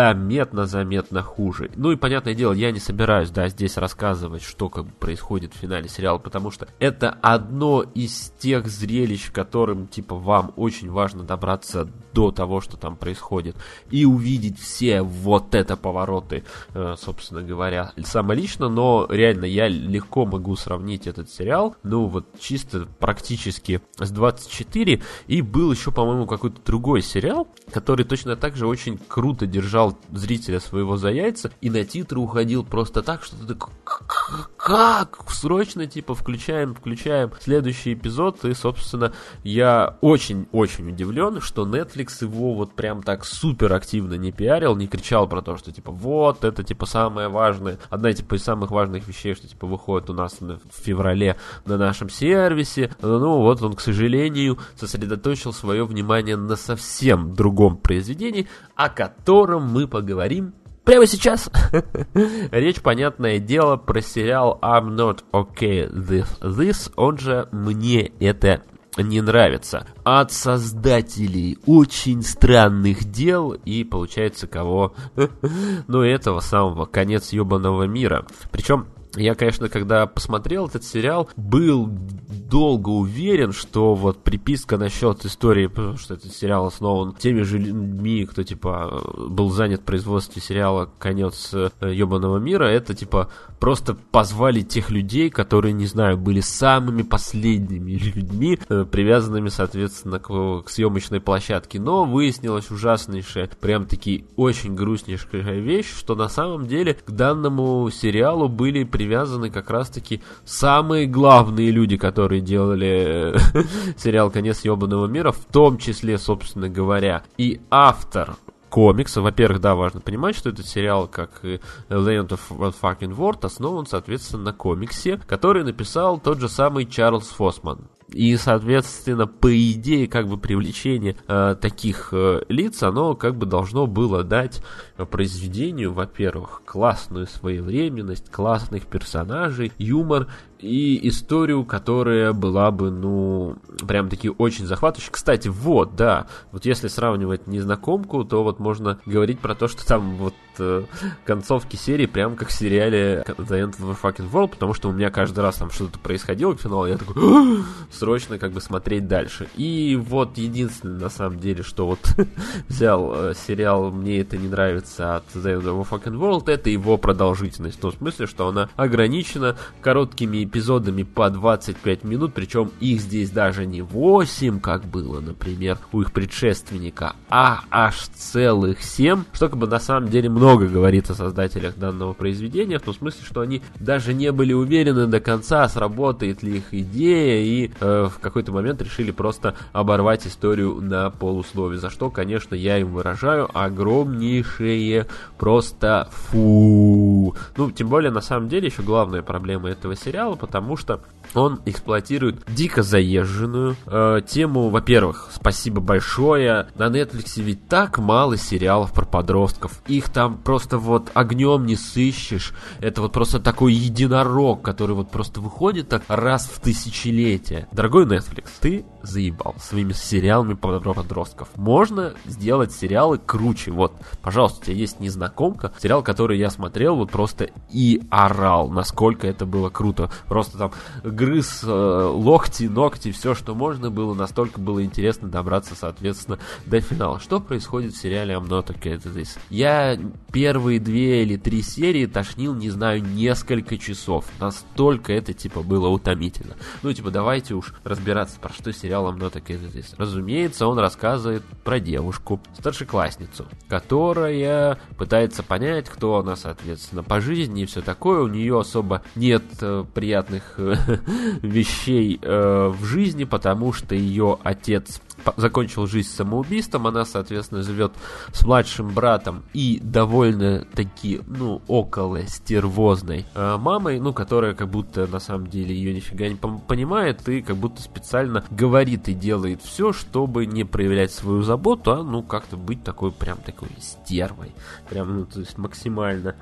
заметно хуже. Ну и, понятное дело, я не собираюсь, да, здесь рассказывать, что как бы происходит в финале сериала, потому что это одно из тех зрелищ, которым, типа, вам очень важно добраться до того, что там происходит, и увидеть все вот это повороты, собственно говоря, самолично, но реально я легко могу сравнить этот сериал, ну вот чисто практически с 24, и был еще, по-моему, какой-то другой сериал, который точно так же очень круто держал зрителя своего за яйца, и на титры уходил просто так, что ты такой, как? Срочно, типа, включаем следующий эпизод, и, собственно, я очень-очень удивлен, что Netflix его вот прям так супер активно не пиарил, не кричал про то, что, типа, вот, это, типа, самое важное, одна, типа, из самых важных вещей, что, типа, выходит у нас в феврале на нашем сервисе, ну, вот он, к сожалению, сосредоточил свое внимание на совсем другом произведении, о котором мы поговорим прямо сейчас. Речь, понятное дело, про сериал I'm Not Okay With This, он же «Мне это не нравится», от создателей «Очень странных дел», и получается кого? Ну, этого самого «Конец ебаного мира». Причем Я, конечно, когда посмотрел этот сериал, был долго уверен, что вот приписка насчет истории, потому что этот сериал основан теми же людьми, кто, типа, был занят в производстве сериала «Конец ёбаного мира», это, типа, просто позвали тех людей, которые, не знаю, были самыми последними людьми, привязанными, соответственно, к съемочной площадке. Но выяснилась ужаснейшая, прям-таки очень грустнейшая вещь, что на самом деле к данному сериалу были привязаны как раз-таки самые главные люди, которые делали сериал «Конец ёбаного мира», в том числе, собственно говоря, и автор комикса. Во-первых, да, важно понимать, что этот сериал, как и Land of Fucking World, основан, соответственно, на комиксе, который написал тот же самый Чарльз Фосман. И, соответственно, по идее, как бы привлечение таких лиц, оно как бы должно было дать произведению, во-первых, классную своевременность, классных персонажей, юмор и историю, которая была бы, ну, прям-таки очень захватывающей. Кстати, вот, да, вот если сравнивать «Незнакомку», то вот можно говорить про то, что там вот концовки серии прям как в сериале The End of the Fucking World, потому что у меня каждый раз там что-то происходило к финалу, я такой срочно как бы смотреть дальше. И вот единственное, на самом деле, что вот взял сериал, мне это не нравится от The End of the Fucking World, это его продолжительность, в том смысле, что она ограничена короткими эпизодами по 25 минут, причем их здесь даже не 8, как было, например, у их предшественника, а аж целых 7, что как бы на самом деле много говорит о создателях данного произведения, в том смысле, что они даже не были уверены до конца, сработает ли их идея, и в какой-то момент решили просто оборвать историю на полуслове, за что, конечно, я им выражаю огромнейшее просто фу. Ну, тем более, на самом деле, еще главная проблема этого сериала, потому что он эксплуатирует дико заезженную тему. Во-первых, спасибо большое, на Netflix ведь так мало сериалов про подростков, их там просто вот огнем не сыщешь, это вот просто такой единорог, который вот просто выходит так раз в тысячелетие. Дорогой Netflix, ты заебал своими сериалами про подростков. Можно сделать сериалы круче. Вот, пожалуйста, у тебя есть «Незнакомка», сериал, который я смотрел, вот просто и орал, насколько это было круто. Просто там грыз локти, ногти, все, что можно было, настолько было интересно добраться, соответственно, до финала. Что происходит в сериале I'm Not Okay to This? Я первые 2 или 3 серии тошнил, не знаю, несколько часов. Настолько это, типа, было утомительно. Ну, типа, давайте уж разбираться, про что сериал I'm Not Okay to This. Разумеется, он рассказывает про девушку, старшеклассницу, которая пытается понять, кто она, соответственно, по жизни и все такое. У нее особо нет приятных вещей в жизни, потому что ее отец закончил жизнь самоубийством, она, соответственно, живет с младшим братом и довольно-таки, ну, около стервозной мамой, ну, которая как будто на самом деле ее нифига не понимает и как будто специально говорит и делает все, чтобы не проявлять свою заботу, а, ну, как-то быть такой, прям такой стервой, прям, ну, то есть максимально.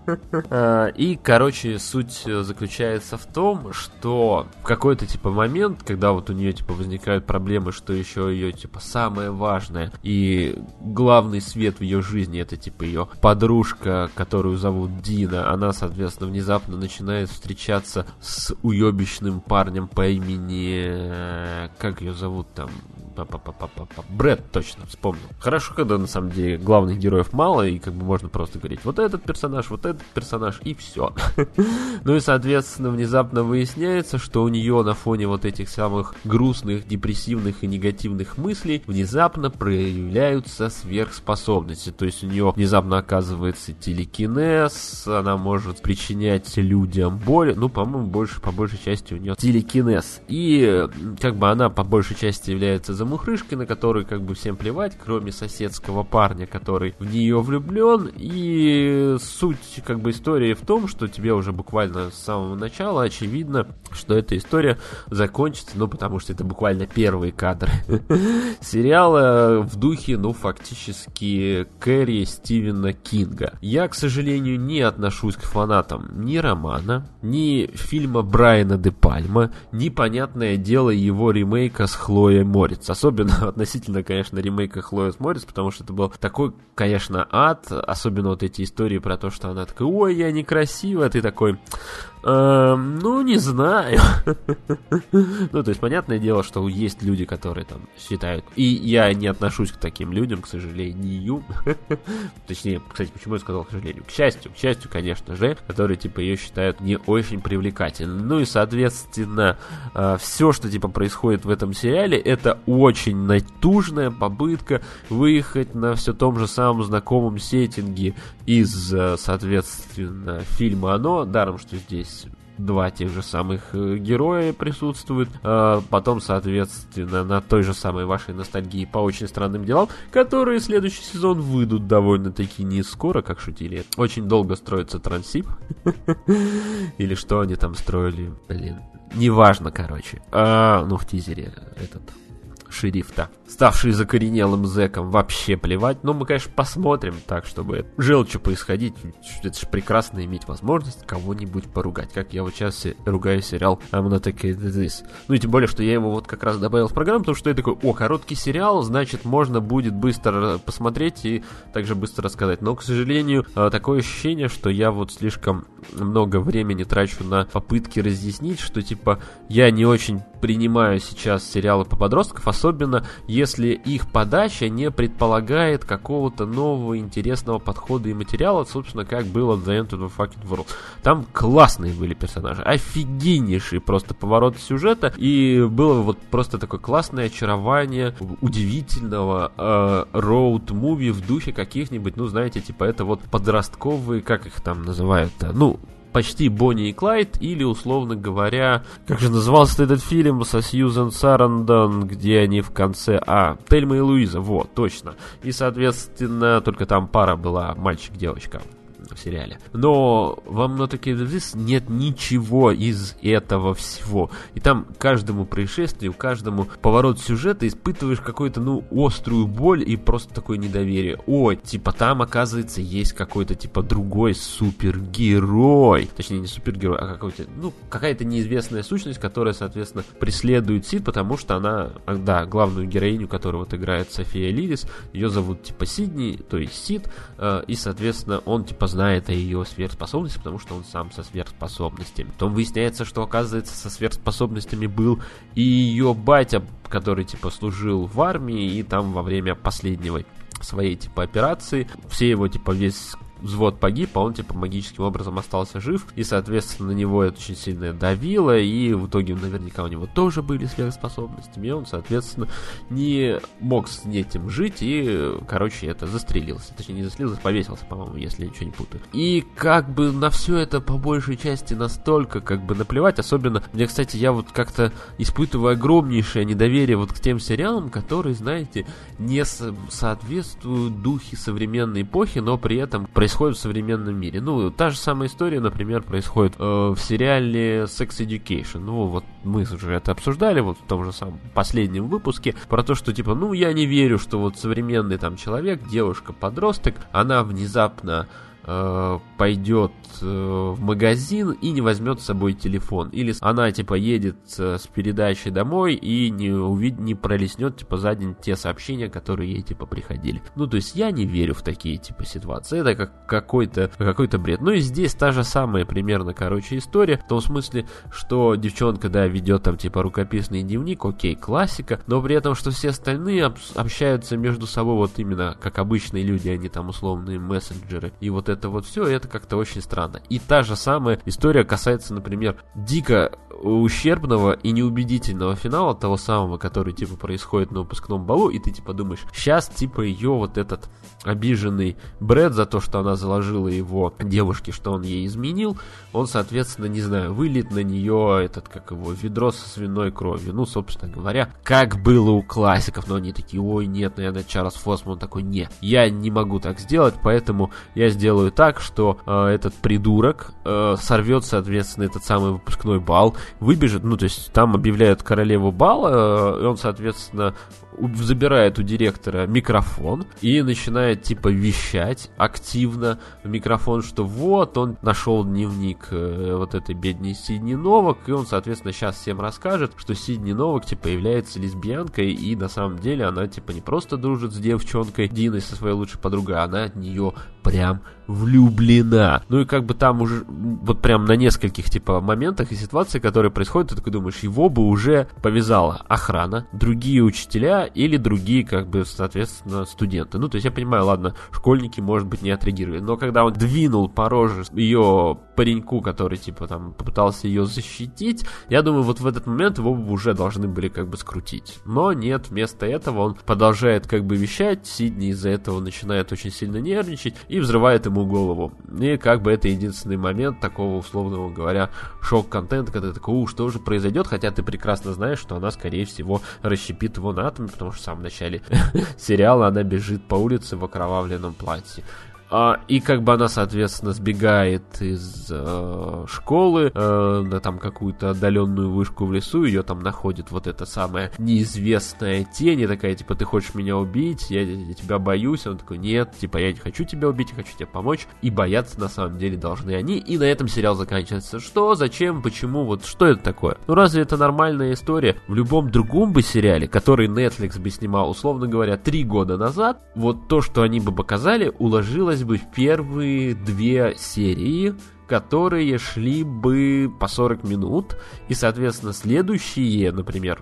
И, короче, суть заключается в том, что в какой-то, типа, момент, когда вот у нее, типа, возникают проблемы, что еще ее, типа, самое важное и главный свет в ее жизни, это, типа, ее подружка, которую зовут Дина, она, соответственно, внезапно начинает встречаться с уебищным парнем по имени... Как ее зовут там? Брэд, точно, вспомнил. Хорошо, когда, на самом деле, главных героев мало, и как бы можно просто говорить, вот этот персонаж, и все. Ну и, соответственно, внезапно выясняется, что у нее на фоне вот этих самых грустных, депрессивных и негативных мыслей внезапно проявляются сверхспособности. То есть у нее внезапно оказывается телекинез, она может причинять людям боль, ну, по-моему, по большей части у нее телекинез. И как бы она по большей части является замухрышкой, на которой как бы всем плевать, кроме соседского парня, который в нее влюблен. И суть как бы истории в том, что тебе уже буквально с самого начала очевидно, что эта история закончится, ну, потому что это буквально первые кадры сериала в духе, ну, фактически Кэрри Стивена Кинга. Я, к сожалению, не отношусь к фанатам ни романа, ни фильма Брайана де Пальма, ни, понятное дело, его ремейка с Хлоей Морец. Особенно относительно, конечно, ремейка Хлои Морец, потому что это был такой, конечно, ад. Особенно вот эти истории про то, что она такая, ой, я некрасивая, ты такой... Ну, не знаю. Ну, то есть, понятное дело, что есть люди, которые там считают... И я не отношусь к таким людям, к сожалению. Точнее, кстати, почему я сказал к сожалению? К счастью, конечно же, которые, типа, ее считают не очень привлекательной. Ну и, соответственно, все, что, типа, происходит в этом сериале, это очень натужная попытка выехать на все том же самом знакомом сеттинге из, соответственно, фильма «Оно». Даром, что здесь два тех же самых героя присутствуют. Потом, соответственно, на той же самой вашей ностальгии по очень странным делам, которые следующий сезон выйдут довольно-таки не скоро, как шутили. Очень долго строится Трансип. Или что они там строили. Блин. Неважно, короче. Ну, в тизере этот... шериф-то, ставший закоренелым зэком, вообще плевать. Но мы, конечно, посмотрим так, чтобы желчью происходить. Это же прекрасно иметь возможность кого-нибудь поругать. Как я вот сейчас ругаю сериал I'm Not Okay With This. Ну и тем более, что я его вот как раз добавил в программу, потому что я такой, короткий сериал, значит, можно будет быстро посмотреть и также быстро рассказать. Но, к сожалению, такое ощущение, что я вот слишком много времени трачу на попытки разъяснить, что, типа, я не очень принимаю сейчас сериалы по подросткам, особенно если их подача не предполагает какого-то нового интересного подхода и материала, собственно, как было в The End of the Fucking World. Там классные были персонажи, офигеннейшие просто повороты сюжета, и было вот просто такое классное очарование удивительного роуд-муви в духе каких-нибудь, ну, знаете, типа, это вот подростковые, как их там называют-то, ну, почти Бонни и Клайд, или, условно говоря, как же назывался этот фильм со Сьюзен Сарандон, где они в конце... Тельма и Луиза, вот, точно. И, соответственно, только там пара была, мальчик-девочка в сериале. Но во Not Okay With This нет ничего из этого всего. И там каждому происшествию, каждому повороту сюжета испытываешь какую-то, ну, острую боль и просто такое недоверие. Ой, типа там, оказывается, есть какой-то, типа, другой супергерой. Точнее, не супергерой, а какой-то, ну, какая-то неизвестная сущность, которая, соответственно, преследует Сид, потому что она, да, главную героиню, которую вот играет София Лилис, ее зовут, типа, Сидни, то есть Сид, и, соответственно, он, типа, знает о ее сверхспособности, потому что он сам со сверхспособностями. Потом выясняется, что, оказывается, со сверхспособностями был и ее батя, который, типа, служил в армии, и там во время последнего своей, типа, операции все его, типа, весь взвод погиб, а он, типа, магическим образом остался жив, и, соответственно, на него это очень сильно давило, и в итоге наверняка у него тоже были сверхспособности, и он, соответственно, не мог с этим жить, и, короче, это застрелился. Точнее, не застрелился, повесился, по-моему, если я ничего не путаю. И, как бы, на все это, по большей части, настолько, как бы, наплевать, особенно, мне, кстати, я вот как-то испытываю огромнейшее недоверие вот к тем сериалам, которые, знаете, не соответствуют духе современной эпохи, но при этом происходит в современном мире. Ну, та же самая история, например, происходит в сериале Sex Education. Ну, вот мы уже это обсуждали вот в том же самом последнем выпуске, про то, что, типа, ну, я не верю, что вот современный там человек, девушка-подросток, она внезапно пойдет в магазин и не возьмет с собой телефон. Или она, типа, едет с передачей домой и не пролистнет, типа, за день те сообщения, которые ей, типа, приходили. Ну, то есть я не верю в такие, типа, ситуации. Это как какой-то бред. Ну и здесь та же самая примерно, короче, история. В том смысле, что девчонка, да, ведет там, типа, рукописный дневник, окей, классика, но при этом, что все остальные общаются между собой вот именно как обычные люди, они там условные мессенджеры. И вот это вот все, это как-то очень странно. И та же самая история касается, например, дико ущербного и неубедительного финала, того самого, который, типа, происходит на выпускном балу, и ты, типа, думаешь, сейчас, типа, ее вот этот обиженный Брэд за то, что она заложила его девушке, что он ей изменил, он, соответственно, не знаю, выльет на нее ведро со свиной кровью. Ну, собственно говоря, как было у классиков, но они такие, ой, нет, наверное, Чарльз Фосман такой, нет, я не могу так сделать, поэтому я сделаю так, что этот придурок сорвет, соответственно, этот самый выпускной бал, выбежит, ну, то есть там объявляют королеву бала, и он, соответственно, забирает у директора микрофон и начинает типа вещать активно в микрофон, что вот он нашел дневник вот этой бедной Сидни Новак, и он, соответственно, сейчас всем расскажет, что Сидни Новак типа является лесбиянкой, и на самом деле она типа не просто дружит с девчонкой Диной, со своей лучшей подругой, она от нее прям влюблена. Ну и как бы там уже вот прям на нескольких типа моментах и ситуациях, которые происходят, ты такой думаешь, его бы уже повязала охрана, другие учителя или другие как бы соответственно студенты. Ну то есть я понимаю, ладно, школьники может быть не отреагировали, но когда он двинул по роже ее пареньку, который типа там попытался ее защитить, я думаю, вот в этот момент его бы уже должны были как бы скрутить. Но нет, вместо этого он продолжает как бы вещать, Сидни из-за этого начинает очень сильно нервничать и взрывает ему голову. И как бы это единственный момент такого, условного говоря, шок-контента, когда ты такой, что же произойдет, хотя ты прекрасно знаешь, что она, скорее всего, расщепит его на атомы, потому что в самом начале сериала она бежит по улице в окровавленном платье. И как бы она, соответственно, сбегает из школы на там какую-то отдаленную вышку в лесу, ее там находит вот эта самая неизвестная тень, и такая, типа, ты хочешь меня убить, я тебя боюсь, он такой, нет, типа, я не хочу тебя убить, я хочу тебе помочь, и бояться на самом деле должны они, и на этом сериал заканчивается. Что, зачем, почему, вот что это такое? Ну разве это нормальная история? В любом другом бы сериале, который Netflix бы снимал, условно говоря, 3 года назад, вот то, что они бы показали, уложилось бы в первые 2 серии, которые шли бы по 40 минут, и, соответственно, следующие, например,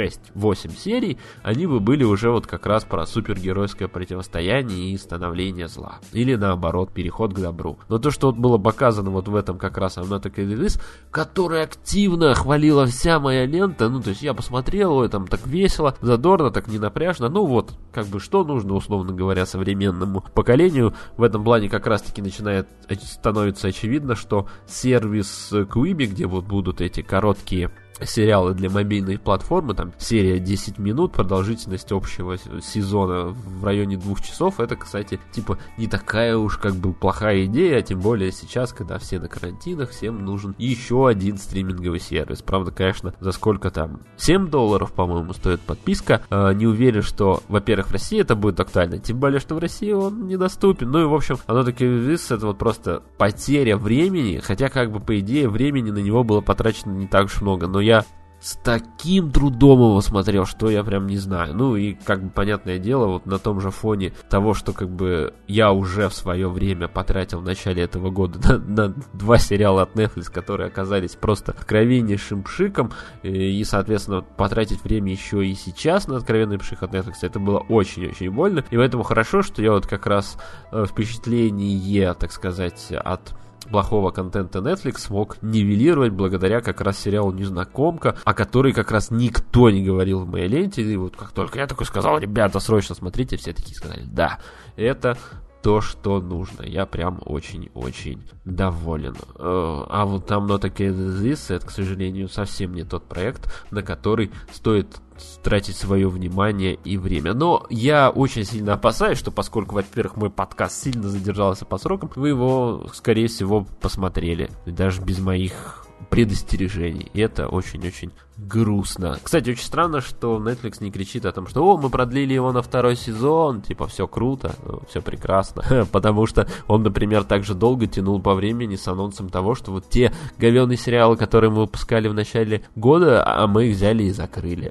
6-8 серий, они бы были уже вот как раз про супергеройское противостояние и становление зла. Или наоборот, переход к добру. Но то, что вот было показано вот в этом как раз I'm Not Okay With This, который активно хвалила вся моя лента, ну, то есть я посмотрел, ой, там так весело, задорно, так не напряжно, ну вот, как бы что нужно, условно говоря, современному поколению. В этом плане как раз-таки становится очевидно, что сервис Quibi, где вот будут эти короткие сериалы для мобильной платформы, там серия 10 минут, продолжительность общего сезона в районе 2 часов, это, кстати, типа не такая уж как бы плохая идея, тем более сейчас, когда все на карантинах, всем нужен еще один стриминговый сервис. Правда, конечно, за сколько там? $7, по-моему, стоит подписка. Не уверен, что, во-первых, в России это будет актуально, тем более, что в России он недоступен. Ну и, в общем, оно таки это вот просто потеря времени, хотя, как бы, по идее, времени на него было потрачено не так уж много, но я с таким трудом его смотрел, что я прям не знаю. Ну и, как бы, понятное дело, вот на том же фоне того, что, как бы, я уже в свое время потратил в начале этого года на 2 сериала от Netflix, которые оказались просто откровеннейшим пшиком, и, соответственно, потратить время еще и сейчас на откровенный пшик от Netflix, это было очень-очень больно, и поэтому хорошо, что я вот как раз впечатление, так сказать, от плохого контента Netflix смог нивелировать благодаря как раз сериалу «Незнакомка», о которой как раз никто не говорил в моей ленте, и вот как только я такой сказал, ребята, срочно смотрите, все такие сказали, да, это то, что нужно. Я прям очень-очень доволен. А вот там Not Okay With This, это, к сожалению, совсем не тот проект, на который стоит тратить свое внимание и время. Но я очень сильно опасаюсь, что поскольку, во-первых, мой подкаст сильно задержался по срокам, вы его, скорее всего, посмотрели. Даже без моих предостережений. И это очень-очень грустно. Кстати, очень странно, что Netflix не кричит о том, что мы продлили его на 2 сезон, типа, все круто, все прекрасно. Потому что он, например, так же долго тянул по времени с анонсом того, что вот те говёные сериалы, которые мы выпускали в начале года, а мы их взяли и закрыли.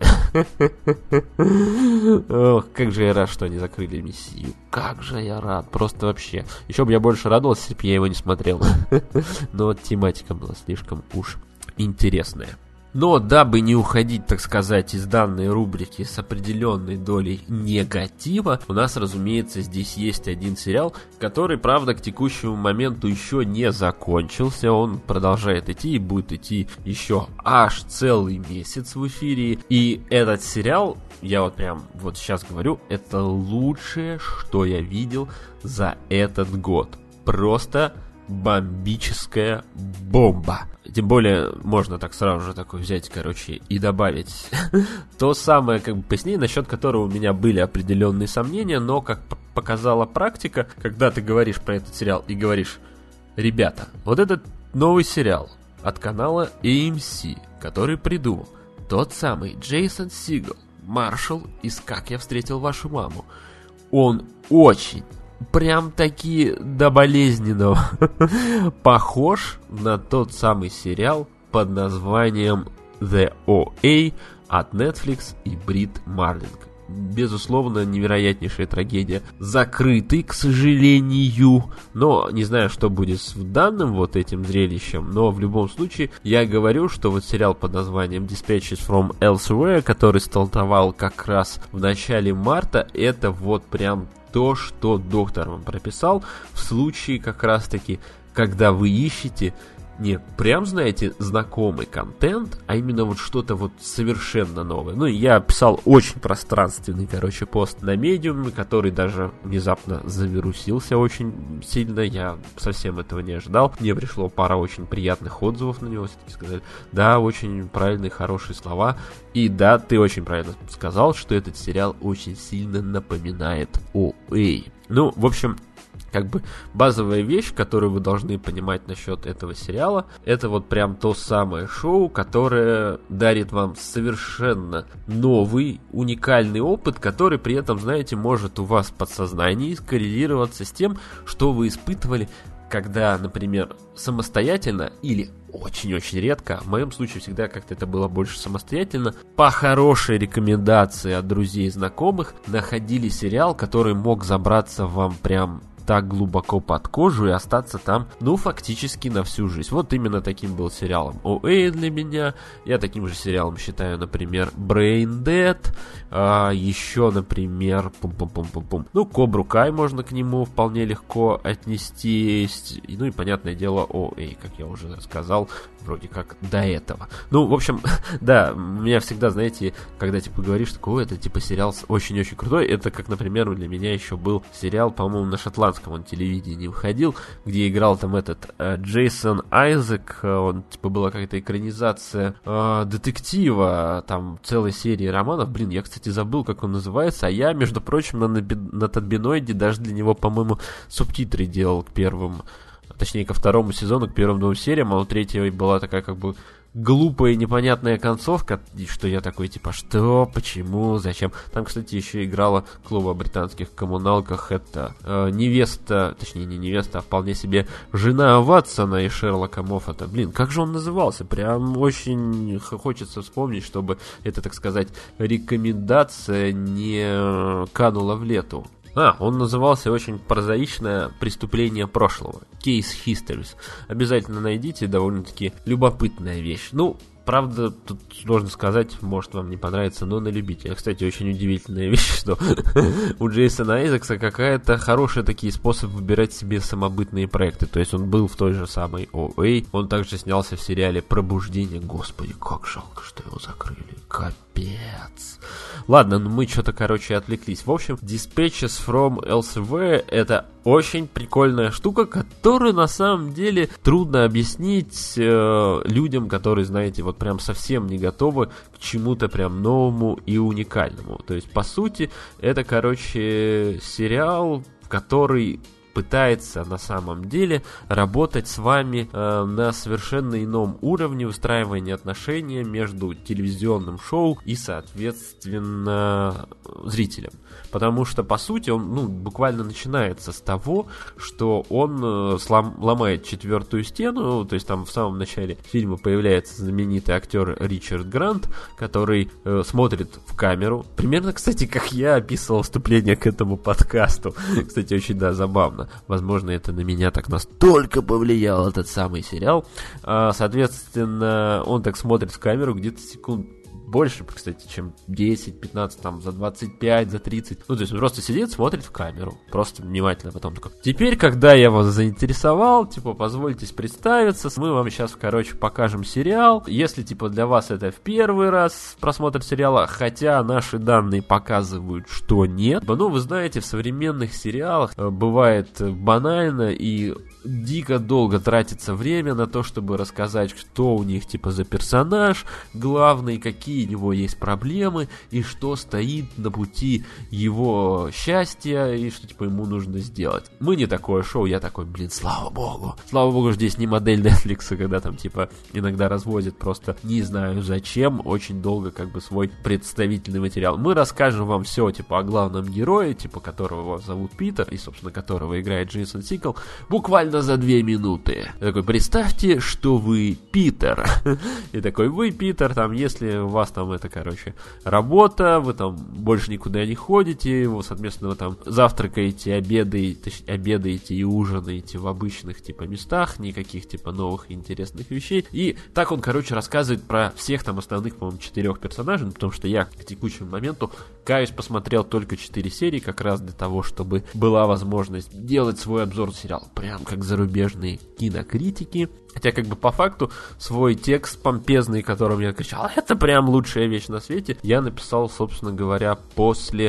Ох, как же я рад, что они закрыли «Мессию». Как же я рад, просто вообще. Еще бы я больше радовался, если бы я его не смотрел. Но тематика была слишком уж интересная. Но дабы не уходить, так сказать, из данной рубрики с определенной долей негатива, у нас, разумеется, здесь есть один сериал, который, правда, к текущему моменту еще не закончился. Он продолжает идти и будет идти еще аж целый месяц в эфире. И этот сериал, я вот прям вот сейчас говорю, это лучшее, что я видел за этот год. Просто бомбическая бомба. Тем более, можно так сразу же такой взять, короче, и добавить то самое, как бы, пояснение, насчет которого у меня были определенные сомнения, но, как показала практика, когда ты говоришь про этот сериал и говоришь, ребята, вот этот новый сериал от канала AMC, который придумал тот самый Джейсон Сигел, Маршал из «Как я встретил вашу маму». Он очень, прям таки до болезненного похож на тот самый сериал под названием The OA от Netflix и Брит Марлинг. Безусловно, невероятнейшая трагедия. Закрытый, к сожалению. Но не знаю, что будет с данным вот этим зрелищем. Но в любом случае, я говорю, что вот сериал под названием Dispatches from Elsewhere, который стартовал как раз в начале марта, это вот прям то, что доктор вам прописал в случае как раз таки, когда вы ищете не прям, знаете, знакомый контент, а именно вот что-то вот совершенно новое. Ну, я писал очень пространственный, пост на Medium, который даже внезапно завирусился очень сильно. Я совсем этого не ожидал. Мне пришло пара очень приятных отзывов на него. Все-таки сказали, да, очень правильные, хорошие слова. И да, ты очень правильно сказал, что этот сериал очень сильно напоминает OA. Ну, в общем, как бы базовая вещь, которую вы должны понимать насчет этого сериала, это вот прям то самое шоу, которое дарит вам совершенно новый, уникальный опыт, который при этом, знаете, может у вас в подсознании скоррелироваться с тем, что вы испытывали, когда, например, самостоятельно или очень-очень редко, в моем случае всегда как-то это было больше самостоятельно, по хорошей рекомендации от друзей и знакомых находили сериал, который мог забраться вам прям так глубоко под кожу и остаться там, ну, фактически на всю жизнь. Вот именно таким был сериалом OA для меня. Я таким же сериалом считаю, например, Brain Dead. Еще, например, ну, Кобру Кай можно к нему вполне легко отнести. Ну и, понятное дело, OA, как я уже сказал, вроде как до этого. Ну, в общем, да, у меня всегда, знаете, когда, типа, говоришь, такой, это, типа, сериал очень-очень крутой, это, как, например, для меня еще был сериал, по-моему, на шотландском он телевидении выходил, где играл там этот Джейсон Айзек, он, типа, была какая-то экранизация детектива, там, целой серии романов, блин, я, кстати, забыл, как он называется, а я, между прочим, на Татбиноиде даже для него, по-моему, субтитры делал к первым, точнее, ко второму сезону, к первым двум сериям, а у третьей была такая, как бы, глупая и непонятная концовка, и что я такой, типа, что, почему, зачем. Там, кстати, еще играла, к слову, о британских коммуналках, это невеста, точнее, не невеста, а вполне себе жена Ватсона и Шерлока Моффата. Блин, как же он назывался? Прям очень хочется вспомнить, чтобы это, так сказать, рекомендация не канула в лету. Он назывался очень прозаичное «Преступление прошлого». Case Histories. Обязательно найдите, довольно-таки любопытная вещь. Ну, правда, тут сложно сказать, может вам не понравится, но на любителя. Кстати, очень удивительная вещь, что у Джейсона Айзекса какая-то хорошая такие способ выбирать себе самобытные проекты. То есть он был в той же самой OA, он также снялся в сериале «Пробуждение». Господи, как жалко, что его закрыли. Капец. Ладно, ну мы что-то, отвлеклись. В общем, Dispatches from Elsewhere — это очень прикольная штука, которую на самом деле трудно объяснить людям, которые, знаете, вот прям совсем не готовы к чему-то прям новому и уникальному. То есть, по сути, это, сериал, который пытается на самом деле работать с вами на совершенно ином уровне выстраивания отношений между телевизионным шоу и, соответственно, зрителем. Потому что, по сути, он буквально начинается с того, что он ломает четвертую стену. То есть там в самом начале фильма появляется знаменитый актер Ричард Грант, который смотрит в камеру. Примерно, кстати, как я описывал вступление к этому подкасту. Кстати, очень, забавно. Возможно, это на меня так настолько повлиял этот самый сериал. Соответственно, он так смотрит в камеру где-то секунд больше, кстати, чем 10, 15, там, за 25, за 30. Ну, то есть он просто сидит, смотрит в камеру. Просто внимательно потом такой. Теперь, когда я вас заинтересовал, позвольте представиться. Мы вам сейчас, покажем сериал. Если, для вас это в первый раз просмотр сериала, хотя наши данные показывают, что нет. Ну, вы знаете, в современных сериалах бывает банально и дико долго тратится время на то, чтобы рассказать, что у них, за персонаж главный, какие какие у него есть проблемы, и что стоит на пути его счастья, и что, типа, ему нужно сделать. Мы не такое шоу, я такой, блин, слава богу. Слава богу, здесь не модель Netflix, когда там, типа, иногда разводят просто не знаю зачем, очень долго, как бы, свой представительный материал. Мы расскажем вам все, типа, о главном герое, типа, которого зовут Питер, и, собственно, которого играет Джейсон Сигел, буквально за 2 минуты. Я такой, представьте, что вы Питер. И такой, вы Питер, там, если у вас там это, короче, работа, вы там больше никуда не ходите, вы, соответственно, вы там завтракаете, обедаете и ужинаете в обычных, типа, местах, никаких, типа, новых интересных вещей. И так он, короче, рассказывает про всех там основных, по-моему, 4 персонажей, потому что я к текущему моменту, каюсь, посмотрел только 4 серии, как раз для того, чтобы была возможность делать свой обзор сериала, прям как зарубежные кинокритики. Хотя, как бы, по факту, свой текст помпезный, которым я кричал, это прям лучшая вещь на свете, я написал, собственно говоря, после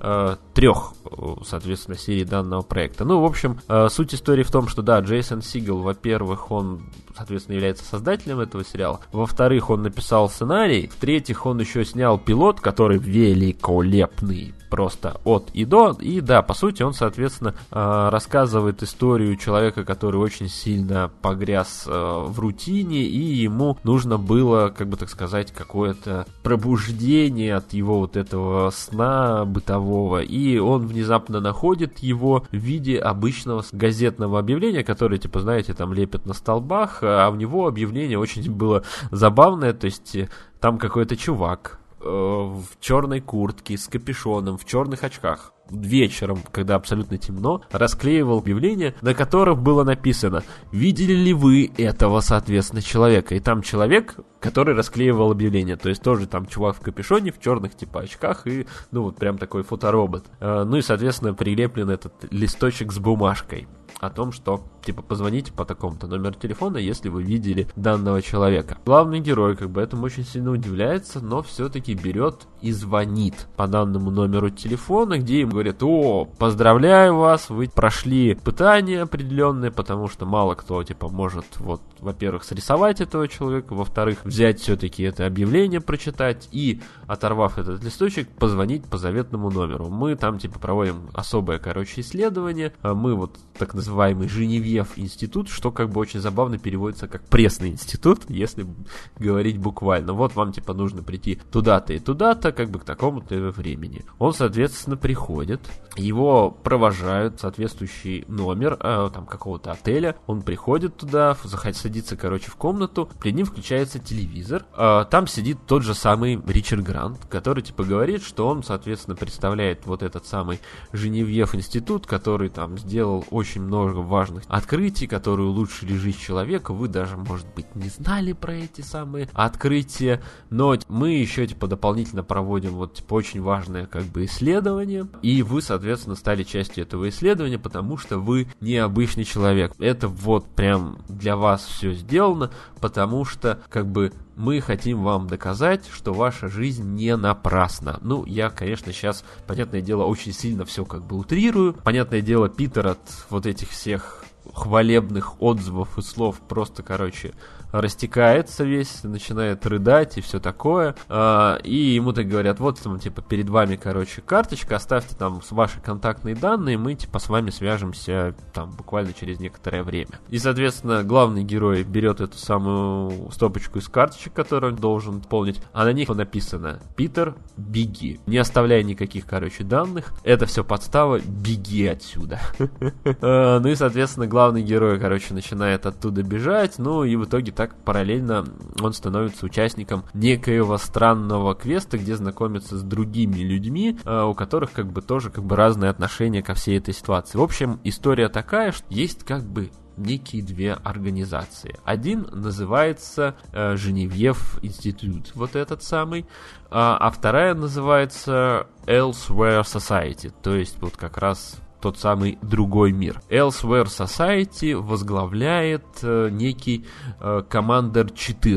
3, соответственно, серий данного проекта. Ну, в общем, суть истории в том, что, да, Джейсон Сигел, во-первых, он, соответственно, является создателем этого сериала, во-вторых, он написал сценарий, в-третьих, он еще снял пилот, который великолепный, просто от и до, и да, по сути, он, соответственно, рассказывает историю человека, который очень сильно погряз в рутине, и ему нужно было, как бы так сказать, какое-то пробуждение от его вот этого сна бытового, и он внезапно находит его в виде обычного газетного объявления, которое, типа, знаете, там лепят на столбах, а в него объявление очень было забавное, то есть там какой-то чувак в черной куртке, с капюшоном, в черных очках, вечером, когда абсолютно темно, расклеивал объявление, на котором было написано: видели ли вы этого, соответственно, человека? И там человек, который расклеивал объявление, то есть тоже там чувак в капюшоне, в черных типа очках и, ну вот прям такой фоторобот. Ну и, соответственно, прилеплен этот листочек с бумажкой о том, что, типа, позвоните по такому-то номеру телефона, если вы видели данного человека. Главный герой, как бы, этому очень сильно удивляется, но все-таки берет и звонит по данному номеру телефона, где им говорят: о, поздравляю вас, вы прошли пытание определенное, потому что мало кто, типа, может, вот, во-первых, срисовать этого человека, во-вторых, взять все-таки это объявление, прочитать и, оторвав этот листочек, позвонить по заветному номеру. Мы там, типа, проводим особое, короче, исследование, мы вот так называемый Женевьев институт, что, как бы, очень забавно переводится как пресный институт, если говорить буквально. Вот вам, типа, нужно прийти туда-то и туда-то, как бы, к такому-то времени. Он, соответственно, приходит, его провожают в соответствующий номер там какого-то отеля, он приходит туда, садится, короче, в комнату, перед ним включается телевизор, там сидит тот же самый Ричард Грант, который, типа, говорит, что он, соответственно, представляет вот этот самый Женевьев институт, который там сделал очень много важных открытий, которые улучшили жизнь человека. Вы даже, может быть, не знали про эти самые открытия, но мы еще, типа, дополнительно проводим вот, типа, очень важное, как бы, исследование, и вы, соответственно, стали частью этого исследования, потому что вы необычный человек. Это вот прям для вас все сделано, потому что, как бы, мы хотим вам доказать, что ваша жизнь не напрасна. Ну, я, конечно, сейчас, понятное дело, очень сильно все, как бы, утрирую. Понятное дело, Питер от вот этих всех хвалебных отзывов и слов просто, короче, растекается весь, начинает рыдать и все такое. И ему так говорят: вот там, типа, перед вами, короче, карточка, оставьте там ваши контактные данные, мы, типа, с вами свяжемся там буквально через некоторое время. И, соответственно, главный герой берет эту самую стопочку из карточек, которую он должен полнить, а на них написано: Питер, беги. Не оставляя никаких, короче, данных, это все подстава, беги отсюда. Ну и, соответственно, главный герой, короче, начинает оттуда бежать, ну и в итоге так параллельно он становится участником некоего странного квеста, где знакомится с другими людьми, у которых, как бы, тоже, как бы, разные отношения ко всей этой ситуации. В общем, история такая, что есть, как бы, некие две организации. Один называется Женевьев институт, вот этот самый, а вторая называется Elsewhere Society, то есть вот как раз тот самый другой мир. Elsewhere Society возглавляет некий Commander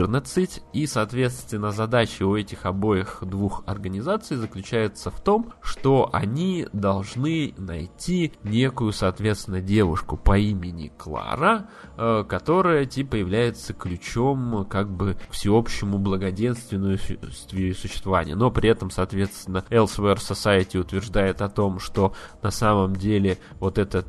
14, и, соответственно, задача у этих обоих двух организаций заключается в том, что они должны найти некую, соответственно, девушку по имени Клара, которая типа является ключом как бы к всеобщему благоденствию и существованию. Но при этом, соответственно, Elsewhere Society утверждает о том, что на самом деле вот этот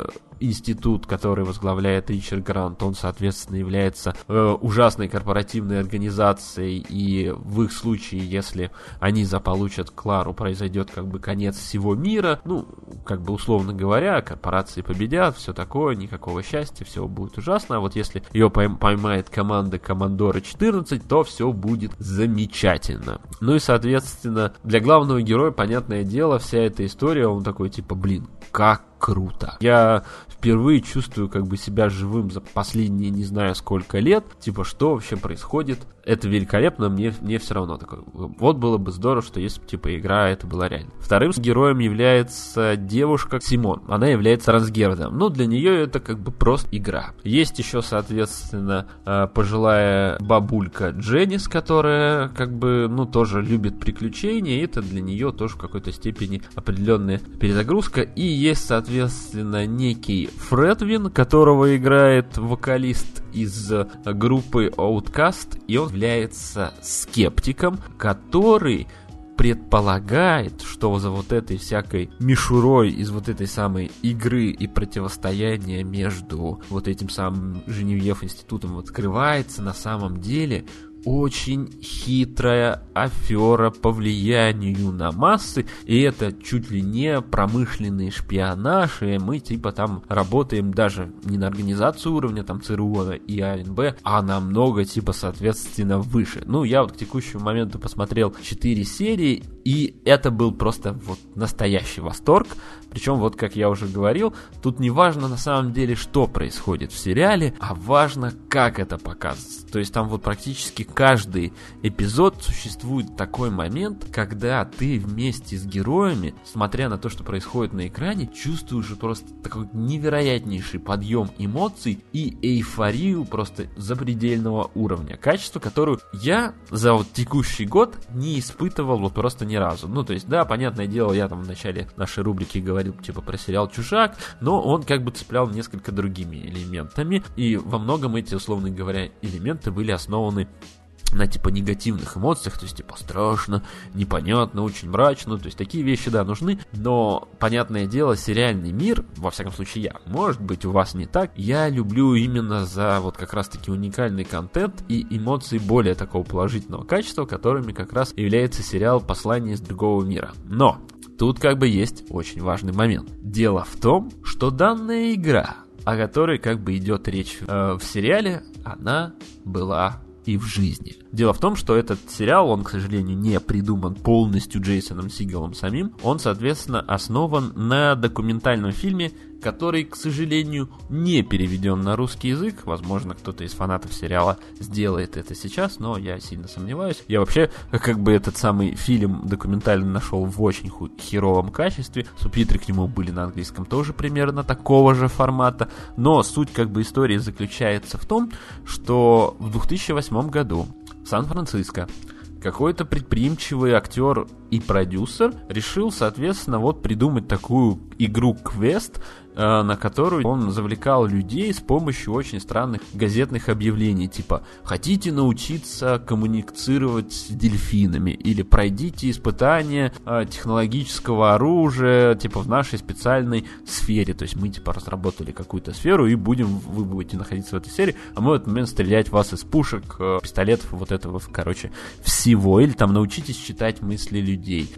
институт, который возглавляет Ричард Грант, он, соответственно, является ужасной корпоративной организацией, и в их случае, если они заполучат Клару, произойдет как бы конец всего мира. Ну, как бы условно говоря, корпорации победят, все такое, никакого счастья, все будет ужасно. А вот если ее поймает команда Командора 14, то все будет замечательно. Ну и, соответственно, для главного героя, понятное дело, вся эта история, он такой типа, блин, как круто. Я впервые чувствую как бы себя живым за последние не знаю сколько лет. Типа, что вообще происходит? Это великолепно, мне все равно такое. Вот было бы здорово, что если бы типа игра это была реально. Вторым героем является девушка Симон. Она является трансгендером. Но для нее это как бы просто игра. Есть еще, соответственно, пожилая бабулька Дженнис, которая как бы, ну, тоже любит приключения. И это для нее тоже в какой-то степени определенная перезагрузка. И есть, соответственно, некий Фредвин, которого играет вокалист из группы Outkast, и он является скептиком, который предполагает, что за вот этой всякой мишурой из вот этой самой игры и противостояния между вот этим самым Женевьев институтом вот скрывается на самом деле очень хитрая афера по влиянию на массы, и это чуть ли не промышленный шпионаж, и мы типа там работаем даже не на организацию уровня там ЦРУ и АНБ, а намного типа соответственно выше. Ну, я вот к текущему моменту посмотрел 4 серии, и это был просто вот настоящий восторг. Причем, вот как я уже говорил, тут не важно на самом деле, что происходит в сериале, а важно, как это показывается. То есть там вот практически каждый эпизод существует такой момент, когда ты вместе с героями, смотря на то, что происходит на экране, чувствуешь просто такой невероятнейший подъем эмоций и эйфорию просто запредельного уровня. Качество, которое я за вот текущий год не испытывал вот просто ни разу. Ну, то есть, да, понятное дело, я там в начале нашей рубрики говорил типа про сериал «Чужак», но он как бы цеплял несколько другими элементами, и во многом эти, условно говоря, элементы были основаны на типа негативных эмоциях, то есть типа страшно, непонятно, очень мрачно, то есть такие вещи, да, нужны, но, понятное дело, сериальный мир, во всяком случае я, может быть у вас не так, я люблю именно за вот как раз таки уникальный контент и эмоции более такого положительного качества, которыми как раз является сериал «Послание из другого мира». Но тут как бы есть очень важный момент. Дело в том, что данная игра, о которой как бы идет речь в сериале, она была и в жизни. Дело в том, что этот сериал, он, к сожалению, не придуман полностью Джейсоном Сигалом самим. Он, соответственно, основан на документальном фильме, который, к сожалению, не переведен на русский язык. Возможно, кто-то из фанатов сериала сделает это сейчас, но я сильно сомневаюсь. Я вообще, как бы, этот самый фильм документальный нашел в очень херовом качестве. Субтитры к нему были на английском тоже примерно такого же формата. Но суть, как бы, истории заключается в том, что в 2008 году в Сан-Франциско какой-то предприимчивый актер и продюсер решил, соответственно, вот придумать такую игру-квест, на которую он завлекал людей с помощью очень странных газетных объявлений, типа «Хотите научиться коммуницировать с дельфинами?» или «Пройдите испытания технологического оружия, типа в нашей специальной сфере». То есть мы типа разработали какую-то сферу и вы будете находиться в этой сфере, а мы в этот момент стрелять в вас из пушек, пистолетов, вот этого, короче, всего. Или там научитесь читать мысли людей.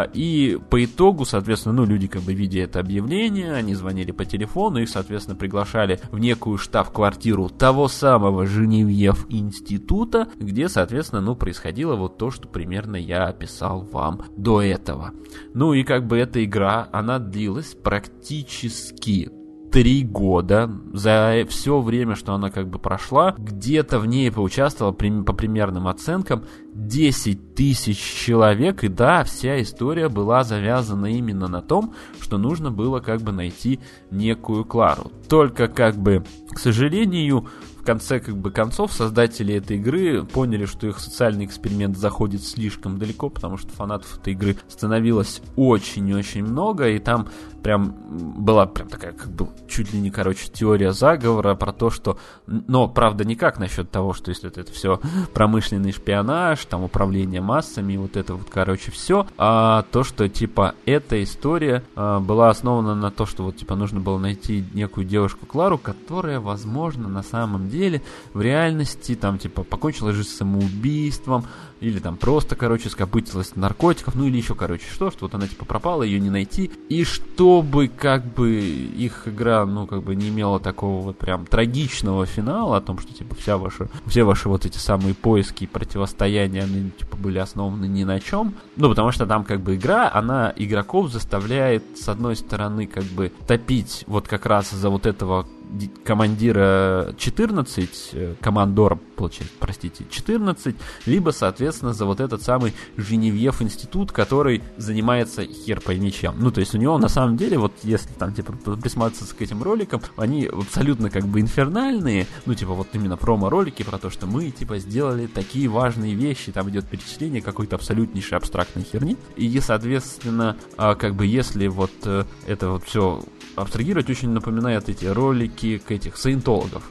И по итогу, соответственно, ну, люди как бы видя это объявление, они звонили по телефону, их, соответственно, приглашали в некую штаб-квартиру того самого Женевьев института, где, соответственно, ну, происходило вот то, что примерно я описал вам до этого. Ну и как бы эта игра, она длилась практически 3 года. За все время, что она как бы прошла, где-то в ней поучаствовало, по примерным оценкам, 10 тысяч человек. И да, вся история была завязана именно на том, что нужно было как бы найти некую Клару. Только как бы, к сожалению, в конце как бы концов создатели этой игры поняли, что их социальный эксперимент заходит слишком далеко, потому что фанатов этой игры становилось очень-очень много, и там прям была прям такая как бы чуть ли не, короче, теория заговора про то, что, но правда никак насчет того, что если это все промышленный шпионаж, там управление массами, вот это вот, короче, все, а то, что типа эта история была основана на то, что вот типа нужно было найти некую девушку Клару, которая, возможно, на самом деле в реальности там типа покончила жизнь самоубийством или там просто, короче, скопытилась наркотиков, ну или еще, короче, что вот она типа пропала, ее не найти, и чтобы как бы их игра, ну как бы не имела такого вот прям трагичного финала о том, что типа все ваши вот эти самые поиски и противостояния, они типа были основаны ни на чем, ну потому что там как бы игра, она игроков заставляет с одной стороны как бы топить вот как раз за вот этого командира 14, командора, получается, простите, 14, либо, соответственно, за вот этот самый Женевьев институт, который занимается хер пойми чем. Ну, то есть у него, на самом деле, вот если там, типа, присматриваться к этим роликам, они абсолютно, как бы, инфернальные, ну, типа, вот именно промо-ролики про то, что мы, типа, сделали такие важные вещи, там идет перечисление какой-то абсолютнейшей абстрактной херни, и, соответственно, как бы, если вот это вот все абстрагировать, очень напоминает эти ролики к этих саентологов.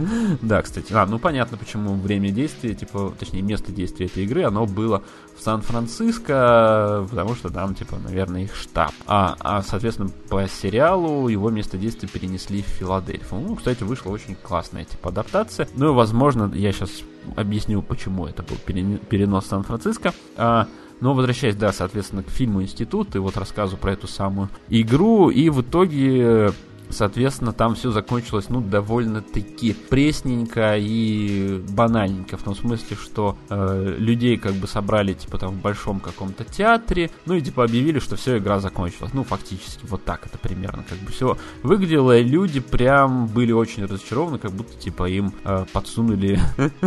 Да, кстати. Ну понятно, почему время действия, типа, точнее, место действия этой игры, оно было в Сан-Франциско, потому что там, типа, наверное, их штаб. Соответственно, по сериалу его место действия перенесли в Филадельфию. Ну, кстати, вышла очень классная, типа, адаптация. Ну, и, возможно, я сейчас объясню, почему это был перенос в Сан-Франциско. Но возвращаясь, да, соответственно, к фильму «Институт» и вот рассказу про эту самую игру, и в итоге, соответственно, там все закончилось, ну, довольно-таки пресненько и банальненько, в том смысле, что людей как бы собрали, типа, там, в большом каком-то театре, ну, и, типа, объявили, что все, игра закончилась. Ну, фактически, вот так это примерно, как бы, все выглядело, и люди прям были очень разочарованы, как будто, типа, им подсунули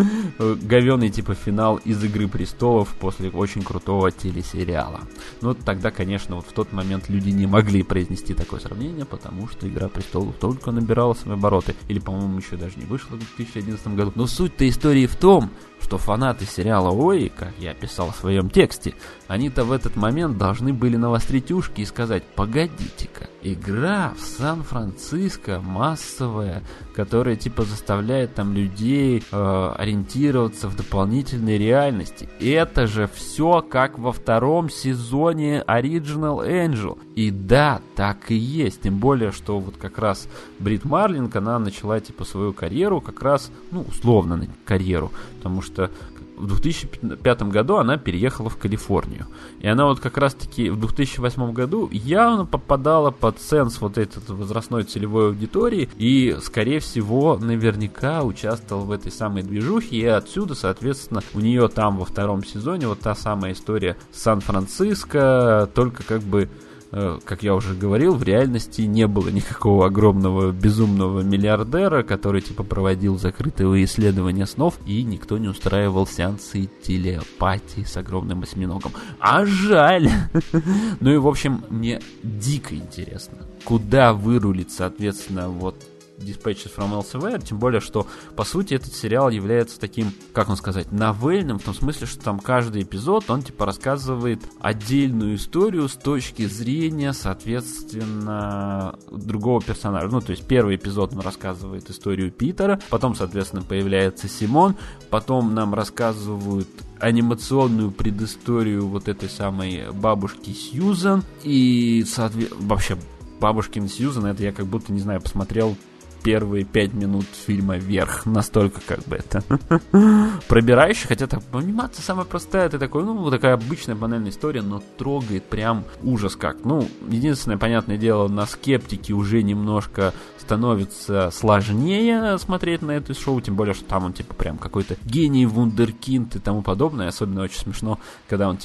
говёный, типа, финал из «Игры престолов» после очень крутого телесериала. Ну, тогда, конечно, вот в тот момент люди не могли произнести такое сравнение, потому что «Игра престолов» только набирала свои обороты. Или, по-моему, еще даже не вышла в 2011 году. Но суть-то истории в том, что фанаты сериала «Ой», как я писал в своем тексте, они-то в этот момент должны были навострить ушки и сказать: погодите-ка, игра в Сан-Франциско массовая, которая типа заставляет там людей ориентироваться в дополнительной реальности. Это же все как во втором сезоне Original Angel. И да, так и есть. Тем более, что вот как раз Брит Марлинг, она начала типа свою карьеру как раз, ну, условно карьеру, потому что в 2005 году она переехала в Калифорнию. И она вот как раз-таки в 2008 году явно попадала под ценз вот этой возрастной целевой аудитории и, скорее всего, наверняка участвовала в этой самой движухе. И отсюда, соответственно, у нее там во втором сезоне вот та самая история с Сан-Франциско, только как бы, как я уже говорил, в реальности не было никакого огромного безумного миллиардера, который типа проводил закрытые исследования снов, и никто не устраивал сеансы телепатии с огромным осьминогом. А жаль! Ну и в общем, мне дико интересно, куда вырулит, соответственно, вот Dispatches from Elsewhere, тем более, что, по сути, этот сериал является таким, как вам сказать, новельным, в том смысле, что там каждый эпизод, он, типа, рассказывает отдельную историю с точки зрения, соответственно, другого персонажа. Ну, то есть, первый эпизод, он рассказывает историю Питера, потом, соответственно, появляется Симон, потом нам рассказывают анимационную предысторию вот этой самой бабушки Сьюзан, и, вообще, бабушкин Сьюзан, это я как будто, не знаю, посмотрел первые 5 минут фильма вверх, настолько как бы это пробирающий, хотя так, анимация самая простая, это такой, ну, такая обычная банальная история, но трогает прям ужас как. Ну, единственное, понятное дело, на скептике уже немножко становится сложнее смотреть на это шоу, тем более, что там он, типа, прям какой-то гений, вундеркинд и тому подобное, особенно очень смешно, когда он, типа,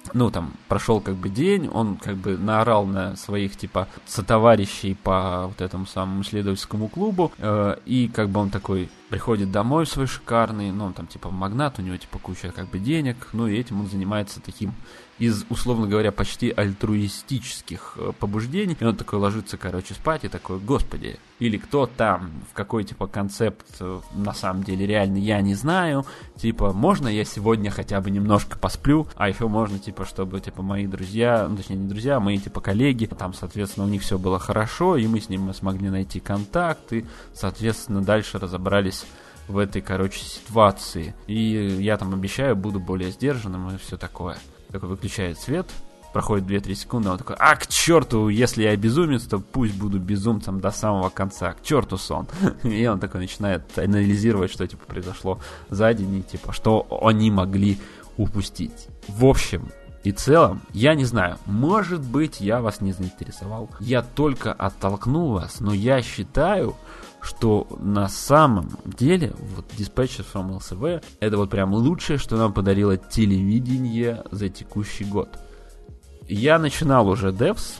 ну, там, прошел как бы день, он как бы наорал на своих, типа, сотоварищей по вот этому самому исследовательскому клубу, и как бы он такой приходит домой свой шикарный, ну, он там, типа, магнат, у него, типа, куча, как бы, денег, ну, и этим он занимается таким из, условно говоря, почти альтруистических побуждений, и он такой ложится, короче, спать, и такой, господи, или кто там, в какой, типа, концепт, на самом деле, реальный, я не знаю, типа, можно я сегодня хотя бы немножко посплю, а еще можно, типа, чтобы, типа, мои друзья, ну, точнее, не друзья, мои, типа, коллеги, там, соответственно, у них все было хорошо, и мы с ними смогли найти контакт, и, соответственно, дальше разобрались в этой, короче, ситуации, и я там обещаю, буду более сдержанным и все такое. Такой выключает свет, проходит 2-3 секунды, он такой, к черту, если я безумец, то пусть буду безумцем до самого конца, к черту сон. И он такой начинает анализировать, что, типа, произошло за день, и, типа, что они могли упустить. В общем и целом, я не знаю, может быть, я вас не заинтересовал, я только оттолкнул вас, но я считаю, что на самом деле вот Dispatches from LCV это вот прям лучшее, что нам подарило телевидение за текущий год. Я начинал уже Devs,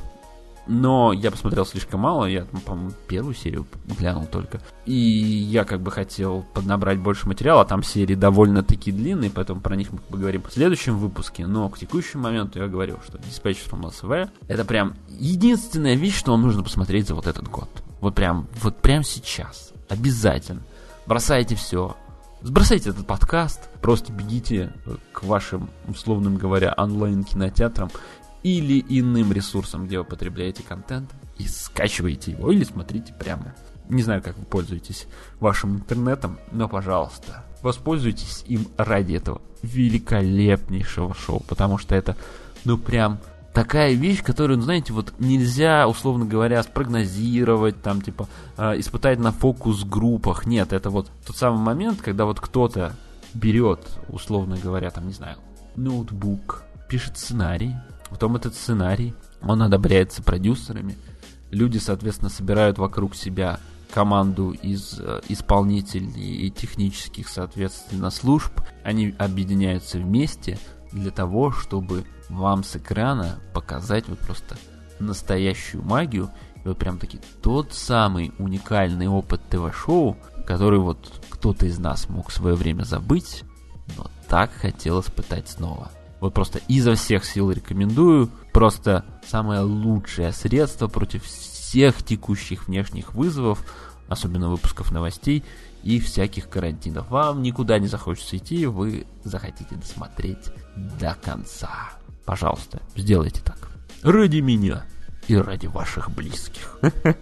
но я посмотрел слишком мало, я, по-моему, первую серию глянул только. И я как бы хотел поднабрать больше материала, там серии довольно-таки длинные, поэтому про них мы поговорим в следующем выпуске. Но к текущему моменту я говорю, что Dispatches from LCV это прям единственная вещь, что вам нужно посмотреть за вот этот год. Вот прям сейчас. Обязательно. Бросайте все. Сбросайте этот подкаст. Просто бегите к вашим, условным говоря, онлайн-кинотеатрам или иным ресурсам, где вы потребляете контент, и скачивайте его или смотрите прямо. Не знаю, как вы пользуетесь вашим интернетом, но, пожалуйста, воспользуйтесь им ради этого великолепнейшего шоу, потому что это, ну, прям такая вещь, которую, ну, знаете, вот нельзя, условно говоря, спрогнозировать, там, типа, испытать на фокус-группах. Нет, это вот тот самый момент, когда вот кто-то берет, условно говоря, там, не знаю, ноутбук, пишет сценарий, потом этот сценарий, он одобряется продюсерами, люди, соответственно, собирают вокруг себя команду из исполнителей и технических, соответственно, служб, они объединяются вместе для того, чтобы вам с экрана показать вот просто настоящую магию, и вот прям таки тот самый уникальный опыт ТВ-шоу, который вот кто-то из нас мог в свое время забыть, но так хотел испытать снова. Вот просто изо всех сил рекомендую, просто самое лучшее средство против всех текущих внешних вызовов, особенно выпусков новостей и всяких карантинов. Вам никуда не захочется идти, вы захотите досмотреть до конца. Пожалуйста, сделайте так. Ради меня и ради ваших близких.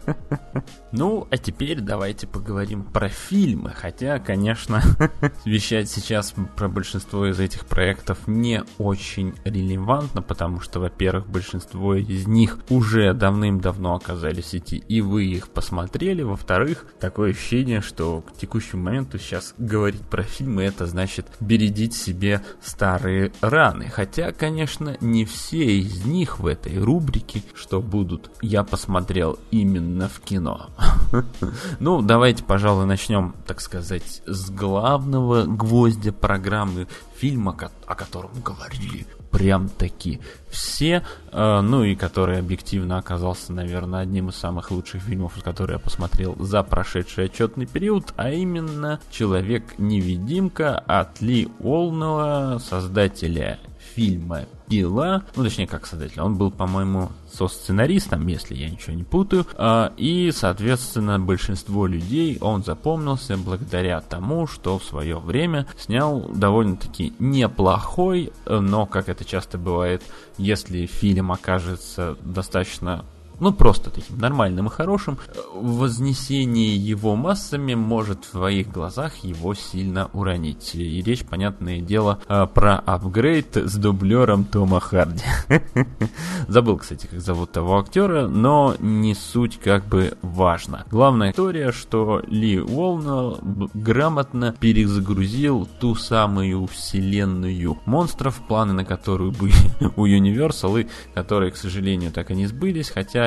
Ну, а теперь давайте поговорим про фильмы. Хотя, конечно, вещать сейчас про большинство из этих проектов не очень релевантно, потому что, во-первых, большинство из них уже давным-давно оказались в сети, и вы их посмотрели. Во-вторых, такое ощущение, что к текущему моменту сейчас говорить про фильмы, это значит бередить себе старые раны. Хотя, конечно, не все из них в этой рубрике, что будут, я посмотрел именно в кино. Ну, давайте, пожалуй, начнем, так сказать, с главного гвоздя программы, фильма, о котором говорили прям-таки все, ну и который объективно оказался, наверное, одним из самых лучших фильмов, которые я посмотрел за прошедший отчетный период, а именно «Человек-невидимка» от Ли Уолнелла, создателя фильма «Пила», ну, точнее, как создатель, он был, по-моему, со-сценаристом, если я ничего не путаю, и, соответственно, большинство людей он запомнился благодаря тому, что в свое время снял довольно-таки неплохой, но, как это часто бывает, если фильм окажется достаточно, ну, просто таким нормальным и хорошим, вознесение его массами может в твоих глазах его сильно уронить. И речь, понятное дело, про апгрейд с дублером Тома Харди. Забыл, кстати, как зовут того актера, но не суть как бы важно. Главная история, что Ли Уолнелл грамотно перезагрузил ту самую вселенную монстров, планы на которую были у Universal, и которые, к сожалению, так и не сбылись, хотя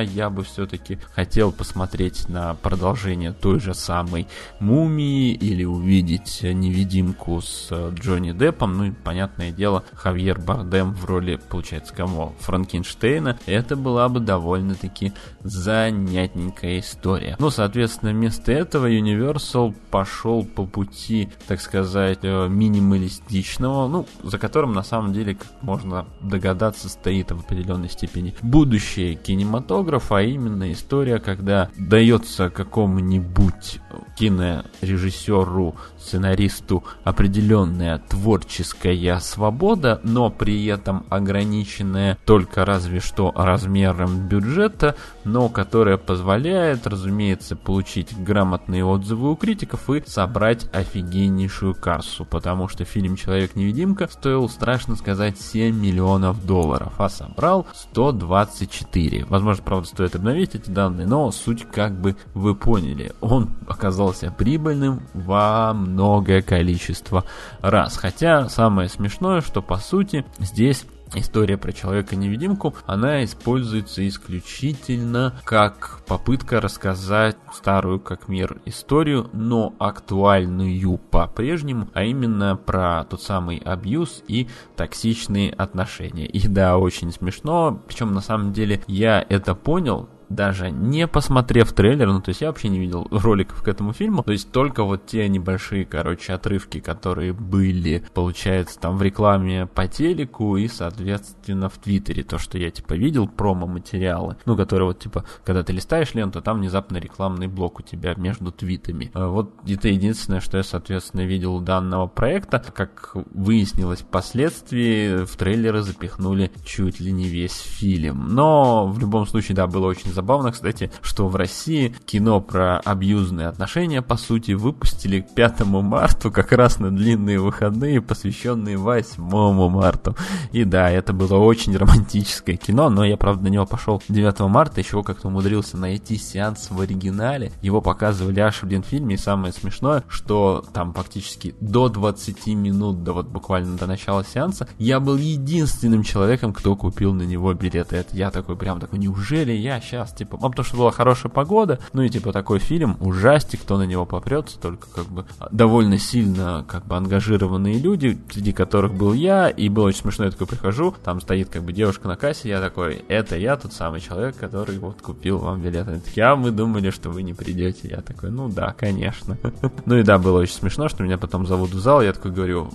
я бы все-таки хотел посмотреть на продолжение той же самой «Мумии» или увидеть «Невидимку» с Джонни Деппом. Ну и, понятное дело, Хавьер Бардем в роли, получается, кого? Франкенштейна. Это была бы довольно-таки занятненькая история. Ну, соответственно, вместо этого Universal пошел по пути, так сказать, минималистичного, ну, за которым, на самом деле, как можно догадаться, стоит в определенной степени будущее кинематографа, а именно история, когда дается какому-нибудь кинорежиссеру, сценаристу определенная творческая свобода, но при этом ограниченная только разве что размером бюджета, но которая позволяет, разумеется, получить грамотные отзывы у критиков и собрать офигеннейшую кассу, потому что фильм «Человек-невидимка» стоил, страшно сказать, $7 миллионов, а собрал 124. Возможно, правда, стоит обновить эти данные, но суть как бы вы поняли. Он оказался прибыльным во многое количество раз. Хотя самое смешное, что по сути здесь история про Человека-невидимку, она используется исключительно как попытка рассказать старую как мир историю, но актуальную по-прежнему, а именно про тот самый абьюз и токсичные отношения. И да, очень смешно, причем на самом деле я это понял, даже не посмотрев трейлер, ну то есть я вообще не видел роликов к этому фильму, то есть только вот те небольшие, отрывки, которые были, получается, там в рекламе по телеку и, соответственно, в Твиттере, то, что я, видел, промо-материалы, ну, которые вот, когда ты листаешь ленту, там внезапно рекламный блок у тебя между твитами. Вот это единственное, что я, соответственно, видел у данного проекта. Как выяснилось впоследствии, в трейлеры запихнули чуть ли не весь фильм. Но, в любом случае, да, было очень забавно, кстати, что в России кино про абьюзные отношения, по сути, выпустили к 5 марта, как раз на длинные выходные, посвященные 8 марту. И да, это было очень романтическое кино, но я, правда, на него пошел 9 марта, еще как-то умудрился найти сеанс в оригинале. Его показывали аж в Ленфильме, и самое смешное, что там фактически до 20 минут, буквально до начала сеанса, я был единственным человеком, кто купил на него билеты. Это я такой, неужели я сейчас, потому что была хорошая погода, ну и такой фильм, ужастик, кто на него попрется, только довольно сильно ангажированные люди, среди которых был я, и было очень смешно, я такой прихожу, там стоит девушка на кассе, я такой, это я тот самый человек, который купил вам билеты. Они такие, мы думали, что вы не придете. Я такой, ну да, конечно. Ну и да, было очень смешно, что меня потом зовут в зал, я такой говорю,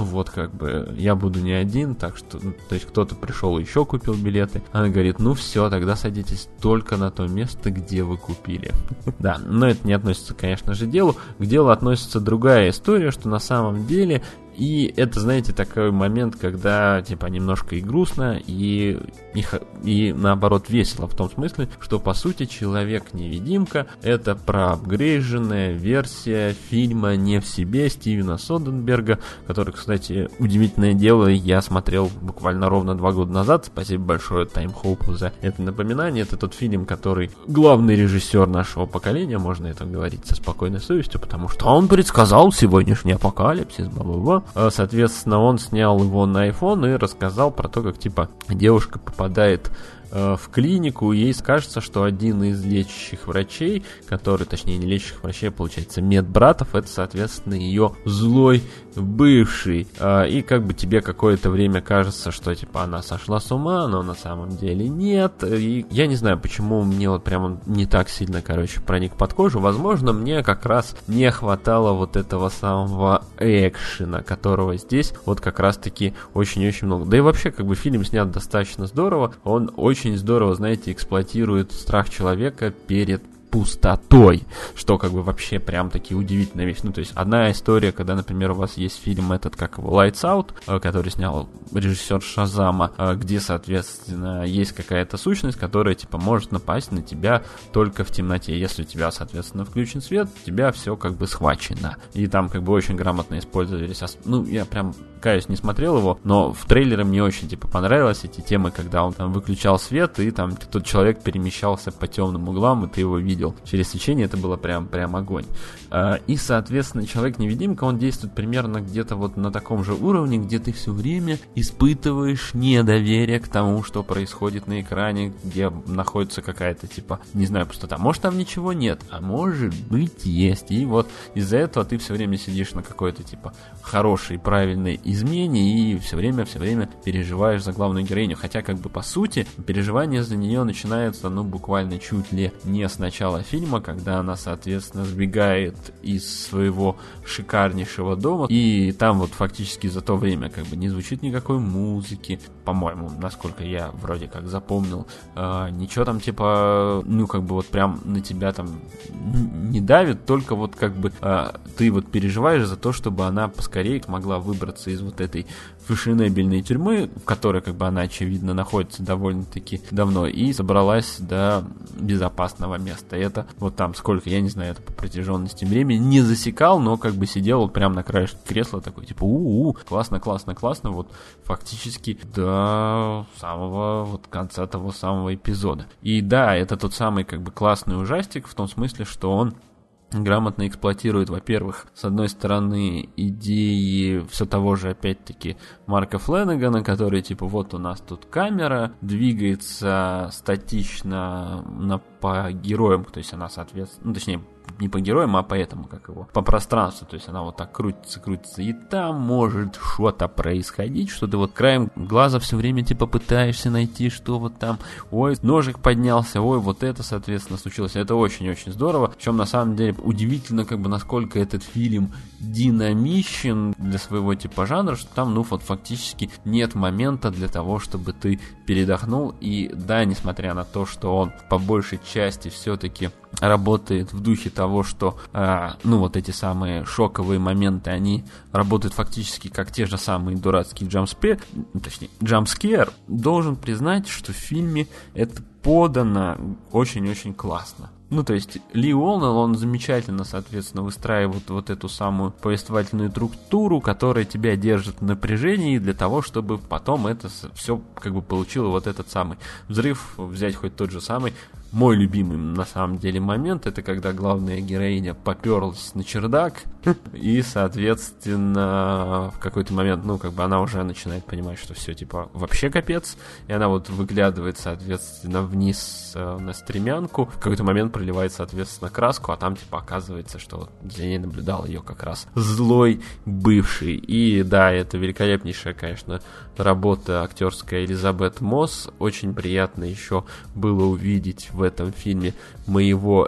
я буду не один, так что, то есть кто-то пришел и еще купил билеты. Она говорит, все, тогда садитесь только на то место, где вы купили. Да, но это не относится, конечно же, к делу. К делу относится другая история, что на самом деле, и это, знаете, такой момент, когда, немножко и грустно, и наоборот весело, в том смысле, что, по сути, Человек-невидимка — это проапгрейженная версия фильма «Не в себе» Стивена Содерберга, который, кстати, удивительное дело, я смотрел буквально ровно 2 года назад. Спасибо большое Time Hope за это напоминание. Это тот фильм, который главный режиссер нашего поколения, можно это говорить со спокойной совестью, потому что он предсказал сегодняшний апокалипсис, бла-бла-бла. Соответственно, он снял его на iPhone и рассказал про то, как девушка попадает в клинику, и ей кажется, что один из лечащих врачей, точнее не лечащих врачей, получается медбратов, это, соответственно, ее злой бывший. И тебе какое-то время кажется, что она сошла с ума, но на самом деле нет. И я не знаю, почему мне прямо не так сильно, проник под кожу. Возможно, мне как раз не хватало этого самого экшена, которого здесь как раз-таки очень-очень много. Да и вообще, фильм снят достаточно здорово. Он очень здорово, знаете, эксплуатирует страх человека перед пустотой, что вообще прям такие удивительные вещи. То есть одна история, когда, например, у вас есть фильм Lights Out, который снял режиссер Шазама, где, соответственно, есть какая-то сущность, которая, может напасть на тебя только в темноте. Если у тебя, соответственно, включен свет, у тебя все схвачено. И там очень грамотно использовались. Я прям, каюсь, не смотрел его, но в трейлере мне очень, понравилось эти темы, когда он там выключал свет, и там тот человек перемещался по темным углам, и ты его видел видел через свечение, это было прям огонь. И, соответственно, Человек-невидимка, он действует примерно где-то вот на таком же уровне, где ты все время испытываешь недоверие к тому, что происходит на экране, где находится какая-то, типа, не знаю, пустота. Может, там ничего нет, а может быть есть. И вот из-за этого ты все время сидишь на какой-то, типа, хорошей, правильной измене и все время переживаешь за главную героиню. Хотя, как бы, по сути, переживание за нее начинается, ну, буквально чуть ли не с начала фильма, когда она, соответственно, сбегает из своего шикарнейшего дома, и там вот фактически за то время, как бы, не звучит никакой музыки, по-моему, насколько я вроде как запомнил, ничего там, типа, ну, как бы, вот прям на тебя там не давит, только вот, как бы, ты вот переживаешь за то, чтобы она поскорее могла выбраться из вот этой фешенебельной тюрьмы, в которой, как бы, она, очевидно, находится довольно-таки давно, и собралась до безопасного места. Это вот там сколько, я не знаю, это по протяженности времени не засекал, но как бы сидел вот прям на краешке кресла такой, типа, классно, вот фактически до самого вот конца того самого эпизода. И да, это тот самый, как бы, классный ужастик в том смысле, что он грамотно эксплуатирует, во-первых, с одной стороны, идеи все того же, опять-таки, Марка Флэнэгана, который, типа, вот у нас тут камера двигается статично по героям, то есть она, соответственно, ну, точнее, не по героям, а по этому, как его, по пространству, то есть она вот так крутится, и там может что-то происходить, что ты вот краем глаза все время, типа, пытаешься найти, что вот там, ой, ножик поднялся, ой, вот это, соответственно, случилось. Это очень-очень здорово, причем, на самом деле, удивительно, как бы, насколько этот фильм динамичен для своего, типа, жанра, что там, ну, вот, фактически нет момента для того, чтобы ты передохнул, и да, несмотря на то, что он по большей части все-таки работает в духе того, что, ну, вот эти самые шоковые моменты, они работают фактически как те же самые дурацкие джампскер, должен признать, что в фильме это подано очень-очень классно. Ну, то есть, Ли Уолнелл, он замечательно, соответственно, выстраивает вот эту самую повествовательную структуру, которая тебя держит в напряжении для того, чтобы потом это все, как бы, получило вот этот самый взрыв. Взять хоть тот же самый, мой любимый, на самом деле, момент, это когда главная героиня поперлась на чердак, и, соответственно, в какой-то момент, ну, как бы, она уже начинает понимать, что все, типа, вообще капец, и она вот выглядывает, соответственно, вниз на стремянку, в какой-то момент проливает, соответственно, краску, а там, типа, оказывается, что за ней наблюдал ее как раз злой бывший. И да, это великолепнейшая, конечно, работа актерская Элизабет Мосс. Очень приятно еще было увидеть в этом фильме моего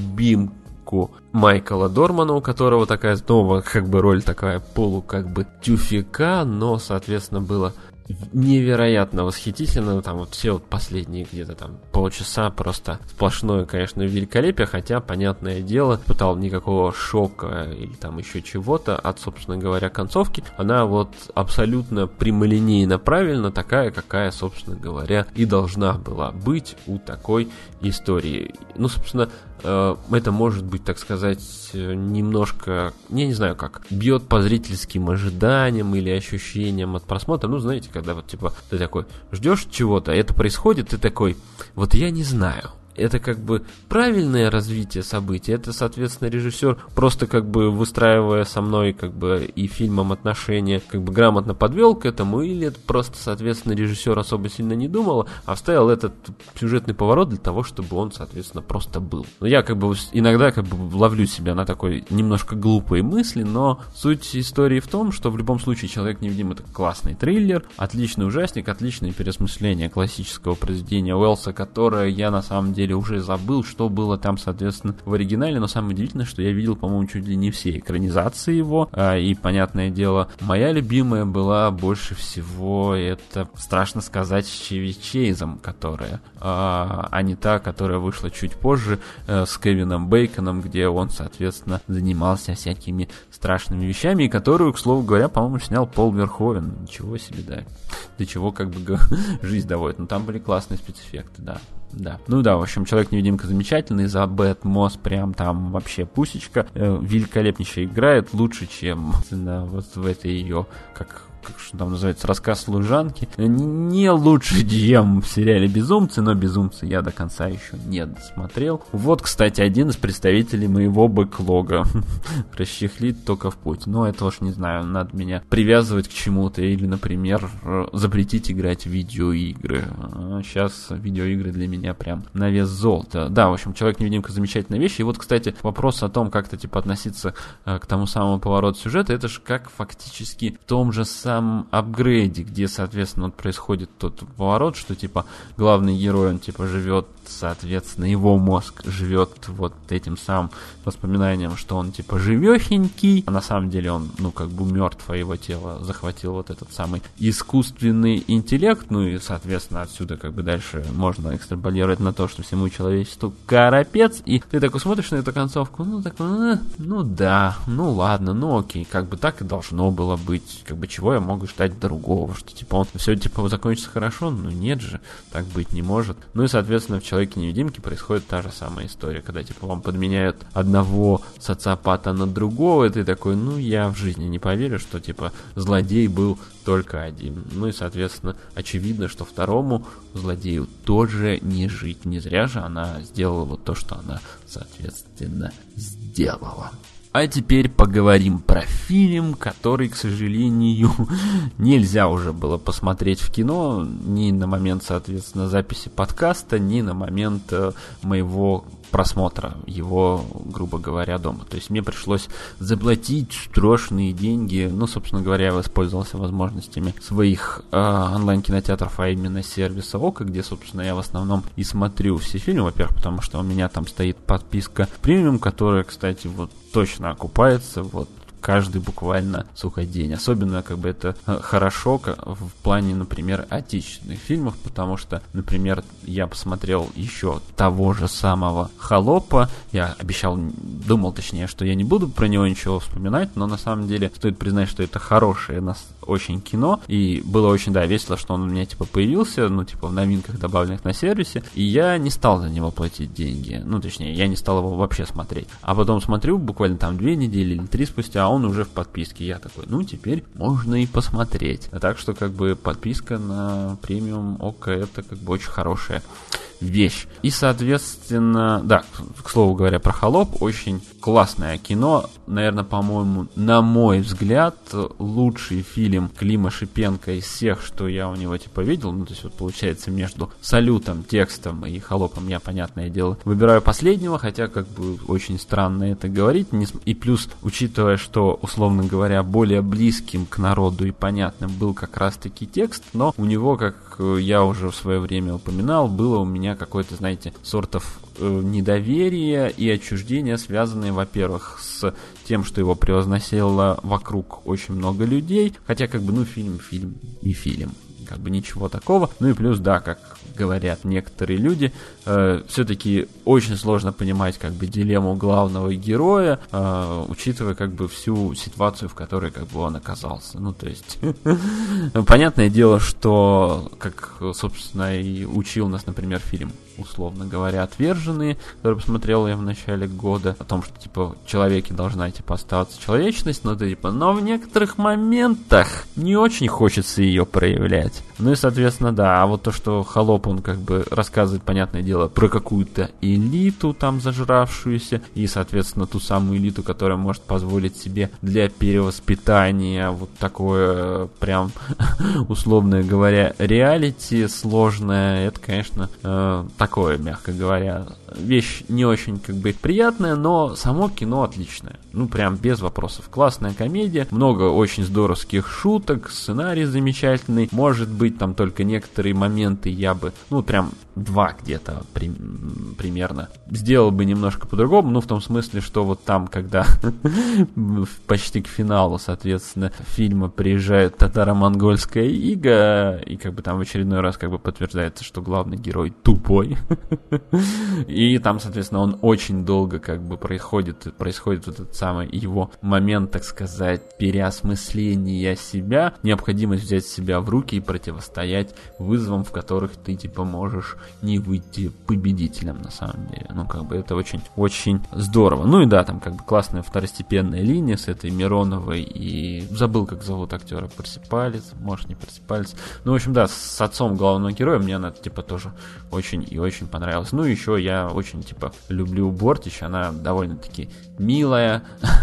любимку Майкла Дормана, у которого такая снова, как бы, роль такая как бы тюфяка, но, соответственно, было невероятно восхитительно. Там вот все вот последние где-то там полчаса просто сплошное, конечно, великолепие, хотя, понятное дело, пытал никакого шока или там еще чего-то от, собственно говоря, концовки. Она вот абсолютно прямолинейно правильно такая, какая, собственно говоря, и должна была быть у такой истории. Ну, собственно, это может быть, так сказать, немножко, я не знаю как, бьет по зрительским ожиданиям или ощущениям от просмотра. Ну, знаете, когда вот, типа, ты такой ждешь чего-то, это происходит, ты такой, вот я не знаю. Это как бы правильное развитие событий. Это, соответственно, режиссер, просто как бы выстраивая со мной как бы и фильмом отношения, как бы грамотно подвел к этому, или это просто, соответственно, режиссер особо сильно не думал, а вставил этот сюжетный поворот для того, чтобы он, соответственно, просто был. Но я как бы иногда как бы ловлю себя на такой немножко глупой мысли, но суть истории в том, что в любом случае «Человек-невидимый» — это классный триллер, отличный ужастик, отличное переосмысление классического произведения Уэллса, которое я на самом деле уже забыл, что было там, соответственно, в оригинале, но самое удивительное, что я видел, по-моему, чуть ли не все экранизации его, и, понятное дело, моя любимая была больше всего, это, страшно сказать, с Чеви Чейзом, которая, а не та, которая вышла чуть позже, с Кевином Бейконом, где он, соответственно, занимался всякими страшными вещами, и которую, к слову говоря, по-моему, снял Пол Верховен. Ничего себе, да. До чего, как бы, жизнь доводит. Но там были классные спецэффекты, да. Да. Ну да, в общем, Человек-невидимка замечательный, Элизабет Мосс прям там вообще пусечка, великолепнейше играет, лучше, чем вот в этой ее, как как что там называется, рассказ служанки. Не лучше, чем в сериале «Безумцы», но «Безумцы» я до конца еще не досмотрел. Вот, кстати, один из представителей моего бэклога. Расчехлит только в путь. Но это уж не знаю, надо меня привязывать к чему-то или, например, запретить играть в видеоигры. Сейчас видеоигры для меня прям на вес золота. Да, в общем, «Человек-невидимка» замечательная вещь. И вот, кстати, вопрос о том, как-то типа относиться к тому самому повороту сюжета, это же как фактически в том же самом апгрейде, где, соответственно, вот происходит тот поворот, что типа главный герой, он типа живет, соответственно, его мозг живет вот этим самым воспоминанием, что он типа живехенький, а на самом деле он, ну, как бы мертв, а его тело захватил вот этот самый искусственный интеллект, ну и, соответственно, отсюда как бы дальше можно экстраполировать на то, что всему человечеству карапец, и ты такой смотришь на эту концовку, ну, такой, ну да, ну ладно, ну окей, как бы так и должно было быть, как бы чего я могу ждать другого, что типа он все типа закончится хорошо, ну нет же, так быть не может. Ну и, соответственно, в «Человеке-невидимке» происходит та же самая история, когда типа вам подменяют одного социопата на другого, и ты такой, ну я в жизни не поверю, что типа злодей был только один. Ну и, соответственно, очевидно, что второму злодею тоже не жить. Не зря же она сделала вот то, что она, соответственно, сделала. А теперь поговорим про фильм, который, к сожалению, нельзя уже было посмотреть в кино ни на момент, соответственно, записи подкаста, ни на момент моего просмотра его, грубо говоря, дома. То есть мне пришлось заплатить страшные деньги. Ну, собственно говоря, я воспользовался возможностями своих онлайн-кинотеатров, а именно сервиса ОКО, где, собственно, я в основном и смотрю все фильмы. Во-первых, потому что у меня там стоит подписка премиум, которая, кстати, вот точно окупается, вот каждый буквально, сука, день. Особенно, как бы, это хорошо в плане, например, отечественных фильмов, потому что, например, я посмотрел еще того же самого «Холопа». Я думал, точнее, что я не буду про него ничего вспоминать, но на самом деле стоит признать, что это хорошее очень кино, и было очень, да, весело, что он у меня, типа, появился, ну, типа, в новинках, добавленных на сервисе, и я не стал за него платить деньги, ну, точнее, я не стал его вообще смотреть. А потом смотрю, буквально там 2 недели или 3 спустя, а он уже в подписке. Я такой, ну, теперь можно и посмотреть. Так что, как бы, подписка на премиум ОКО, это, как бы, очень хорошая вещь. И, соответственно, да, к слову говоря, про «Холоп», очень классное кино. Наверное, по-моему, на мой взгляд, лучший фильм Клима Шипенко из всех, что я у него, типа, видел. Ну, то есть, вот, получается, между «Салютом», текстом и «Холопом» я, понятное дело, выбираю последнего, хотя, как бы, очень странно это говорить. И плюс, учитывая, что, условно говоря, более близким к народу и понятным был как раз-таки текст, но у него, как я уже в свое время упоминал, было у меня какое-то, знаете, сортов недоверие и отчуждение, связанные, во-первых, с тем, что его превозносило вокруг очень много людей, хотя, как бы, ну, фильм и фильм. Как бы ничего такого. Ну и плюс, да, как говорят некоторые люди, все-таки очень сложно понимать, как бы, дилемму главного героя, учитывая, как бы, всю ситуацию, в которой, как бы, он оказался. Ну, то есть, понятное дело, что, как, собственно, и учил нас, например, фильм, условно говоря, «Отверженные», который посмотрел я в начале года, о том, что, типа, в человеке должна, типа, оставаться человечность, но, типа, но в некоторых моментах не очень хочется ее проявлять. Ну и, соответственно, да, а вот то, что «Холоп», он, как бы, рассказывает, понятное дело, про какую-то элиту там зажравшуюся, и, соответственно, ту самую элиту, которая может позволить себе для перевоспитания вот такое, прям, условно говоря, реалити сложное, это, конечно, такое, мягко говоря, вещь не очень, как бы, приятная, но само кино отличное. Ну, прям без вопросов. Классная комедия, много очень здоровских шуток, сценарий замечательный. Может быть, там только некоторые моменты я бы, ну, прям 2 где-то примерно сделал бы немножко по-другому, ну, в том смысле, что вот там, когда почти к финалу, соответственно, фильма приезжает татаро-монгольская ига, и, как бы, там в очередной раз, как бы, подтверждается, что главный герой тупой. И там, соответственно, он очень долго, как бы, происходит вот этот самый его момент, так сказать, переосмысления себя, необходимость взять себя в руки и противостоять вызовам, в которых ты, типа, можешь не выйти победителем, на самом деле. Ну, как бы, это очень-очень здорово. Ну, и да, там, как бы, классная второстепенная линия с этой Мироновой и... Забыл, как зовут актера. Просипалец, может, не Просипалец. Ну, в общем, да, с отцом главного героя мне она, типа, тоже очень и очень понравилась. Ну, еще я очень, типа, люблю Бортич, она довольно-таки милая.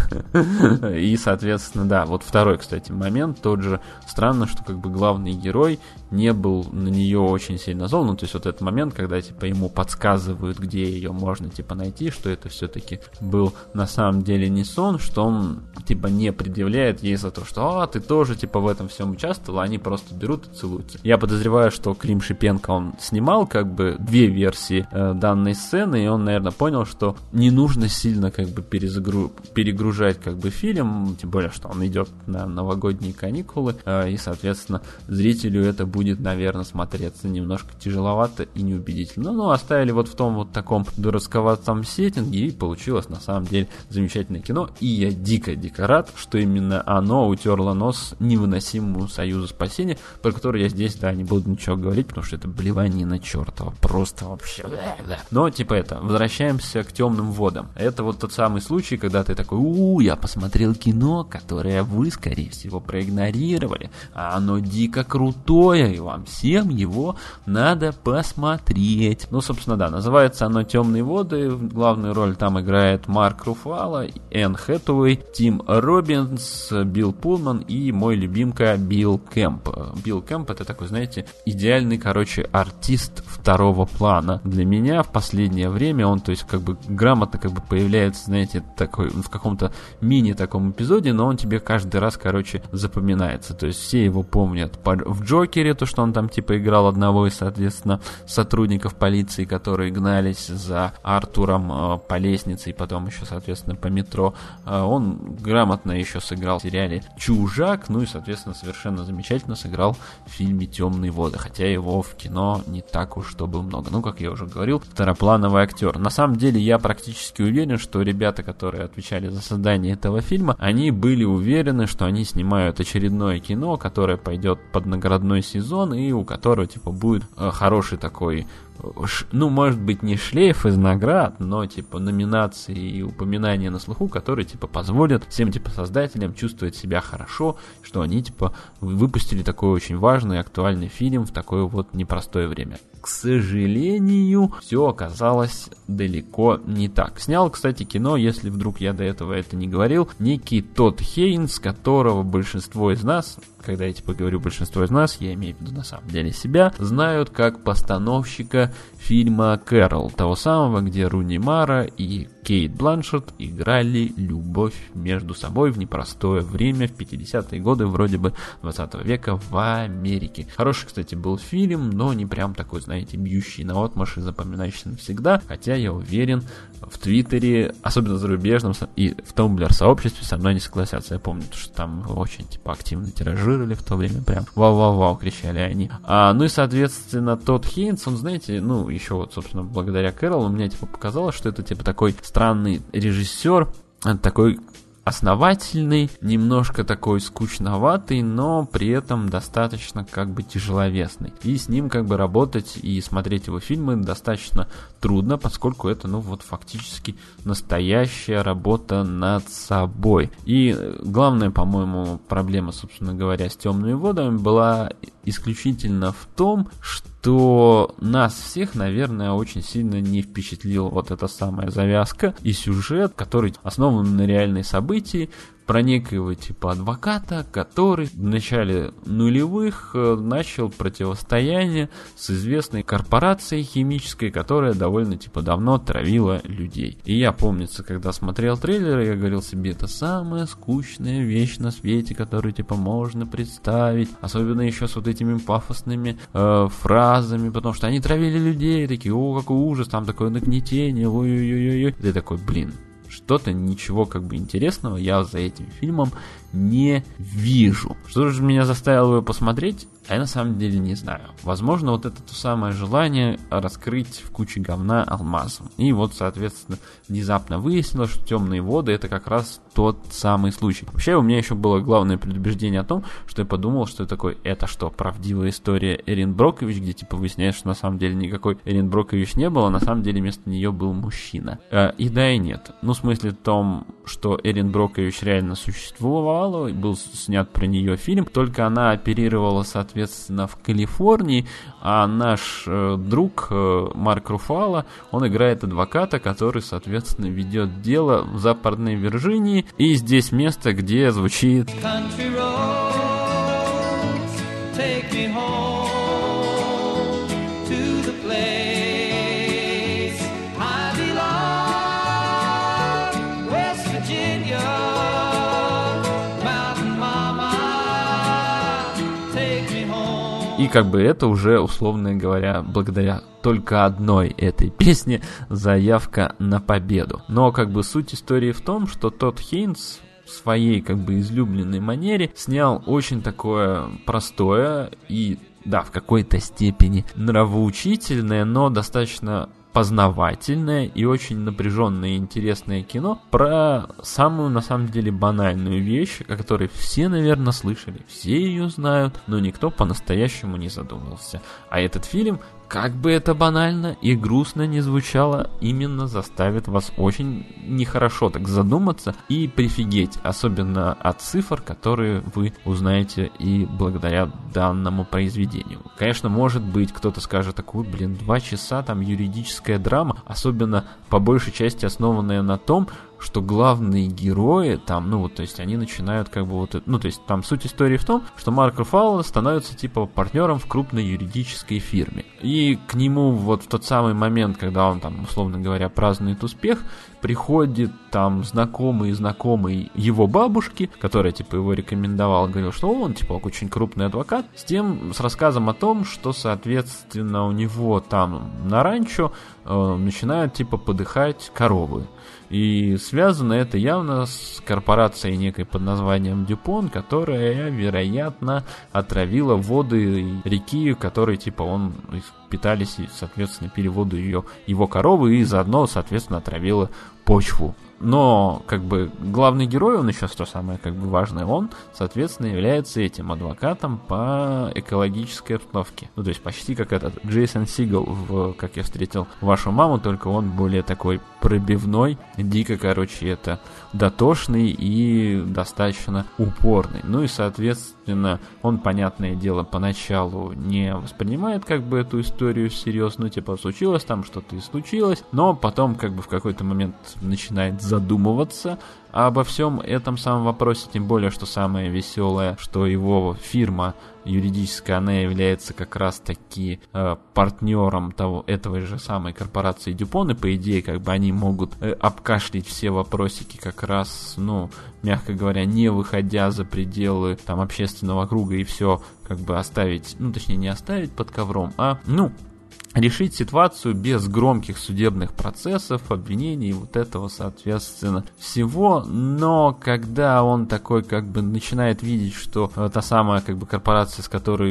И, соответственно, да, вот второй, кстати, момент, тот же. Странно, что, как бы, главный герой не был на нее очень сильно зол. Ну, то есть вот этот момент, когда, типа, ему подсказывают, где ее можно, типа, найти, что это все-таки был на самом деле не сон, что он, типа, не предъявляет ей за то, что, ты тоже, типа, в этом всем участвовал, они просто берут и целуются. Я подозреваю, что Клим Шипенко, он снимал, как бы, две версии данной сцены, и он, наверное, понял, что не нужно сильно, как бы, перегружать, как бы, фильм, тем более, что он идет на новогодние каникулы, и, соответственно, зрителю это будет, наверное, смотреться немножко тяжеловато и неубедительно. Ну, оставили вот в том вот таком дурацковатом сеттинге, и получилось, на самом деле, замечательное кино, и я дико-дико рад, что именно оно утерло нос невыносимому Союзу спасения, про который я здесь, да, не буду ничего говорить, потому что это блеванина чертова, просто вообще. Но, типа, возвращаемся к темным водам. Это вот тот самый случай, когда ты такой, я посмотрел кино, которое вы, скорее всего, проигнорировали, а оно дико крутое, и вам всем его надо посмотреть. Ну, собственно, да, называется оно «Темные воды», главную роль там играет Марк Руффало, Энн Хэтэуэй, Тим Роббинс, Билл Пулман и мой любимка Билл Кэмп. Билл Кэмп — это такой, знаете, идеальный, артист второго плана. Для меня в последнее время он, то есть, как бы, грамотно, как бы, появляется, знаете, такой, в каком-то мини-таком эпизоде, но он тебе каждый раз, запоминается. То есть, все его помнят в Джокере, то, что он там, типа, играл одного из, соответственно, сотрудников полиции, которые гнались за Артуром по лестнице и потом еще, соответственно, по метро. Он грамотно еще сыграл в сериале «Чужак», ну и, соответственно, совершенно замечательно сыграл в фильме «Темные воды», хотя его в кино не так уж чтобы много. Ну, как я уже говорил, второплановый актер. На самом деле, я практически уверен, что ребята, которые отвечали за создание этого фильма, они были уверены, что они снимают очередное кино, которое пойдет под наградной сезон и у которого, типа, будет хороший такой, ну, может быть, не шлейф из наград, но, типа, номинации и упоминания на слуху, которые, типа, позволят всем, типа, создателям чувствовать себя хорошо, что они, типа, выпустили такой очень важный и актуальный фильм в такое вот непростое время. К сожалению, все оказалось далеко не так. Снял, кстати, кино, если вдруг я до этого это не говорил, некий Тодд Хейнс, которого большинство из нас, когда я, типа, говорю большинство из нас, я имею в виду на самом деле себя, знают как постановщика фильма «Кэрол», того самого, где Руни Мара и Кейт Бланшетт играли любовь между собой в непростое время, в 50-е годы, вроде бы 20 века в Америке. Хороший, кстати, был фильм, но не прям такой, знаете, бьющий наотмашь и запоминающийся навсегда, хотя я уверен, в Твиттере, особенно зарубежном и в Тумблер-сообществе со мной не согласятся. Я помню, что там очень, типа, активно тиражировали в то время, прям вау-вау-вау кричали они. Ну и, соответственно, Тодд Хейнс, он, знаете, ну, еще вот, собственно, благодаря Кэрол, у меня, типа, показалось, что это, типа, такой странный режиссер, такой основательный, немножко такой скучноватый, но при этом достаточно, как бы, тяжеловесный. И с ним, как бы, работать и смотреть его фильмы достаточно трудно, поскольку это, ну, вот, фактически настоящая работа над собой. И главная, по-моему, проблема, собственно говоря, с «Темными водами» была исключительно в том, что нас всех, наверное, очень сильно не впечатлила вот эта самая завязка и сюжет, который основан на реальной событии, про некоего типа адвоката, который в начале нулевых начал противостояние с известной корпорацией химической, которая довольно типа давно травила людей. И я, помнится, когда смотрел трейлер, я говорил себе, это самая скучная вещь на свете, которую типа можно представить, особенно еще с вот этими пафосными фразами, потому что они травили людей, такие, о, какой ужас, там такое нагнетение, ой-ой-ой-ой. Ты такой, блин, что-то, ничего как бы интересного я за этим фильмом не вижу. Что же меня заставило его посмотреть? А я на самом деле не знаю. Возможно, вот это то самое желание раскрыть в куче говна алмазом. И вот, соответственно, внезапно выяснилось, что темные воды — это как раз тот самый случай. Вообще, у меня еще было главное предубеждение о том, что я подумал, что это что, правдивая история Эрин Брокович, где типа выясняется, что на самом деле никакой Эрин Брокович не было, а на самом деле вместо нее был мужчина. И да, и нет. Ну, в смысле в том, что Эрин Брокович реально существовала, был снят про нее фильм, только она оперировала, соответственно, в Калифорнии, а наш друг Марк Руфало, он играет адвоката, который, соответственно, ведет дело в Западной Вирджинии, и здесь место, где звучит И как бы это уже, условно говоря, благодаря только одной этой песне заявка на победу. Но как бы суть истории в том, что Тодд Хейнс в своей как бы излюбленной манере снял очень такое простое и, да, в какой-то степени нравоучительное, но достаточно познавательное и очень напряженное и интересное кино про самую, на самом деле, банальную вещь, о которой все, наверное, слышали, все ее знают, но никто по-настоящему не задумывался. А этот фильм, как бы это банально и грустно не звучало, именно заставит вас очень нехорошо так задуматься и прифигеть, особенно от цифр, которые вы узнаете и благодаря данному произведению. Конечно, может быть, кто-то скажет, такой, 2 часа, там юридическая драма, особенно по большей части основанная на том, что главные герои там, то есть они начинают как бы то есть там суть истории в том, что Марк Руфало становится типа партнером в крупной юридической фирме. И к нему вот в тот самый момент, когда он там, условно говоря, празднует успех, приходит там знакомый его бабушки, которая типа его рекомендовала, говорил, что он типа очень крупный адвокат, с рассказом о том, что, соответственно, у него там на ранчо начинают типа подыхать коровы. И связано это явно с корпорацией некой под названием Дюпон, которая, вероятно, отравила воды реки, которой типа он питались и, соответственно, пили воду его коровы, и заодно, соответственно, отравила почву. Но, как бы, главный герой, он еще что самое, как бы, важное, он, соответственно, является этим адвокатом по экологической обстановке. То есть почти как этот Джейсон Сигел в «Как я встретил вашу маму», только он более такой пробивной, дико, это дотошный и достаточно упорный. И, соответственно, он, понятное дело, поначалу не воспринимает, как бы, эту историю всерьез, случилось там что-то и случилось, но потом, как бы, в какой-то момент начинает задумываться обо всем этом самом вопросе, тем более, что самое веселое, что его фирма юридическая, она является как раз-таки партнером этой же самой корпорации Дюпон, и по идее, как бы, они могут обкашлять все вопросики как раз, мягко говоря, не выходя за пределы там общественного круга и все, как бы, оставить, точнее, не оставить под ковром, а, решить ситуацию без громких судебных процессов, обвинений, вот этого, соответственно, всего. Но когда он такой, как бы, начинает видеть, что та самая, как бы, корпорация,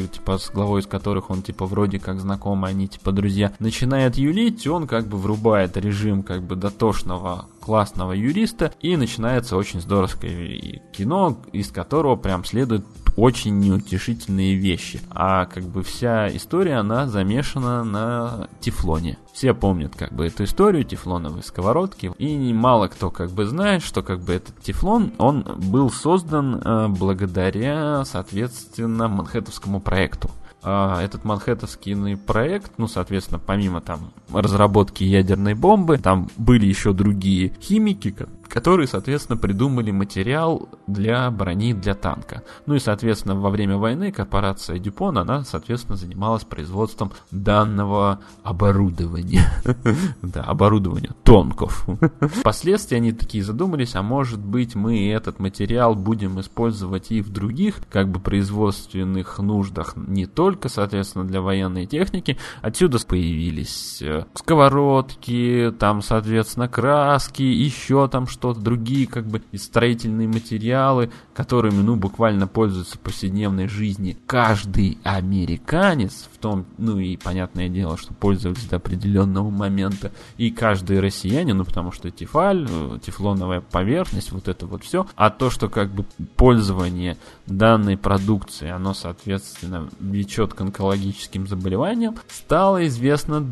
с главой из которых он, вроде как знакомый, они, друзья, начинает юлить, он, как бы, врубает режим, как бы, дотошного классного юриста, и начинается очень здоровское кино, из которого прям следует очень неутешительные вещи. А как бы вся история, она замешана на тефлоне. Все помнят, как бы, эту историю тефлоновой сковородки, и мало кто, как бы, знает, что, как бы, этот тефлон, он был создан благодаря, соответственно, Манхэттенскому проекту. Этот манхэттенский проект, соответственно, помимо там разработки ядерной бомбы, там были еще другие химики, которые, соответственно, придумали материал для брони для танка. И, соответственно, во время войны корпорация Дюпон, она, соответственно, занималась производством данного оборудования. Да, оборудования, тонков. Впоследствии они такие задумались, а может быть, мы этот материал будем использовать и в других, как бы, производственных нуждах, не только, соответственно, для военной техники. Отсюда появились сковородки, там, соответственно, краски, еще там что-то, другие как бы строительные материалы, которыми, ну, буквально пользуются в повседневной жизни каждый американец, в том, ну, и понятное дело, что пользуются до определенного момента, и каждый россиянин, ну, потому что тефаль, тефлоновая поверхность, вот это вот все, а то, что как бы пользование данной продукции, оно, соответственно, влечет к онкологическим заболеваниям, стало известно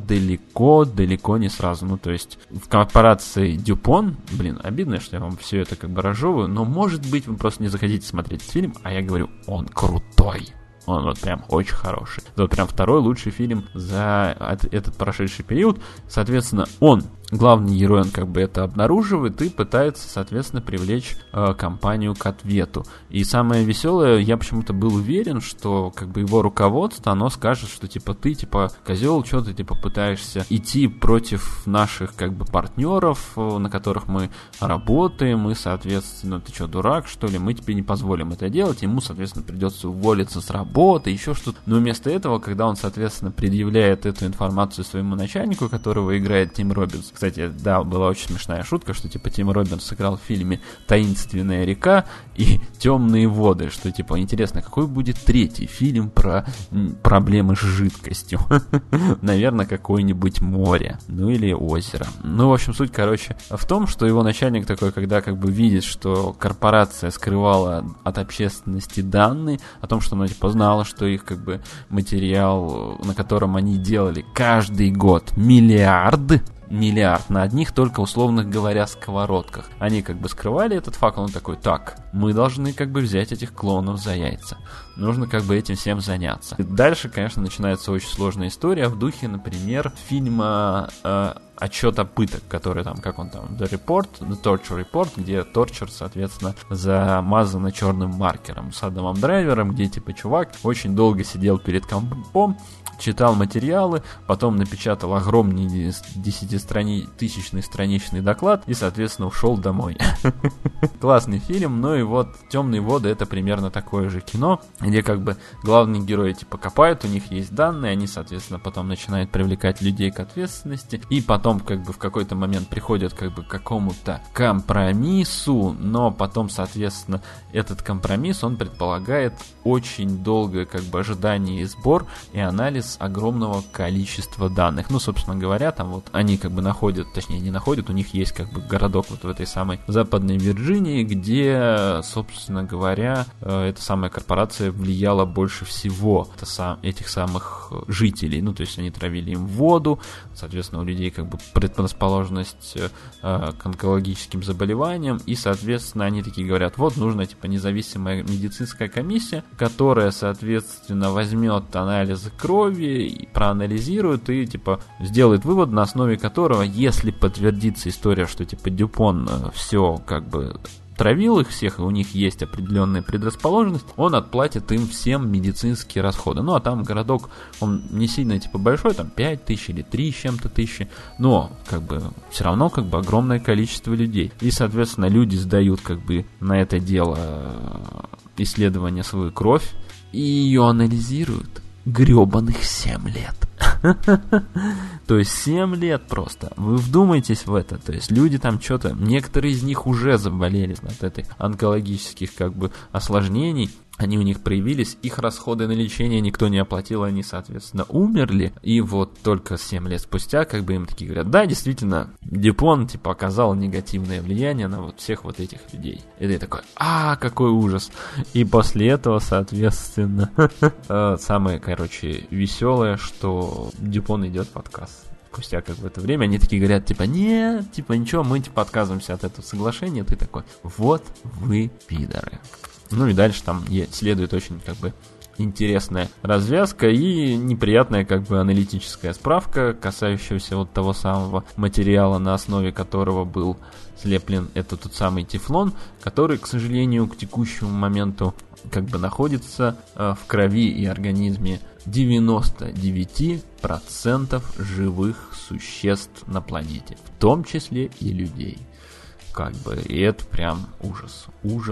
далеко не сразу. Ну, то есть, в корпорации DuPont, обидно, что я вам все это как бы разжевываю, но, может быть, вы просто не захотите смотреть этот фильм, а я говорю, он крутой. Он вот прям очень хороший. Это вот прям второй лучший фильм за этот прошедший период. Соответственно, главный герой, он как бы это обнаруживает и пытается, соответственно, привлечь компанию к ответу. И самое веселое, я почему-то был уверен, что как бы его руководство, оно скажет, что типа ты, типа, козел, что ты, типа, пытаешься идти против наших как бы партнеров, на которых мы работаем, и, соответственно, ты что, дурак, что ли, мы тебе не позволим это делать, ему, соответственно, придется уволиться с работы, еще что-то. Но вместо этого, когда он, соответственно, предъявляет эту информацию своему начальнику, которого играет Тим Роббинс. Кстати, да, была очень смешная шутка, что типа Тим Роббинс сыграл в фильме «Таинственная река» и «Темные воды», что типа интересно, какой будет третий фильм про проблемы с жидкостью? Наверное, какое-нибудь море, ну или озеро. Ну, в общем, суть, короче, в том, что его начальник такой, когда как бы видит, что корпорация скрывала от общественности данные о том, что она типа знала, что их как бы материал, на котором они делали каждый год миллиард на одних только, условно говоря, сковородках. Они как бы скрывали этот факт, он такой, так, мы должны как бы взять этих клоунов за яйца. Нужно как бы этим всем заняться. И дальше, конечно, начинается очень сложная история в духе, например, фильма «Отчет о пыток», который там, как он там, The Torture Report, где торчер, соответственно, замазано черным маркером с Адамом Драйвером, где типа чувак очень долго сидел перед компом, читал материалы, потом напечатал огромный 10-тысячный страничный доклад и, соответственно, ушел домой. Классный фильм, ну и вот «Темные воды» — это примерно такое же кино, где как бы главные герои типа копают, у них есть данные, они, соответственно, потом начинают привлекать людей к ответственности, и потом как бы в какой-то момент приходят как бы к какому-то компромиссу, но потом, соответственно, этот компромисс, он предполагает очень долгое как бы ожидание и сбор, и анализ огромного количества данных. Ну, собственно говоря, там вот они как бы находят, точнее не находят, у них есть как бы городок вот в этой самой Западной Вирджинии, где, собственно говоря, эта самая корпорация влияла больше всего этих самых жителей. Ну, то есть они травили им воду, соответственно, у людей как бы предрасположенность к онкологическим заболеваниям, и, соответственно, они такие говорят, вот нужна типа независимая медицинская комиссия, которая, соответственно, возьмет анализы крови и проанализирует и типа сделает вывод, на основе которого, если подтвердится история, что типа DuPont все как бы травил их всех, и у них есть определенная предрасположенность, он отплатит им всем медицинские расходы. Ну, а там городок, он не сильно типа большой, там 5 тысяч или 3 с чем-то тысячи, но как бы все равно как бы огромное количество людей. И, соответственно, люди сдают как бы на это дело исследования свою кровь и ее анализируют гребаных 7 лет. То есть 7 лет просто. Вы вдумайтесь в это. То есть люди там что-то, некоторые из них уже заболели от этой онкологических как бы осложнений. Они у них проявились, их расходы на лечение никто не оплатил, они, соответственно, умерли. И вот только 7 лет спустя, как бы им такие говорят, да, действительно, DuPont, типа, оказал негативное влияние на вот всех вот этих людей. И ты такой, какой ужас. И после этого, соответственно, самое, короче, веселое, что DuPont идет в отказ. Спустя какое-то время они такие говорят, типа, нет, типа, ничего, мы, типа, отказываемся от этого соглашения. Ты такой, вот вы пидоры. Ну и дальше там следует очень как бы интересная развязка и неприятная как бы аналитическая справка, касающаяся вот того самого материала, на основе которого был слеплен этот тот самый тефлон, который, к сожалению, к текущему моменту как бы находится в крови и организме 99% живых существ на планете, в том числе и людей. как бы, и это прям ужас.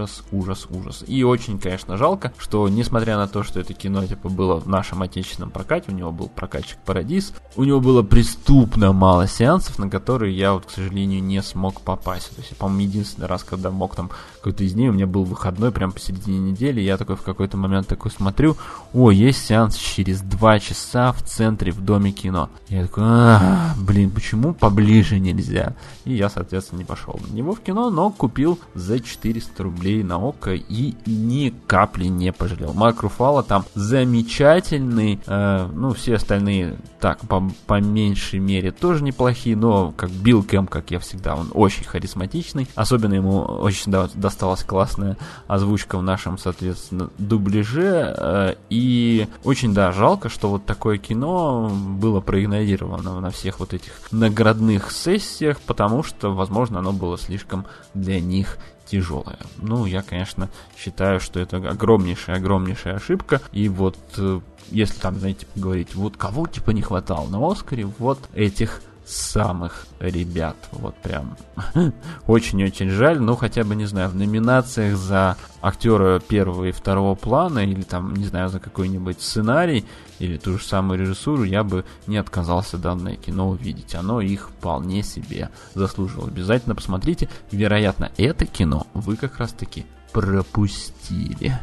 И очень, конечно, жалко, что несмотря на то, что это кино типа было в нашем отечественном прокате, у него был прокатчик Парадис, у него было преступно мало сеансов, на которые я вот, к сожалению, не смог попасть. То есть, по-моему, единственный раз, когда мог там какой-то из дней, у меня был выходной прям посередине недели, я такой в какой-то момент такой смотрю, есть сеанс через 2 часа в центре, в Доме кино. Я такой, почему поближе нельзя? И я, соответственно, не пошел на него в кино, но купил за 400 рублей на ОККО и ни капли не пожалел. Марк Руффало там замечательный, все остальные так, по меньшей мере тоже неплохие, но как Билл Кэмп, как я всегда, он очень харизматичный, особенно ему очень досталась классная озвучка в нашем, соответственно, дубляже, и очень, жалко, что вот такое кино было проигнорировано на всех вот этих наградных сессиях, потому что, возможно, оно было слишком для них тяжелая. Я, конечно, считаю, что это огромнейшая ошибка. И вот, если там, знаете, говорить, вот кого типа не хватало на Оскаре, вот этих самых ребят. Вот прям очень-очень жаль. Хотя бы, не знаю, в номинациях за актера первого и второго плана, или там, не знаю, за какой-нибудь сценарий, или ту же самую режиссуру, я бы не отказался данное кино увидеть. Оно их вполне себе заслужило. Обязательно посмотрите. Вероятно, это кино вы как раз-таки пропустили.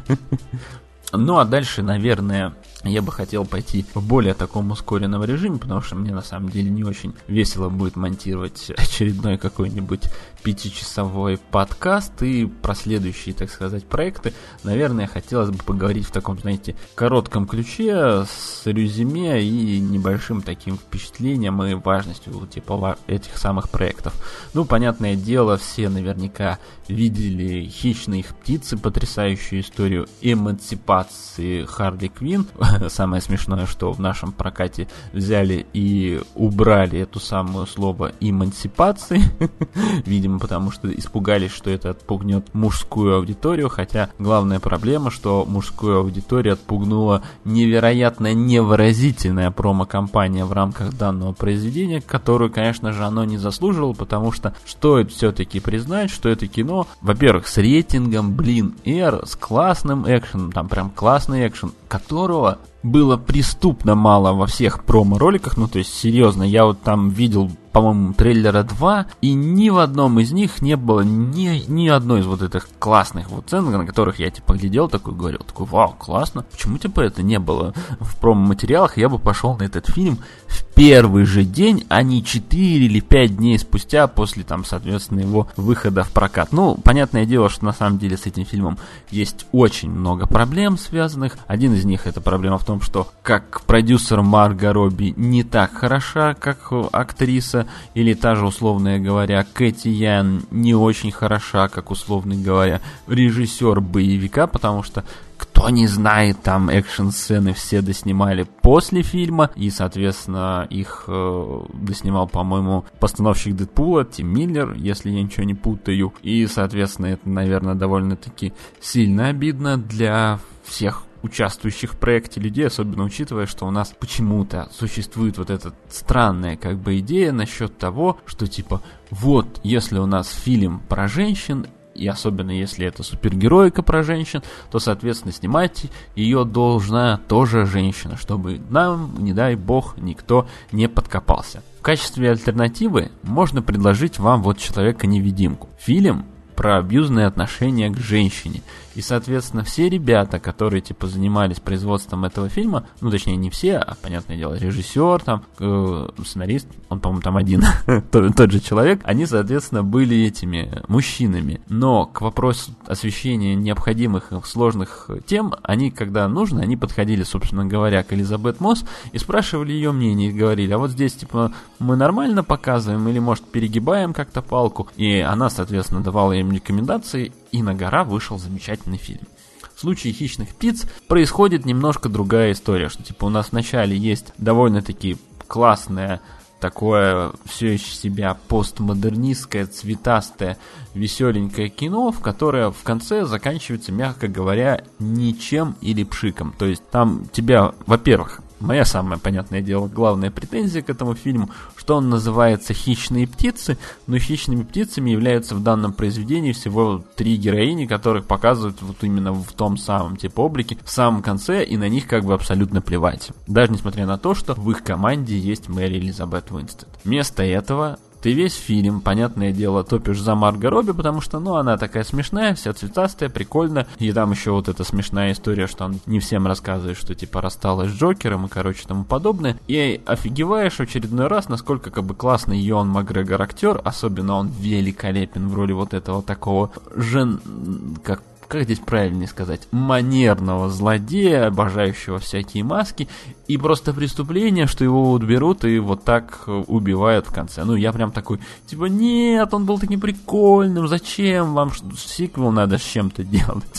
А дальше, наверное, я бы хотел пойти в более таком ускоренном режиме, потому что мне на самом деле не очень весело будет монтировать очередной какой-нибудь 5-часовой подкаст, и про следующие, так сказать, проекты, наверное, хотелось бы поговорить в таком, знаете, коротком ключе с резюме и небольшим таким впечатлением и важностью типа этих самых проектов. Понятное дело, все наверняка видели «Хищные птицы», потрясающую историю эмансипации Харли Квинн. Самое смешное, что в нашем прокате взяли и убрали эту самую слово эмансипации, видимо, потому что испугались, что это отпугнет мужскую аудиторию, хотя главная проблема, что мужскую аудиторию отпугнула невероятно невыразительная промо-компания в рамках данного произведения, которую, конечно же, оно не заслуживало, потому что стоит все-таки признать, что это кино, во-первых, с рейтингом R, с классным экшеном, там прям классный экшен, которого было преступно мало во всех промо-роликах, то есть, серьезно, я вот там видел, по-моему, трейлера 2, и ни в одном из них не было ни одной из вот этих классных вот сцен, на которых я, глядел, говорил, вау, классно, почему, это не было в промо-материалах, я бы пошел на этот фильм в первый же день, а не 4 или 5 дней спустя после, соответственно, его выхода в прокат. Понятное дело, что на самом деле с этим фильмом есть очень много проблем связанных. Один из них — это проблема в том, что как продюсер Марго Робби не так хороша, как актриса, или та же, условно говоря, Кэти Ян не очень хороша, как, условно говоря, режиссер боевика, потому что кто не знает, там экшн-сцены все доснимали после фильма, и, соответственно, их доснимал, по-моему, постановщик Дэдпула Тим Миллер, если я ничего не путаю, и, соответственно, это, наверное, довольно-таки сильно обидно для всех участвующих в проекте людей, особенно учитывая, что у нас почему-то существует вот эта странная идея насчет того, что вот, если у нас фильм про женщин, и особенно если это супергероика про женщин, то, соответственно, снимать ее должна тоже женщина, чтобы нам, не дай бог, никто не подкопался. В качестве альтернативы можно предложить вам вот «Человека-невидимку». Фильм про абьюзные отношения к женщине. И, соответственно, все ребята, которые, занимались производством этого фильма, точнее, не все, а, понятное дело, режиссер, сценарист, он, по-моему, там один, тот же человек, они, соответственно, были этими мужчинами. Но к вопросу освещения необходимых сложных тем, они, когда нужно, они подходили, собственно говоря, к Элизабет Мосс и спрашивали ее мнение, и говорили, а вот здесь, мы нормально показываем или, может, перегибаем как-то палку? И она, соответственно, давала им рекомендации, и на гора вышел замечательный фильм. В случае «Хищных птиц» происходит немножко другая история, что у нас вначале есть довольно-таки классная такое все из себя постмодернистское, цветастое, веселенькое кино, в которое в конце заканчивается, мягко говоря, ничем или пшиком. То есть там тебя, во-первых, моя самая, понятное дело, главная претензия к этому фильму, что он называется «Хищные птицы», но хищными птицами являются в данном произведении всего 3 героини, которых показывают вот именно в том самом типа облике в самом конце, и на них как бы абсолютно плевать. Даже несмотря на то, что в их команде есть Мэри Элизабет Уинстед. Вместо этого ты весь фильм, понятное дело, топишь за Марго Робби, потому что, она такая смешная, вся цветастая, прикольная. И там еще вот эта смешная история, что он не всем рассказывает, что типа рассталась с Джокером и, тому подобное. И офигеваешь в очередной раз, насколько как бы классный Юэн Макгрегор актер, особенно он великолепен в роли вот этого такого как здесь правильнее сказать, манерного злодея, обожающего всякие маски, и просто преступление, что его вот берут и вот так убивают в конце. Я прям такой, типа, нет, он был таким прикольным, зачем вам сиквел надо с чем-то делать?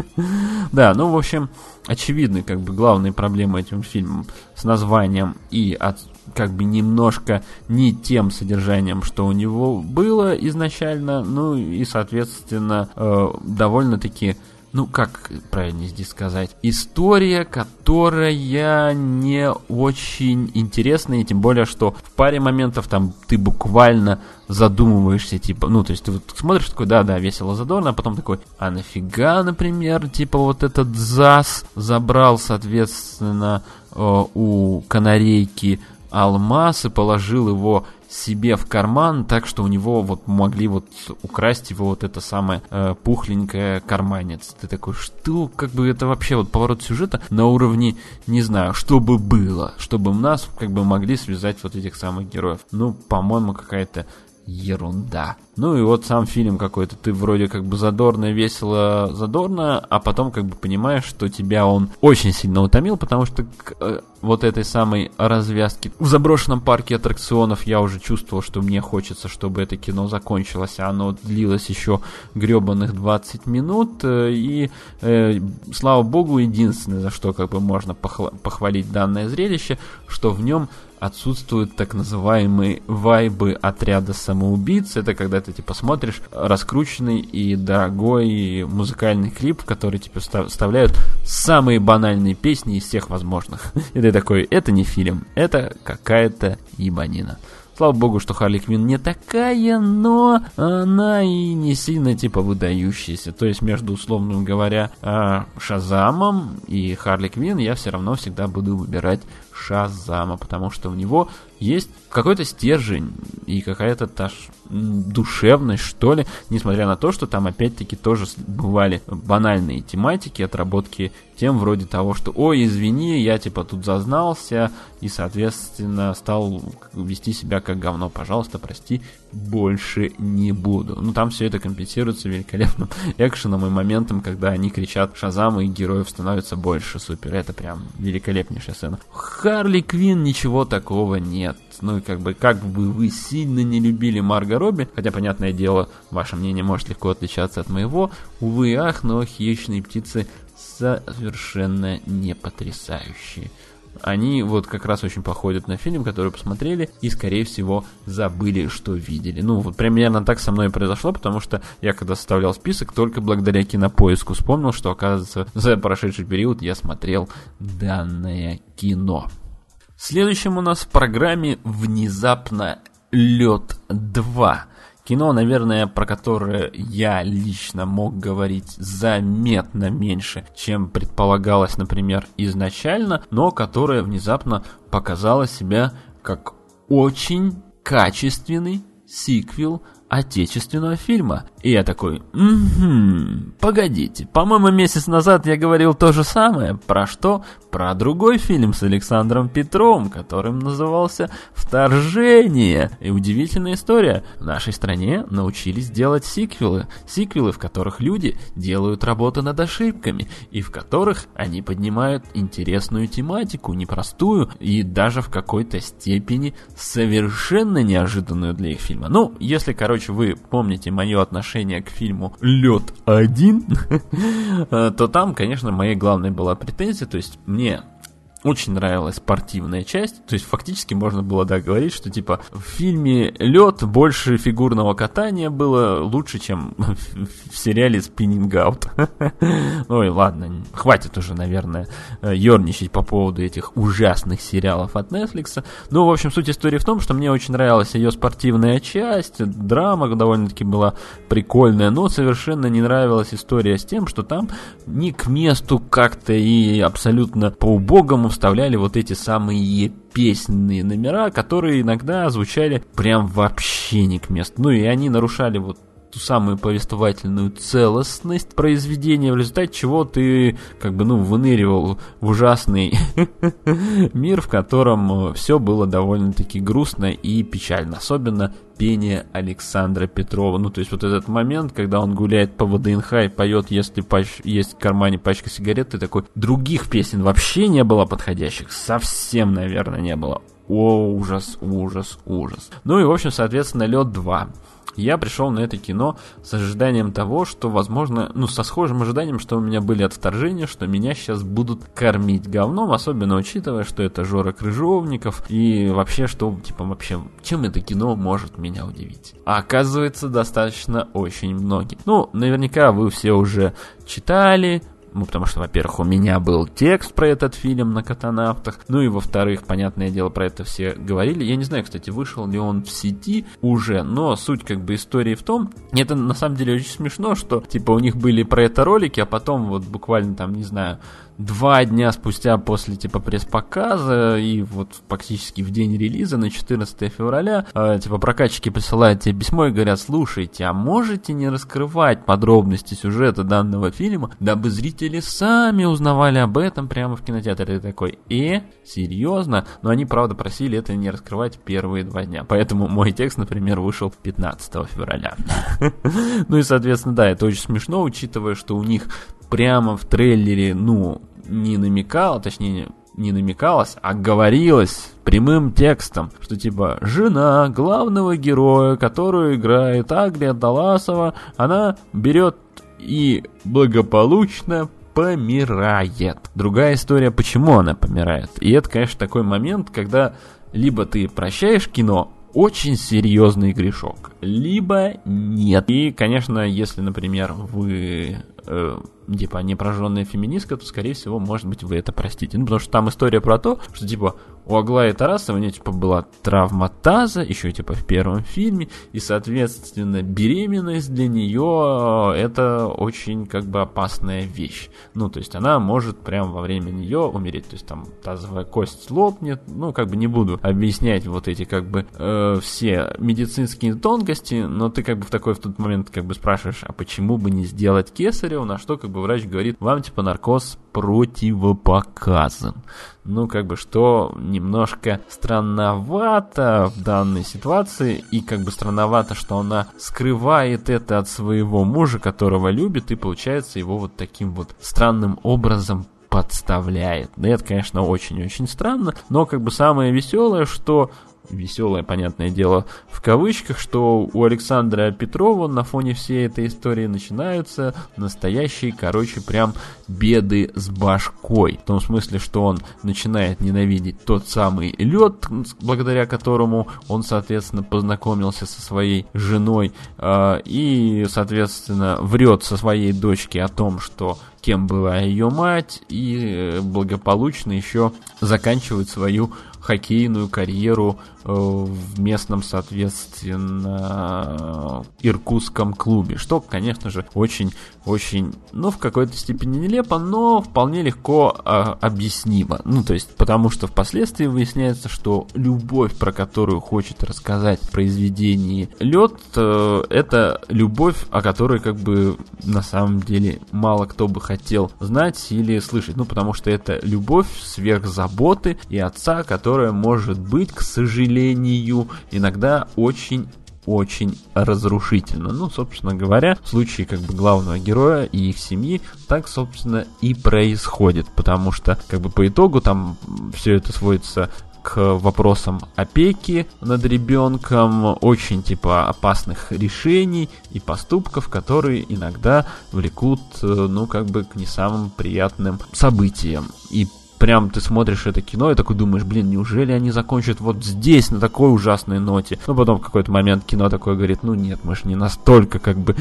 Да, в общем, очевидны как бы главные проблемы этим фильмом с названием и как бы немножко не тем содержанием, что у него было изначально, и, соответственно, довольно-таки, как правильно здесь сказать, история, которая не очень интересная, и тем более, что в паре моментов там ты буквально задумываешься, типа, то есть ты вот смотришь такой, да, весело, задорно, а потом такой, а нафига, например, типа вот этот ЗАС забрал, соответственно, у канарейки алмаз и положил его себе в карман, так что у него вот могли вот украсть его вот это самое пухленькое карманец. Ты такой, что, как бы это вообще вот поворот сюжета на уровне, не знаю, что бы было, чтобы у нас как бы могли связать вот этих самых героев. По-моему, какая-то ерунда. И вот сам фильм какой-то, ты вроде как бы задорно, весело, задорно, а потом как бы понимаешь, что тебя он очень сильно утомил, потому что к вот этой самой развязки в заброшенном парке аттракционов я уже чувствовал, что мне хочется, чтобы это кино закончилось, а оно длилось еще гребаных 20 минут, и слава богу, единственное, за что как бы можно похвалить данное зрелище, что в нем отсутствуют так называемые вайбы отряда самоубийц. Это когда ты типа смотришь раскрученный и дорогой музыкальный клип, в который типа вставляют самые банальные песни из всех возможных. И ты такой, это не фильм, это какая-то ебанина. Слава богу, что Харли Квинн не такая, но она и не сильно типа выдающаяся. То есть между, условно говоря, Шазамом и Харли Квинн я все равно всегда буду выбирать Шазама, потому что у него есть какой-то стержень и какая-то душевность, что ли, несмотря на то, что там опять-таки тоже бывали банальные тематики, отработки тем вроде того, что ой, извини, я типа тут зазнался и, соответственно, стал вести себя как говно, пожалуйста, прости, больше не буду. Там все это компенсируется великолепным экшеном и моментом, когда они кричат Шазам, и героев становится больше. Супер, это прям великолепнейшая сцена. Харли Квинн ничего такого нет. И как бы вы сильно не любили Марго Робби, хотя, понятное дело, ваше мнение может легко отличаться от моего, увы и ах, но «Хищные птицы» совершенно не потрясающие. Они вот как раз очень походят на фильм, который посмотрели и, скорее всего, забыли, что видели. Вот примерно так со мной и произошло, потому что я, когда составлял список, только благодаря Кинопоиску вспомнил, что, оказывается, за прошедший период я смотрел данное кино. Следующим у нас в программе «Внезапно Лед 2». Кино, наверное, про которое я лично мог говорить заметно меньше, чем предполагалось, например, изначально, но которое внезапно показало себя как очень качественный сиквел отечественного фильма. И я такой, погодите, по-моему, месяц назад я говорил то же самое. Про что? Про другой фильм с Александром Петровым, которым назывался «Вторжение». И удивительная история. В нашей стране научились делать сиквелы. Сиквелы, в которых люди делают работу над ошибками, и в которых они поднимают интересную тематику, непростую, и даже в какой-то степени совершенно неожиданную для их фильма. Если, вы помните мое отношение к фильму «Лед-1», то там, конечно, моей главной была претензия, то есть мне очень нравилась спортивная часть. То есть фактически можно было, да, говорить, что типа в фильме «Лед» больше фигурного катания было лучше, чем в сериале «Spinning Out». Ой, ладно, хватит уже, наверное, ерничать по поводу этих ужасных сериалов от Netflix. Ну, в общем, суть истории в том, что мне очень нравилась ее спортивная часть, драма довольно-таки была прикольная, но совершенно не нравилась история с тем, что там не к месту как-то и абсолютно по-убогому вставляли вот эти самые песенные номера, которые иногда звучали прям вообще не к месту. Ну и они нарушали вот ту самую повествовательную целостность произведения, в результате чего ты как бы, ну, выныривал в ужасный мир, в котором все было довольно-таки грустно и печально. Особенно пение Александра Петрова. Ну, то есть вот этот момент, когда он гуляет по ВДНХ и поет «Если есть в кармане пачка сигарет», ты такой, других песен вообще не было подходящих, совсем, наверное, не было. О, ужас, ужас, ужас. Ну и, в общем, соответственно, «Лед 2». Я пришел на это кино с ожиданием того, что, возможно, ну, со схожим ожиданием, что у меня были от вторжения, что меня сейчас будут кормить говном, особенно учитывая, что это Жора Крыжовников, и вообще, что, типа, вообще, чем это кино может меня удивить? А оказывается, достаточно очень многим. Ну, наверняка вы все уже читали, ну, потому что, во-первых, у меня был текст про этот фильм на Котонавтах, ну и, во-вторых, понятное дело, про это все говорили. Я не знаю, кстати, вышел ли он в сети уже, но суть как бы истории в том, это на самом деле очень смешно, что, типа, у них были про это ролики, а потом вот буквально там, не знаю, 2 дня спустя после, типа, пресс-показа и вот практически в день релиза, на 14 февраля, типа, прокатчики присылают тебе письмо и говорят: слушайте, а можете не раскрывать подробности сюжета данного фильма, дабы зрители сами узнавали об этом прямо в кинотеатре? Ты такой, серьезно? Но они, правда, просили это не раскрывать первые 2 дня, поэтому мой текст, например, вышел 15 февраля. Ну и, соответственно, да, это очень смешно, учитывая, что у них прямо в трейлере, ну, не намекалось, а говорилось прямым текстом, что типа жена главного героя, которую играет Аглия Даласова, она берет и благополучно помирает. Другая история, почему она помирает. И это, конечно, такой момент, когда либо ты прощаешь кино, очень серьезный грешок, либо нет. И, конечно, если, например, вы типа непрожженная феминистка, то, скорее всего, может быть, вы это простите. Ну, потому что там история про то, что, типа, у Аглаи Тарасовой у нее, типа, была травма таза, еще, типа, в первом фильме, и, соответственно, беременность для нее это очень, как бы, опасная вещь. Ну, то есть она может прямо во время нее умереть, то есть там тазовая кость лопнет, ну, как бы не буду объяснять вот эти, как бы, все медицинские тонкости, но ты, как бы, в тот момент, как бы, спрашиваешь, а почему бы не сделать кесарево, на что, как бы, врач говорит, вам, типа, наркоз противопоказан. Ну, как бы, что немножко странновато в данной ситуации, и как бы странновато, что она скрывает это от своего мужа, которого любит, и, получается, его вот таким вот странным образом подставляет. Да, это, конечно, очень-очень странно, но, как бы, самое веселое, что... Веселое, понятное дело, в кавычках, что у Александра Петрова на фоне всей этой истории начинаются настоящие, короче, прям беды с башкой. В том смысле, что он начинает ненавидеть тот самый лед, благодаря которому он, соответственно, познакомился со своей женой, и, соответственно, врет со своей дочке о том, что кем была ее мать, и благополучно еще заканчивает свою хоккейную карьеру в местном, соответственно, иркутском клубе. Что, конечно же, очень, ну, в какой-то степени нелепо, но вполне легко объяснимо. Ну, то есть, потому что впоследствии выясняется, что любовь, про которую хочет рассказать в произведении «Лед», это любовь, о которой, как бы, на самом деле, мало кто бы хотел знать или слышать. Ну, потому что это любовь сверх заботы и отца, которая может быть, к сожалению, иногда очень разрушительно. Ну, собственно говоря, в случае, как бы, главного героя и их семьи так, собственно, и происходит, потому что, как бы, по итогу там все это сводится к вопросам опеки над ребенком, очень, типа, опасных решений и поступков, которые иногда влекут, ну, как бы, к не самым приятным событиям. И прям ты смотришь это кино и такой думаешь, блин, неужели они закончат вот здесь, на такой ужасной ноте? Но потом в какой-то момент кино такое говорит, ну нет, мы же не настолько как бы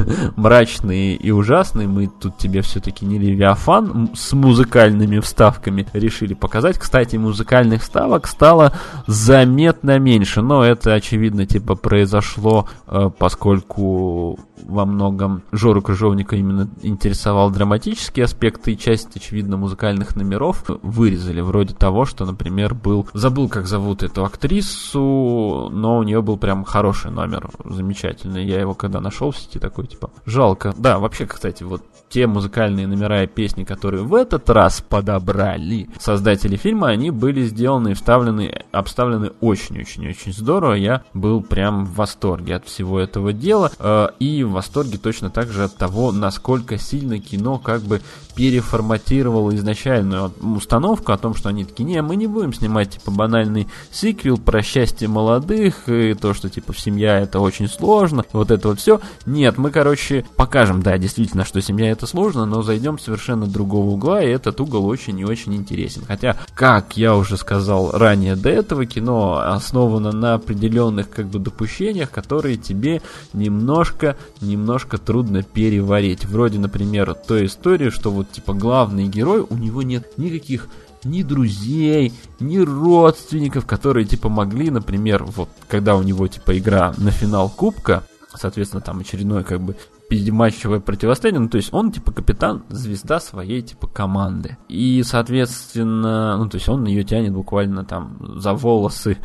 мрачные и ужасные, мы тут тебе все-таки не Левиафан с музыкальными вставками решили показать. Кстати, музыкальных вставок стало заметно меньше, но это, очевидно, типа произошло, поскольку во многом Жору Крыжовника именно интересовал драматический аспект, и часть, очевидно, музыкальных номеров вырезали, вроде того, что, например, забыл, как зовут эту актрису, но у нее был прям хороший номер, замечательный. Я его когда нашел в сети, такой, типа, жалко. Да, вообще, кстати, вот те музыкальные номера и песни, которые в этот раз подобрали создатели фильма, они были сделаны и обставлены очень-очень-очень здорово. Я был прям в восторге от всего этого дела, и в восторге точно так же от того, насколько сильно кино как бы переформатировало изначальную установку о том, что они такие, не, мы не будем снимать типа банальный сиквел про счастье молодых и то, что типа семья это очень сложно, вот это вот все. Нет, мы, короче, покажем, да, действительно, что семья это сложно, но зайдем с совершенно другого угла, и этот угол очень и очень интересен. Хотя, как я уже сказал ранее до этого, кино основано на определенных как бы допущениях, которые тебе немножко трудно переварить. Вроде, например, той истории, что вот типа главный герой, у него нет никаких ни друзей, ни родственников, которые типа могли, например, вот когда у него типа игра на финал Кубка, соответственно, там очередное как бы пиздематчевое противостояние, ну, то есть он, типа, капитан, звезда своей, типа, команды. И, соответственно, ну, то есть он ее тянет буквально там за волосы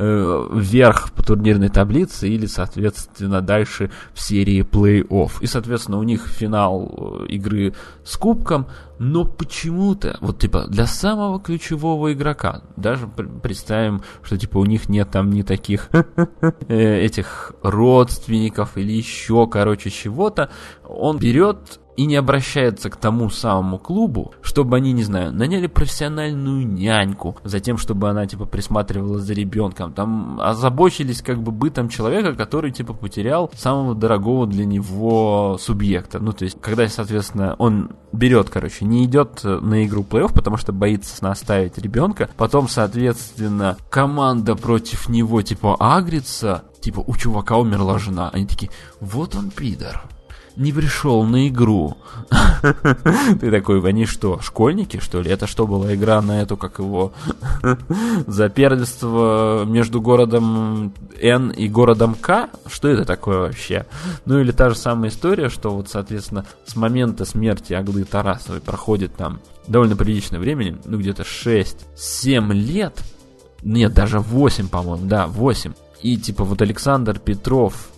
вверх по турнирной таблице или, соответственно, дальше в серии плей-офф. И, соответственно, у них финал игры с кубком, но почему-то, вот, типа, для самого ключевого игрока, даже представим, что, типа, у них нет там ни таких этих родственников или еще, короче, чего-то, он берет и не обращается к тому самому клубу, чтобы они, не знаю, наняли профессиональную няньку, затем, чтобы она, типа, присматривала за ребенком, там, озабочились, как бы, бытом человека, который, типа, потерял самого дорогого для него субъекта. Ну, то есть, когда, соответственно, он берет, короче, не идет на игру плей-офф, потому что боится наставить ребенка, потом, соответственно, команда против него, типа, агрится, типа, у чувака умерла жена, они такие, вот он пидор. Не пришел на игру. Ты такой, они что, школьники, что ли? Это что, была игра на эту, как его, за первенство между городом Н и городом К? Что это такое вообще? Ну или та же самая история, что вот, соответственно, с момента смерти Аглы Тарасовой проходит там довольно приличное времени, ну где-то 6-7 лет, нет, даже 8, по-моему, да, 8. И типа вот Александр Петров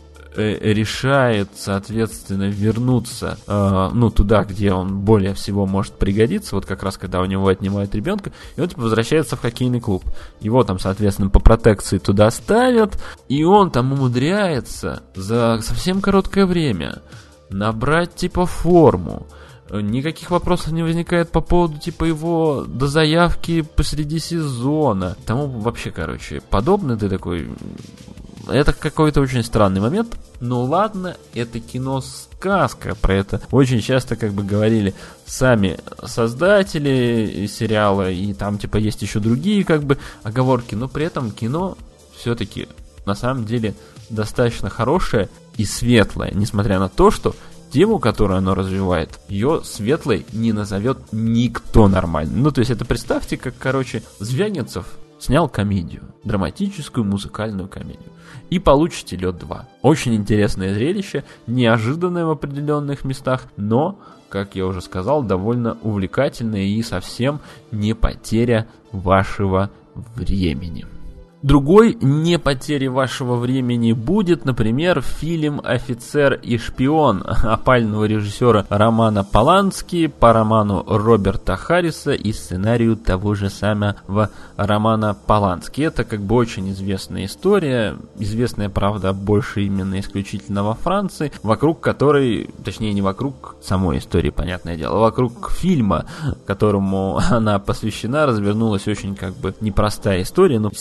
решает, соответственно, вернуться, ну, туда, где он более всего может пригодиться, вот как раз когда у него отнимают ребенка, и он, типа, возвращается в хоккейный клуб. Его там, соответственно, по протекции туда ставят, и он там умудряется за совсем короткое время набрать, типа, форму. Никаких вопросов не возникает по поводу, типа, его дозаявки посреди сезона. Тому вообще, короче, подобное, ты такой... Это какой-то очень странный момент. Ну ладно, это кино-сказка. Про это очень часто как бы говорили сами создатели сериала. И там типа есть еще другие как бы оговорки. Но при этом кино все-таки на самом деле достаточно хорошее и светлое. Несмотря на то, что тему, которую оно развивает, ее светлой не назовет никто нормально. Ну то есть это представьте, как, короче, Звягинцев снял комедию, драматическую музыкальную комедию. И получите «Лед 2». Очень интересное зрелище, неожиданное в определенных местах, но, как я уже сказал, довольно увлекательное и совсем не потеря вашего времени. Другой не потери вашего времени будет, например, фильм «Офицер и шпион» опального режиссера Романа Полански по роману Роберта Харриса и сценарию того же самого Романа Полански. Это как бы очень известная история, известная, правда, больше именно исключительно во Франции, вокруг которой, точнее не вокруг самой истории, понятное дело, а вокруг фильма, которому она посвящена, развернулась очень как бы непростая история, но всем известно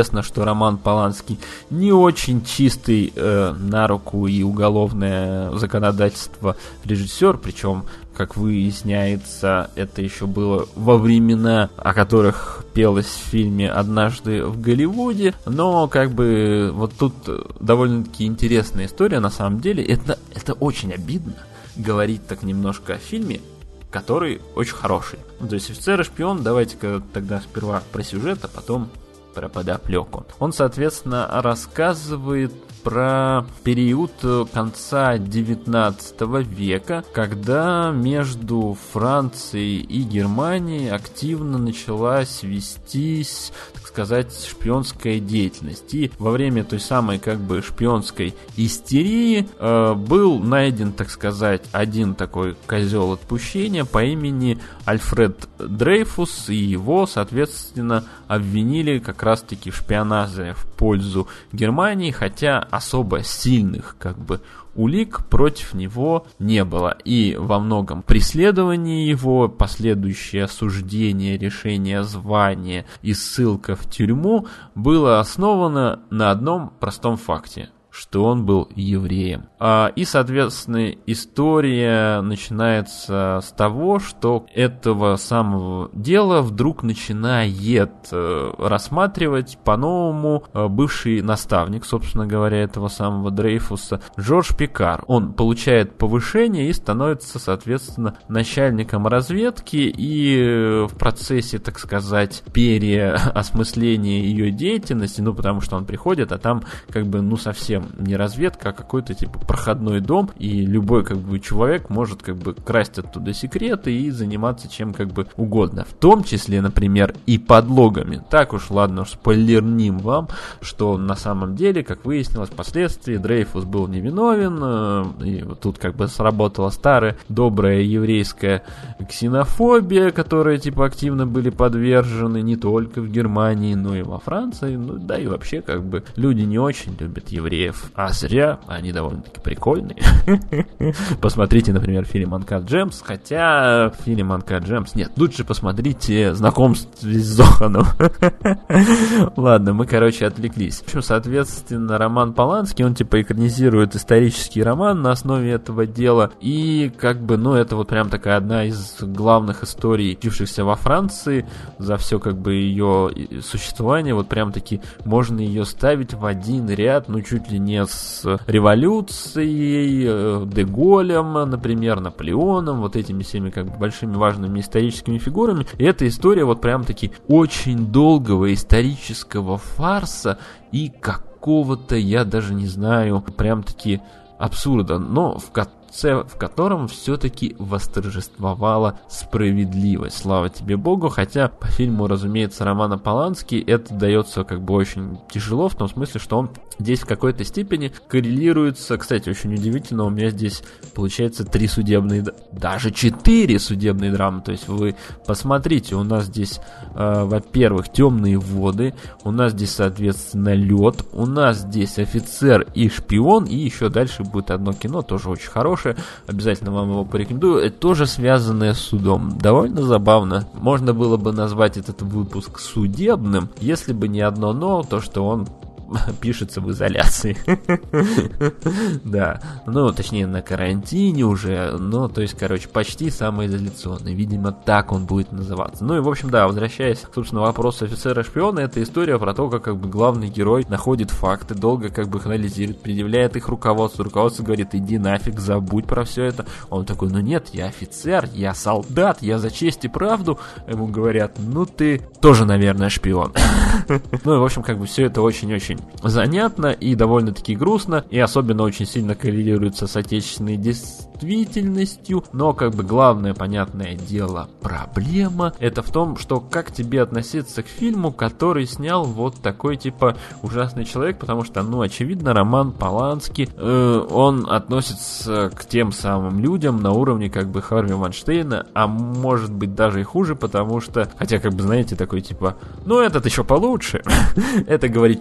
известно, что Роман Поланский не очень чистый на руку и уголовное законодательство режиссер, причем, как выясняется, это еще было во времена, о которых пелось в фильме «Однажды в Голливуде», но как бы вот тут довольно-таки интересная история на самом деле. Это очень обидно говорить так немножко о фильме, который очень хороший. То есть «Офицер и шпион», давайте-ка тогда сперва про сюжет, а потом про подоплеку. Он, соответственно, рассказывает про период конца 19 века, когда между Францией и Германией активно началась вестись, так сказать, шпионская деятельность. И во время той самой как бы шпионской истерии был найден, так сказать, один такой козел отпущения по имени Альфред Дрейфус, и его, соответственно, обвинили как раз-таки в шпионаже в пользу Германии, хотя особо сильных как бы улик против него не было. И во многом преследование его, последующее осуждение, решение звания и ссылка в тюрьму было основано на одном простом факте, что он был евреем. И, соответственно, история начинается с того, что этого самого дела вдруг начинает рассматривать по-новому бывший наставник, собственно говоря, этого самого Дрейфуса, Жорж Пикар. Он получает повышение и становится, соответственно, начальником разведки, и в процессе, так сказать, переосмысления ее деятельности, потому что он приходит, а там как бы, совсем не разведка, а какой-то типа проходной дом, и любой как бы человек может как бы красть оттуда секреты и заниматься чем как бы угодно, в том числе, например, и подлогами. Так уж, ладно, спойлерним вам, что на самом деле, как выяснилось впоследствии, Дрейфус был невиновен, и вот тут как бы сработала старая добрая еврейская ксенофобия, которой типа активно были подвержены не только в Германии, но и во Франции, да и вообще как бы люди не очень любят евреев. А зря, они довольно-таки прикольные. Посмотрите, например, фильм «Uncut Gems», хотя фильм «Uncut Gems» нет, лучше посмотрите «Знакомство с Зоханом». Ладно, мы, отвлеклись. В общем, соответственно, Роман Поланский, он типа экранизирует исторический роман на основе этого дела, и как бы, это вот прям такая одна из главных историй, случившихся во Франции за все как бы ее существование, вот прям таки можно ее ставить в один ряд, чуть ли не с революцией, де Голлем, например, Наполеоном, вот этими всеми как бы большими важными историческими фигурами. И эта история вот прям таки очень долгого исторического фарса и какого-то, я даже не знаю, прям таки абсурда, но в котором все-таки восторжествовала справедливость. Слава тебе Богу, хотя по фильму, разумеется, Романа Полански это дается как бы очень тяжело, в том смысле, что он здесь в какой-то степени коррелируется. Кстати, очень удивительно, у меня здесь получается 3 судебные, даже 4 судебные драмы. То есть вы посмотрите, у нас здесь, во-первых, «Темные воды», у нас здесь, соответственно, «Лед», у нас здесь «Офицер и шпион», и еще дальше будет одно кино, тоже очень хорошее, обязательно вам его порекомендую. Это тоже связанное с судом. Довольно забавно. Можно было бы назвать этот выпуск судебным, если бы не одно «но», то, что он пишется в изоляции. Да. Точнее, на карантине уже. То есть, почти самоизоляционный. Видимо, так он будет называться. И, в общем, да, возвращаясь к, собственно, вопросу «Офицера-шпиона», это история про то, как бы главный герой находит факты, долго как бы их анализирует, предъявляет их руководству. Руководство говорит: иди нафиг, забудь про все это. Он такой: нет, я офицер, я солдат, я за честь и правду. Ему говорят: ты тоже, наверное, шпион. В общем, как бы все это очень-очень занятно и довольно-таки грустно, и особенно очень сильно коррелируется с отечественной действительностью, но как бы главное, понятное дело, проблема это в том, что как тебе относиться к фильму, который снял вот такой типа ужасный человек, потому что, очевидно, Роман Полански, он относится к тем самым людям на уровне как бы Харви Вайнштейна, а может быть даже и хуже, потому что, хотя как бы, знаете, такой типа, этот еще получше, это говорить ужасно,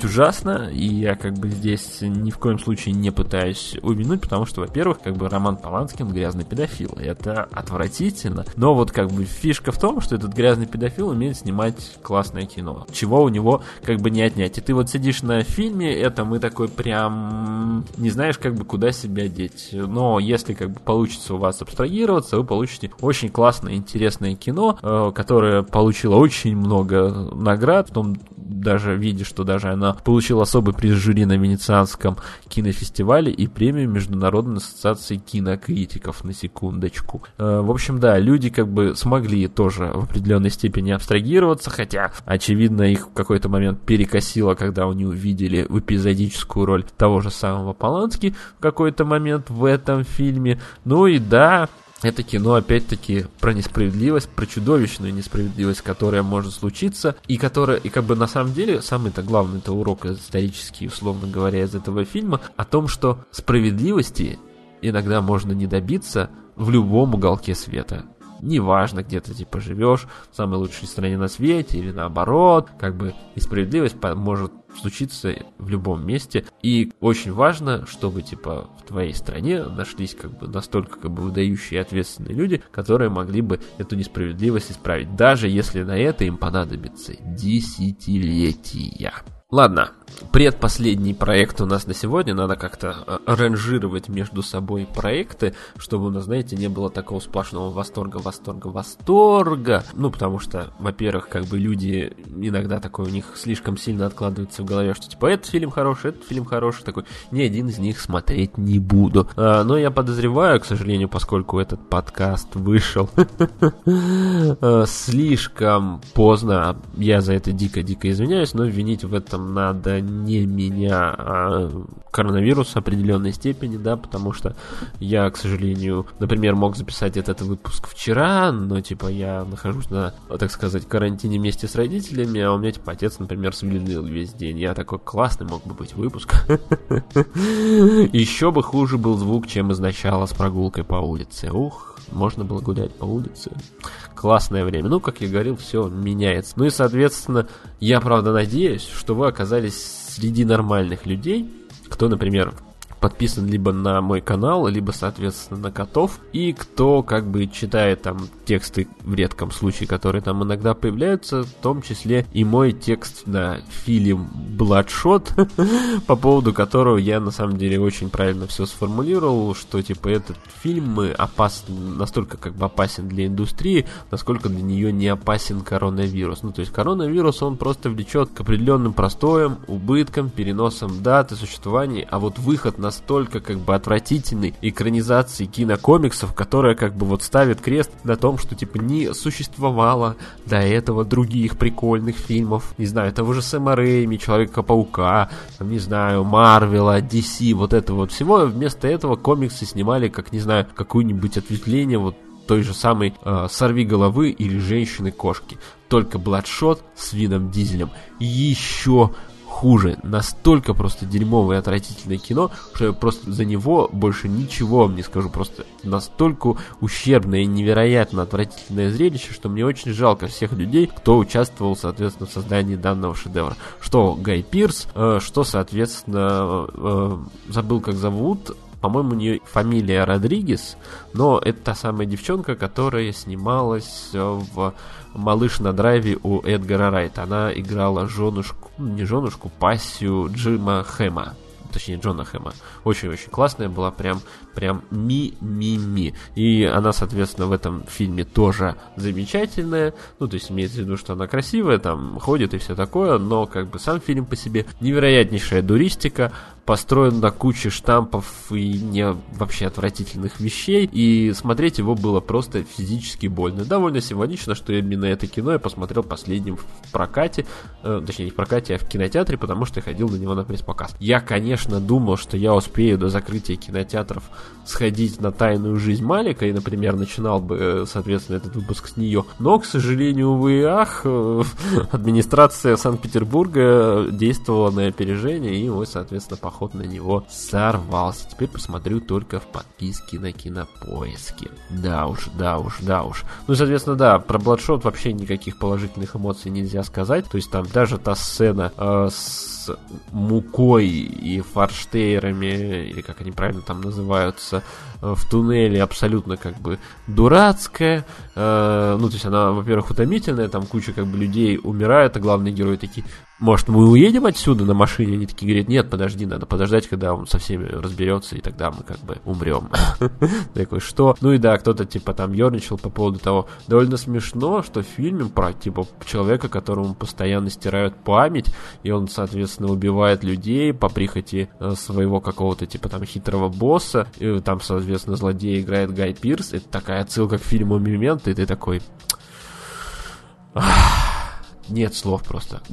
странно, и я как бы здесь ни в коем случае не пытаюсь увинуть, потому что, во-первых, как бы Роман Полански, он грязный педофил, и это отвратительно, но вот как бы фишка в том, что этот грязный педофил умеет снимать классное кино, чего у него как бы не отнять, и ты вот сидишь на фильме, это мы такой прям не знаешь как бы куда себя деть, но если как бы получится у вас абстрагироваться, вы получите очень классное, интересное кино, которое получило очень много наград, в том даже виде, что даже она получила особый приз жюри на Венецианском кинофестивале и премию Международной ассоциации кинокритиков, на секундочку. В общем, да, люди как бы смогли тоже в определенной степени абстрагироваться, хотя, очевидно, их в какой-то момент перекосило, когда они увидели эпизодическую роль того же самого Полански в какой-то момент в этом фильме. Ну и да, это кино, опять-таки, про несправедливость, про чудовищную несправедливость, которая может случиться, и которая, и как бы на самом деле, самый-то главный это урок исторический, условно говоря, из этого фильма, о том, что справедливости иногда можно не добиться в любом уголке света. Неважно, где ты типа живешь, в самой лучшей стране на свете или наоборот, как бы несправедливость может случиться в любом месте. И очень важно, чтобы типа в твоей стране нашлись как бы настолько как бы выдающие и ответственные люди, которые могли бы эту несправедливость исправить, даже если на это им понадобится десятилетия. Ладно, предпоследний проект у нас на сегодня. Надо как-то ранжировать между собой проекты, чтобы у нас, знаете, не было такого сплошного восторга. Ну, потому что, во-первых, как бы люди иногда такое у них слишком сильно откладывается в голове, что типа этот фильм хороший, такой, ни один из них смотреть не буду. Но я подозреваю, к сожалению, поскольку этот подкаст вышел слишком поздно, я за это дико-дико извиняюсь, но винить в этом надо не меня, а коронавирус в определенной степени, да, потому что я, к сожалению, например, мог записать этот выпуск вчера, но, типа, я нахожусь на, так сказать, карантине вместе с родителями, а у меня, типа, отец, например, свалил весь день. Я такой, классный мог бы быть выпуск. Еще бы хуже был звук, чем изначально с прогулкой по улице. Ух, можно было гулять по улице. Классное время. Ну, как я говорил, все меняется. Ну и, соответственно, я, правда, надеюсь, что вы оказались среди нормальных людей, кто, например, подписан либо на мой канал, либо, соответственно, на котов, и кто как бы читает там тексты в редком случае, которые там иногда появляются, в том числе и мой текст на фильм Bloodshot, по поводу которого я на самом деле очень правильно все сформулировал, что типа этот фильм опасен, настолько как бы опасен для индустрии, насколько для нее не опасен коронавирус. Ну, то есть коронавирус, он просто влечет к определенным простоям, убыткам, переносам даты существования, а вот выход настолько как бы отвратительной экранизации кинокомиксов, которая как бы вот ставит крест на том, что типа не существовало до этого других прикольных фильмов, не знаю, того же Сэма Рэйми, Человека-паука, там, не знаю, Марвела, DC, вот этого вот всего. Вместо этого комиксы снимали, как, не знаю, какое-нибудь ответвление вот той же самой «Сорви головы» или «Женщины-кошки». Только Bloodshot с Вином Дизелем еще хуже. Настолько просто дерьмовое и отвратительное кино, что я просто за него больше ничего вам не скажу. Просто настолько ущербное и невероятно отвратительное зрелище, что мне очень жалко всех людей, кто участвовал, соответственно, в создании данного шедевра. Что Гай Пирс, что, соответственно, забыл, как зовут. По-моему, у нее фамилия Родригес, но это та самая девчонка, которая снималась в «Малыш на драйве» у Эдгара Райта. Она играла пассию Джима Хэма. Точнее, Джона Хэма. Очень-очень классная была, прям ми-ми-ми. И она, соответственно, в этом фильме тоже замечательная. Ну, то есть, имеется в виду, что она красивая, там, ходит и все такое, но, как бы, сам фильм по себе невероятнейшая дуристика, построен на куче штампов и не вообще отвратительных вещей, и смотреть его было просто физически больно. Довольно символично, что именно это кино я посмотрел последним в прокате, точнее, не в прокате, а в кинотеатре, потому что я ходил на него на пресс-показ. Я, конечно, думал, что я успею до закрытия кинотеатров сходить на «Тайную жизнь Малика» и, например, начинал бы, соответственно, этот выпуск с нее, но, к сожалению, увы и ах, администрация Санкт-Петербурга действовала на опережение, и мой, соответственно, поход на него сорвался. Теперь посмотрю только в подписке на Кинопоиске. Да уж. Ну, соответственно, да, про Bloodshot вообще никаких положительных эмоций нельзя сказать. То есть там даже та сцена с с мукой и форштейрами, или как они правильно там называются, в туннеле абсолютно как бы дурацкая. То есть она, во-первых, утомительная, там куча как бы людей умирает, а главные герои такие: может, мы уедем отсюда на машине? Они такие говорят: нет, подожди, надо подождать, когда он со всеми разберется, и тогда мы как бы умрем. Такой, что? Ну и да, кто-то типа там ерничал по поводу того. Довольно смешно, что в фильме про типа человека, которому постоянно стирают память, и он, соответственно, убивает людей по прихоти своего какого-то типа там хитрого босса, и там, соответственно, злодей играет Гай Пирс. Это такая отсылка к фильму «Мементо», и ты такой... Нет слов просто.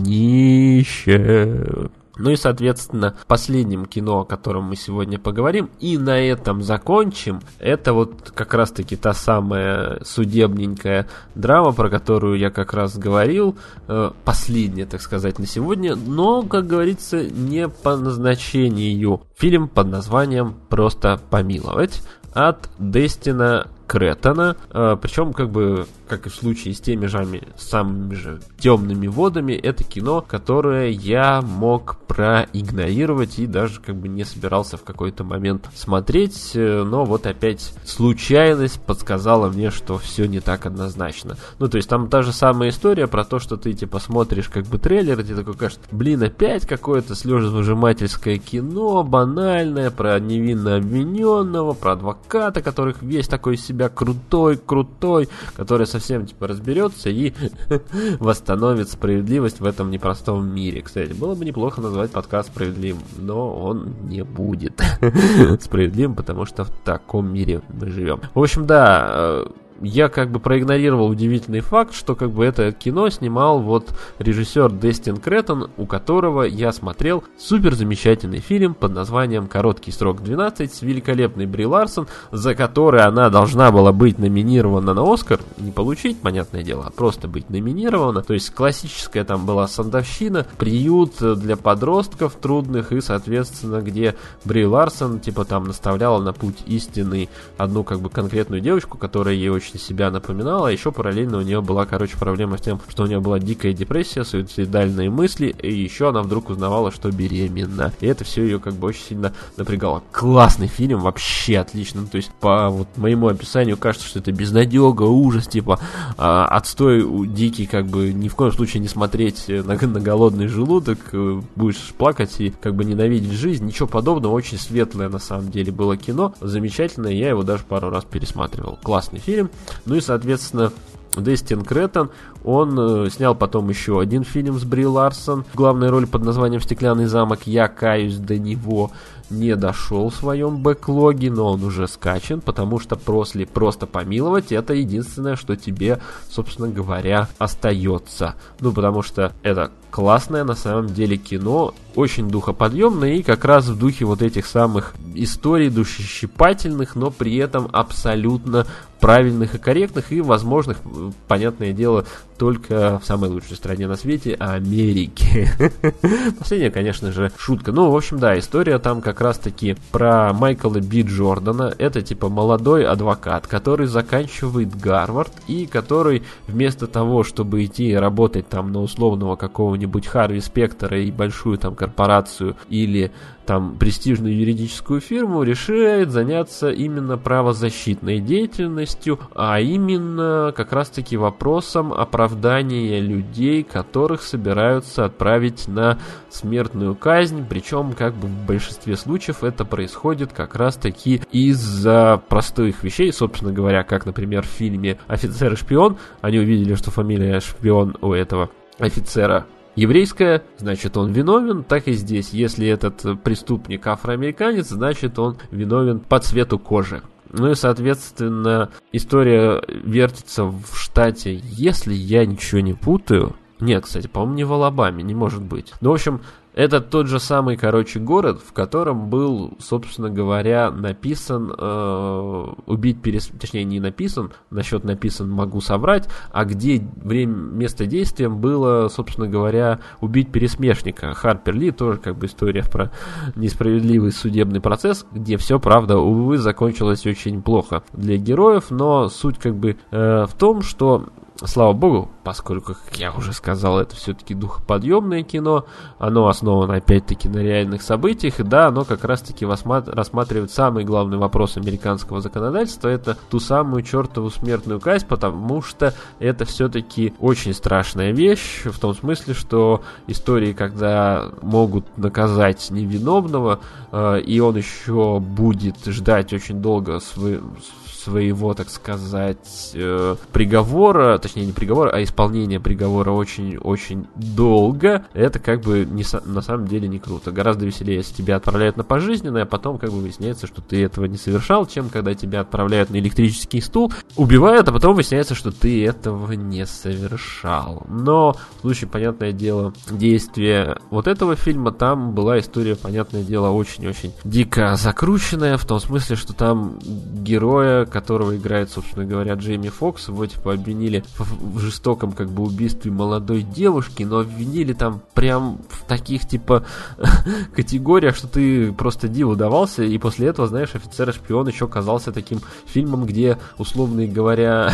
Говнище. Ну и, соответственно, последним кино, о котором мы сегодня поговорим, и на этом закончим, это вот как раз-таки та самая судебненькая драма, про которую я как раз говорил, последняя, так сказать, на сегодня, но, как говорится, не по назначению. Фильм под названием «Просто помиловать» от Дестина Кретона, причем, как бы, как и в случае с теми же самыми же темными водами, это кино, которое я мог проигнорировать и даже как бы не собирался в какой-то момент смотреть, но вот опять случайность подсказала мне, что все не так однозначно. Ну, то есть там та же самая история про то, что ты типа смотришь как бы трейлер, и ты такой кажется: блин, опять какое-то слезовыжимательское кино, банальное, про невинно обвиненного, про адвоката, которых весь такой себе крутой, который совсем типа разберется и восстановит справедливость в этом непростом мире. Кстати, было бы неплохо назвать подкаст справедливым, но он не будет справедливым, потому что в таком мире мы живем. В общем, да, я как бы проигнорировал удивительный факт, что как бы это кино снимал вот режиссер Дестин Кретон, у которого я смотрел супер замечательный фильм под названием «Короткий срок 12» с великолепной Бри Ларсон, за который она должна была быть номинирована на Оскар, не получить, понятное дело, а просто быть номинирована. То есть классическая там была сандовщина, приют для подростков трудных, и, соответственно, где Бри Ларсон типа там наставляла на путь истинный одну как бы конкретную девочку, которая ей очень себя напоминала, а еще параллельно у нее была, проблема с тем, что у нее была дикая депрессия, суицидальные мысли, и еще она вдруг узнавала, что беременна. И это все ее как бы очень сильно напрягало. Классный фильм, вообще отлично. Ну, то есть по вот моему описанию кажется, что это безнадега, ужас, типа отстой дикий, как бы ни в коем случае не смотреть на голодный желудок, будешь плакать и как бы ненавидеть жизнь. Ничего подобного, очень светлое на самом деле было кино, замечательное, я его даже пару раз пересматривал. Классный фильм. Ну и, соответственно, Дестин Кретон, он снял потом еще один фильм с Бри Ларсон в главной роли под названием «Стеклянный замок». Я каюсь, до него не дошел в своем бэклоге, но он уже скачан, потому что «Просто помиловать» — это единственное, что тебе, собственно говоря, остается. Ну, потому что это классное на самом деле кино, очень духоподъемное и как раз в духе вот этих самых историй душещипательных, но при этом абсолютно правильных и корректных, и возможных, понятное дело, только в самой лучшей стране на свете — Америке. Последняя, конечно же, шутка. Ну, в общем, да, история там как раз-таки про Майкла Би Джордана. Это типа молодой адвокат, который заканчивает Гарвард и который вместо того, чтобы идти работать там на условного какого-нибудь Харви Спектора и большую там корпорацию или там престижную юридическую фирму, решает заняться именно правозащитной деятельностью, а именно как раз-таки вопросом оправдания людей, которых собираются отправить на смертную казнь, причем как бы в большинстве случаев это происходит как раз-таки из-за простых вещей, собственно говоря, как, например, в фильме «Офицер и шпион», они увидели, что фамилия шпион у этого офицера еврейская, значит он виновен, так и здесь. Если этот преступник афроамериканец, значит он виновен по цвету кожи. Ну и, соответственно, история вертится в штате, если я ничего не путаю. Нет, кстати, по-моему, не в Алабаме, не может быть. Ну, в общем, это тот же самый, город, в котором был, собственно говоря, написан точнее, не написан, насчет написан могу соврать, а где место действия было, собственно говоря, убить пересмешника. Харпер Ли, тоже как бы история про несправедливый судебный процесс, где все, правда, увы, закончилось очень плохо для героев, но суть как бы в том, что, слава богу, поскольку, как я уже сказал, это все-таки духоподъемное кино, оно основано опять-таки на реальных событиях, и да, оно как раз-таки рассматривает самый главный вопрос американского законодательства, это ту самую чертову смертную казнь, потому что это все-таки очень страшная вещь, в том смысле, что истории, когда могут наказать невиновного, и он еще будет ждать очень долго своего, так сказать, приговора, точнее не приговора, а исполнения приговора очень-очень долго, это как бы на самом деле не круто. Гораздо веселее, если тебя отправляют на пожизненное, а потом как бы выясняется, что ты этого не совершал, чем когда тебя отправляют на электрический стул, убивают, а потом выясняется, что ты этого не совершал. Но в случае, понятное дело, действия вот этого фильма, там была история, понятное дело, очень-очень дико закрученная, в том смысле, что там героя, которого играет, собственно говоря, Джейми Фокс, его типа обвинили в жестоком как бы убийстве молодой девушки, но обвинили там прям в таких типа категориях, что ты просто диву давался, и после этого, знаешь, «Офицер и шпион» еще казался таким фильмом, где, условно говоря,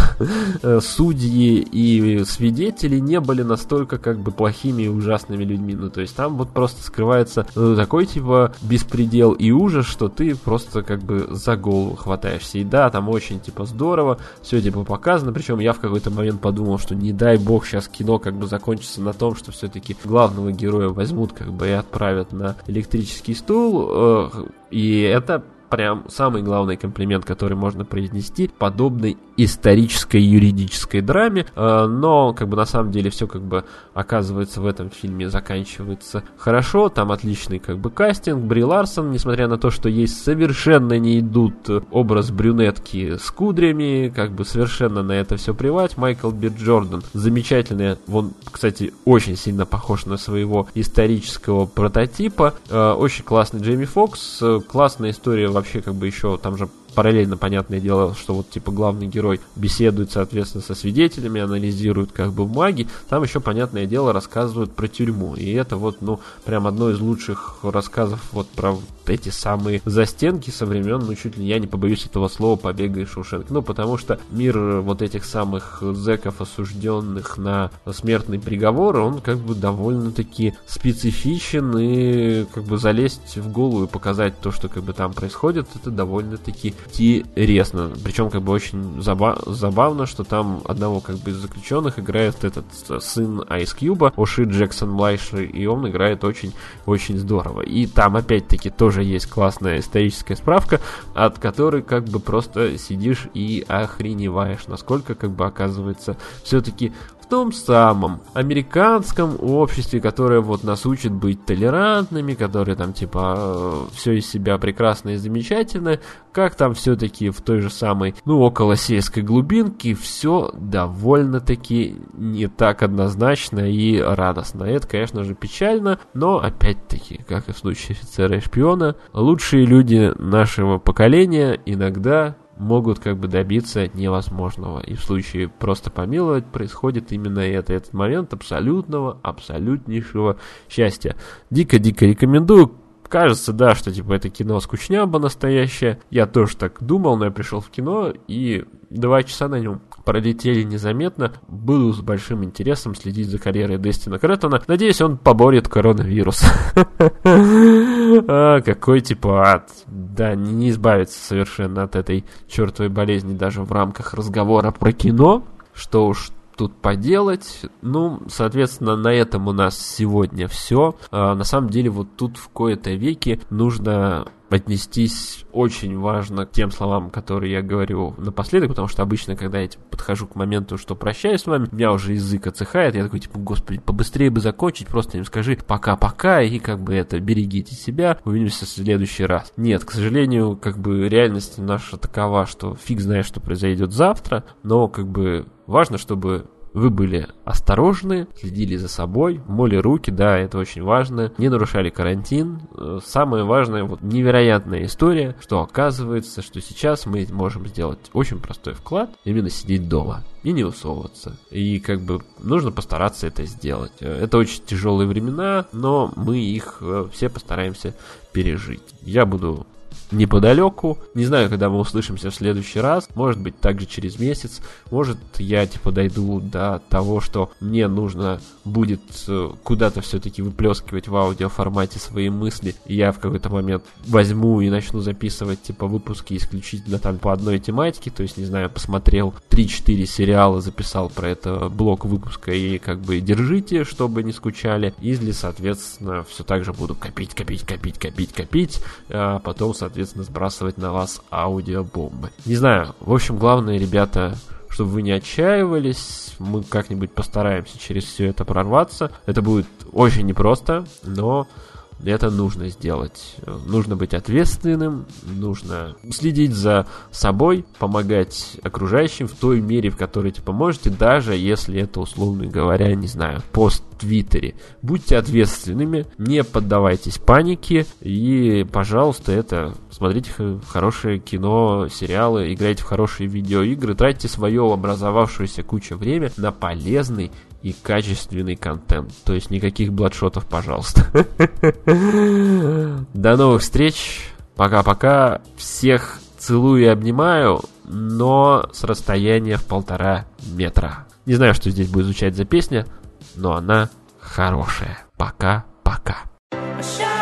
судьи и свидетели не были настолько как бы плохими и ужасными людьми, ну то есть там вот просто скрывается такой типа беспредел и ужас, что ты просто как бы за голову хватаешься, и да, там очень типа здорово, все типа показано, причем я в какой-то момент подумал, что не дай бог сейчас кино как бы закончится на том, что все-таки главного героя возьмут как бы и отправят на электрический стул, и это прям самый главный комплимент, который можно произнести подобной исторической юридической драме, но как бы на самом деле все как бы оказывается в этом фильме заканчивается хорошо, там отличный как бы кастинг, Бри Ларсон, несмотря на то, что ей совершенно не идут образ брюнетки с кудрями, как бы совершенно на это все плевать. Майкл Би Джордан замечательный, он, кстати, очень сильно похож на своего исторического прототипа, очень классный Джейми Фокс, классная история вообще как бы еще, там же параллельно, понятное дело, что вот типа главный герой беседует, соответственно, со свидетелями, анализирует как бы бумаги, там еще, понятное дело, рассказывают про тюрьму, и это вот, ну, прям одно из лучших рассказов вот про вот эти самые застенки со времен, ну, чуть ли я не побоюсь этого слова, «Побега из Шоушенка», ну, потому что мир вот этих самых зэков, осужденных на смертный приговор, он как бы довольно-таки специфичен, и как бы залезть в голову и показать то, что как бы там происходит, это довольно-таки интересно. Причем как бы очень забавно, что там одного как бы из заключенных играет этот сын Ice Cube, Оши Джексон-младший, и он играет очень-очень здорово. И там опять-таки тоже есть классная историческая справка, от которой как бы просто сидишь и охреневаешь, насколько как бы оказывается все-таки в том самом американском обществе, которое вот нас учит быть толерантными, которое там типа все из себя прекрасно и замечательно, как там все-таки в той же самой, ну, около сельской глубинке все довольно-таки не так однозначно и радостно. Это, конечно же, печально, но опять-таки, как и в случае «Офицера и шпиона», лучшие люди нашего поколения иногда могут как бы добиться невозможного. И в случае «Просто помиловать» происходит именно это. Этот момент абсолютнейшего счастья. Дико-дико рекомендую. Кажется, да, что типа это кино скучняба настоящее. Я тоже так думал, но я пришел в кино, и 2 часа на нем пролетели незаметно. Буду с большим интересом следить за карьерой Дестина Кретона. Надеюсь, он поборет коронавирус. Какой типа ад. Да, не избавиться совершенно от этой чертовой болезни даже в рамках разговора про кино. Что уж тут поделать. Ну, соответственно, на этом у нас сегодня все. На самом деле, вот тут в кои-то веки нужно отнестись очень важно к тем словам, которые я говорю напоследок, потому что обычно, когда я подхожу к моменту, что прощаюсь с вами, у меня уже язык отсыхает, я такой, типа, господи, побыстрее бы закончить, просто им скажи пока-пока, и как бы это, берегите себя, увидимся в следующий раз. Нет, к сожалению, как бы реальность наша такова, что фиг знает, что произойдет завтра, но как бы важно, чтобы вы были осторожны, следили за собой, моли руки, да, это очень важно, не нарушали карантин. Самое важное, вот невероятная история, что оказывается, что сейчас мы можем сделать очень простой вклад, именно сидеть дома и не высовываться. И как бы нужно постараться это сделать. Это очень тяжелые времена, но мы их все постараемся пережить. Я буду неподалеку. Не знаю, когда мы услышимся в следующий раз. Может быть, также через месяц. Может, я дойду до того, что мне нужно будет куда-то все-таки выплескивать в аудиоформате свои мысли. И я в какой-то момент возьму и начну записывать выпуски исключительно там по одной тематике. То есть, не знаю, посмотрел 3-4 сериала, записал про это блок выпуска и держите, чтобы не скучали. Или, соответственно, все так же буду копить, а потом, соответственно, сбрасывать на вас аудиобомбы. Не знаю, в общем, главное, ребята, чтобы вы не отчаивались, мы как-нибудь постараемся через все это прорваться. Это будет очень непросто, но это нужно сделать. Нужно быть ответственным, нужно следить за собой, помогать окружающим в той мере, в которой можете, даже если это, условно говоря, не знаю, пост в Твиттере. Будьте ответственными, не поддавайтесь панике и, пожалуйста, смотрите хорошее кино, сериалы, играйте в хорошие видеоигры, тратьте свое образовавшееся кучу время на полезный и качественный контент. То есть никаких бладшотов, пожалуйста. До новых встреч. Пока-пока. Всех целую и обнимаю, но с расстояния в 1,5 метра. Не знаю, что здесь будет звучать за песня, но она хорошая. Пока-пока.